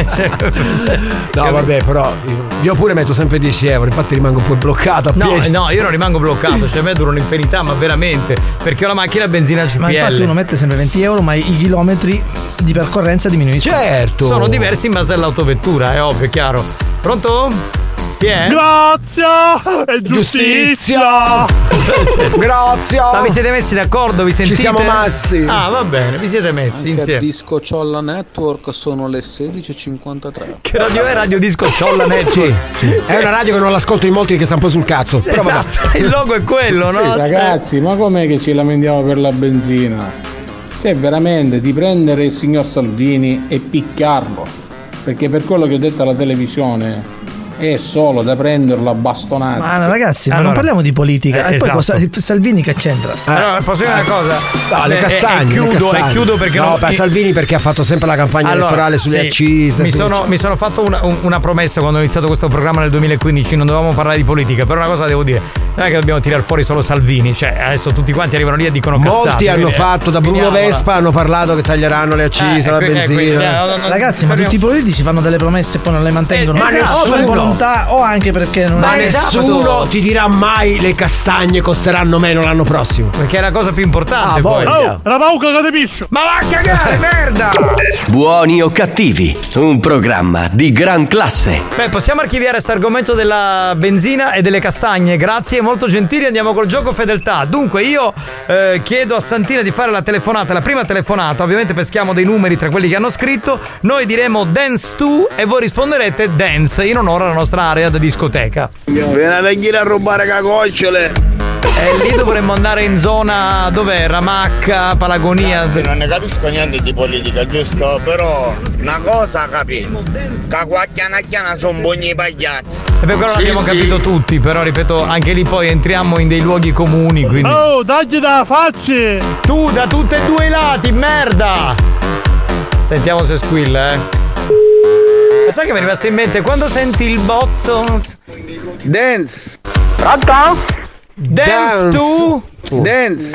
No vabbè, però io pure metto sempre 10 euro, infatti rimango poi bloccato a piedi. No, io non rimango bloccato, cioè a me dura un'infinità, ma veramente, perché ho la macchina a benzina GPL. Ma infatti uno mette sempre 20 euro, ma i chilometri di percorrenza diminuiscono. Certo. Sono diversi in base all'autovettura, è ovvio, è chiaro. Pronto? Chi è? Grazie e giustizia. Grazie. Ma vi siete messi d'accordo? Vi sentite? Ci siamo messi. Ah, va bene, vi siete messi Anche insieme. a Disco Ciolla Network sono le 16:53. Che radio è? Radio Disco Ciolla Network? Sì. È una radio che non l'ascolto in molti che stanno un po' sul cazzo. Però esatto, il logo è quello, no? Sì, ragazzi, ma com'è che ci lamentiamo per la benzina? Cioè veramente di prendere il signor Salvini e picchiarlo, perché per quello che ho detto alla televisione è solo da prenderlo a bastonate. Ma ragazzi, ma non parliamo di politica. E poi cosa, Salvini che c'entra? Allora, posso dire una cosa? No, le castagne. Chiudo perché no, per Salvini perché ha fatto sempre la campagna elettorale sulle accise. Mi sono fatto una promessa quando ho iniziato questo programma nel 2015, non dovevamo parlare di politica, però una cosa devo dire, non è che dobbiamo tirare fuori solo Salvini, cioè adesso tutti quanti arrivano lì e dicono cazzate. Molti hanno fatto, da Bruno Vespa hanno parlato che taglieranno le accise, la benzina. Ragazzi, ma tutti i politici fanno delle promesse e poi non le mantengono. Ma nessuno volontà o anche perché non Ma è nessuno ti dirà mai le castagne costeranno meno l'anno prossimo. Perché è la cosa più importante. Poi. Oh, la pauca che te piscio. Ma va a cagare, merda! Buoni o cattivi, un programma di gran classe. Beh, possiamo archiviare sto argomento della benzina e delle castagne. Grazie, molto gentili. Andiamo col gioco fedeltà. Dunque io chiedo a Santina di fare la telefonata, la prima telefonata. Ovviamente peschiamo dei numeri tra quelli che hanno scritto. Noi diremo Dance 2 e voi risponderete Dance in onore alla nostra area da discoteca. Vieni a venire a rubare cagocciole. E lì dovremmo andare in zona dov'è? Ramacca, Palagonia. Non ne capisco niente di politica, giusto? Però una cosa capisco. Caguacchiana sono buoni pagliazzi. E per quello l'abbiamo capito tutti, però ripeto, anche lì poi entriamo in dei luoghi comuni, quindi. Oh, dagli da facce! Tu da tutti e due i lati, merda! Sentiamo se squilla, Ma sai che mi è rimasto in mente quando senti il botto? Dance! Pronto? Dance to? Dance!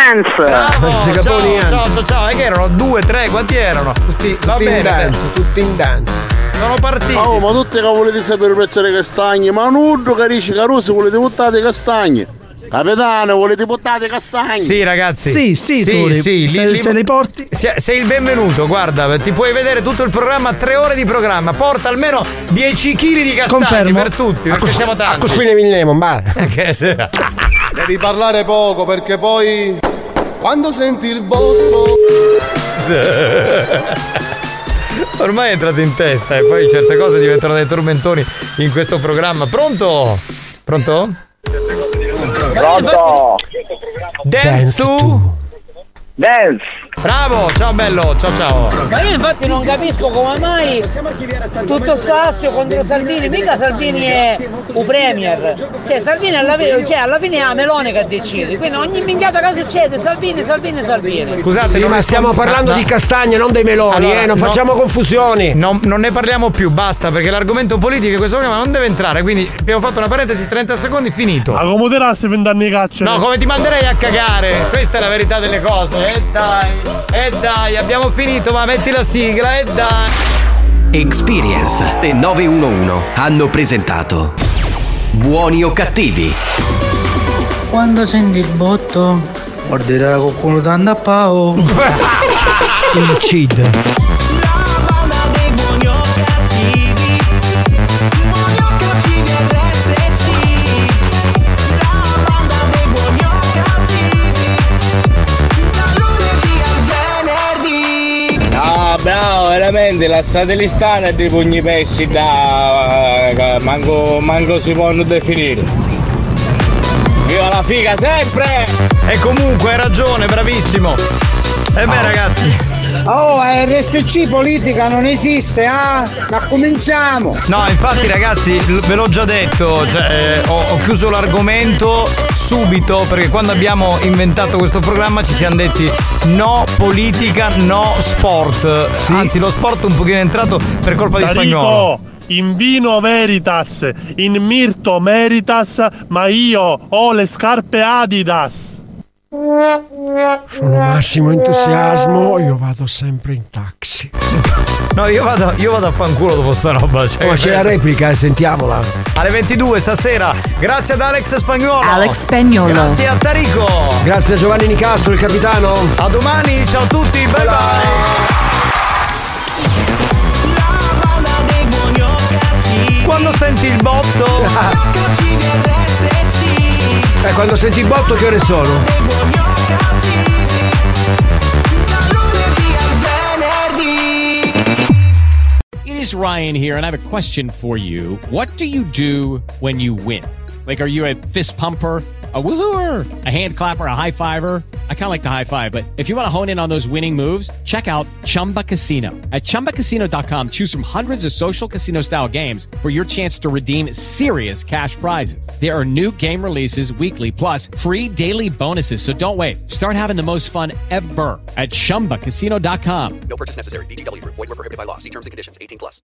Bravo! Ciao, e che erano? 2, 3, quanti erano? Tutti in dance. Sono partiti. Oh, ma tutti che volete sapere il prezzo delle castagne? Ma non carici carosi, volete buttare le castagne? Capitano, volete buttare le castagne? Sì, ragazzi. Sì, tu se li porti. Sei il benvenuto, guarda, ti puoi vedere tutto il programma, 3 ore di programma, porta almeno 10 kg di castagne. Confermo. Per tutti, perché siamo tanti. Qui ne veniamo, ma. Devi parlare poco perché poi quando senti il botto Ormai è entrato in testa e poi certe cose diventano dei tormentoni in questo programma. Pronto? Pronto? Dance to? Dance! Bravo, ciao bello, ciao. Ma io infatti non capisco come mai tutto sto astio contro Salvini, mica Salvini è un premier. Cioè Salvini alla fine è la Meloni che decide, quindi ogni minchiata che succede, Salvini. Scusate, ma stiamo parlando di castagne, non dei meloni, allora, non facciamo confusioni. Non ne parliamo più, basta, perché l'argomento politico in questo programma non deve entrare, quindi abbiamo fatto una parentesi, 30 secondi, finito. Ma come te rassi 20 anni caccia? No, come ti manderei a cagare? Questa è la verità delle cose. Dai, abbiamo finito, ma metti la sigla, dai. Experience e 911 hanno presentato Buoni o cattivi. Quando senti il botto, orderà qualcuno da andare a pao. Uccide. Bravo, veramente la satellistana è dei pugni pessi da manco si possono definire. Viva la figa sempre! E comunque hai ragione, bravissimo. E beh ragazzi. Oh, RSC politica non esiste, ma cominciamo! No, infatti ragazzi, ve l'ho già detto, cioè, ho chiuso l'argomento subito, perché quando abbiamo inventato questo programma ci siamo detti no politica, no sport. Sì. Anzi, lo sport un pochino è entrato per colpa di Spagnolo. In vino Veritas, in mirto Meritas, ma io ho le scarpe Adidas. Sono massimo entusiasmo, io vado sempre in taxi. No, io vado a fanculo dopo sta roba. Cioè, ma c'è la replica, sentiamola. Alle 22 stasera. Grazie ad Alex Spagnolo. Grazie a Tarico. Grazie a Giovanni Nicastro, il capitano. A domani, ciao a tutti, bye bye. Quando senti il botto. Quando senti il botto, che ore sono? It is Ryan here, and I have a question for you. What do you do when you win? Like, are you a fist pumper, a woohooer, a hand clapper, a high fiver? I kind of like the high five, but if you want to hone in on those winning moves, check out Chumba Casino. At ChumbaCasino.com, choose from hundreds of social casino style games for your chance to redeem serious cash prizes. There are new game releases weekly, plus free daily bonuses. So don't wait. Start having the most fun ever at ChumbaCasino.com. No purchase necessary. VGW Group. Void where prohibited by law. See terms and conditions. 18+.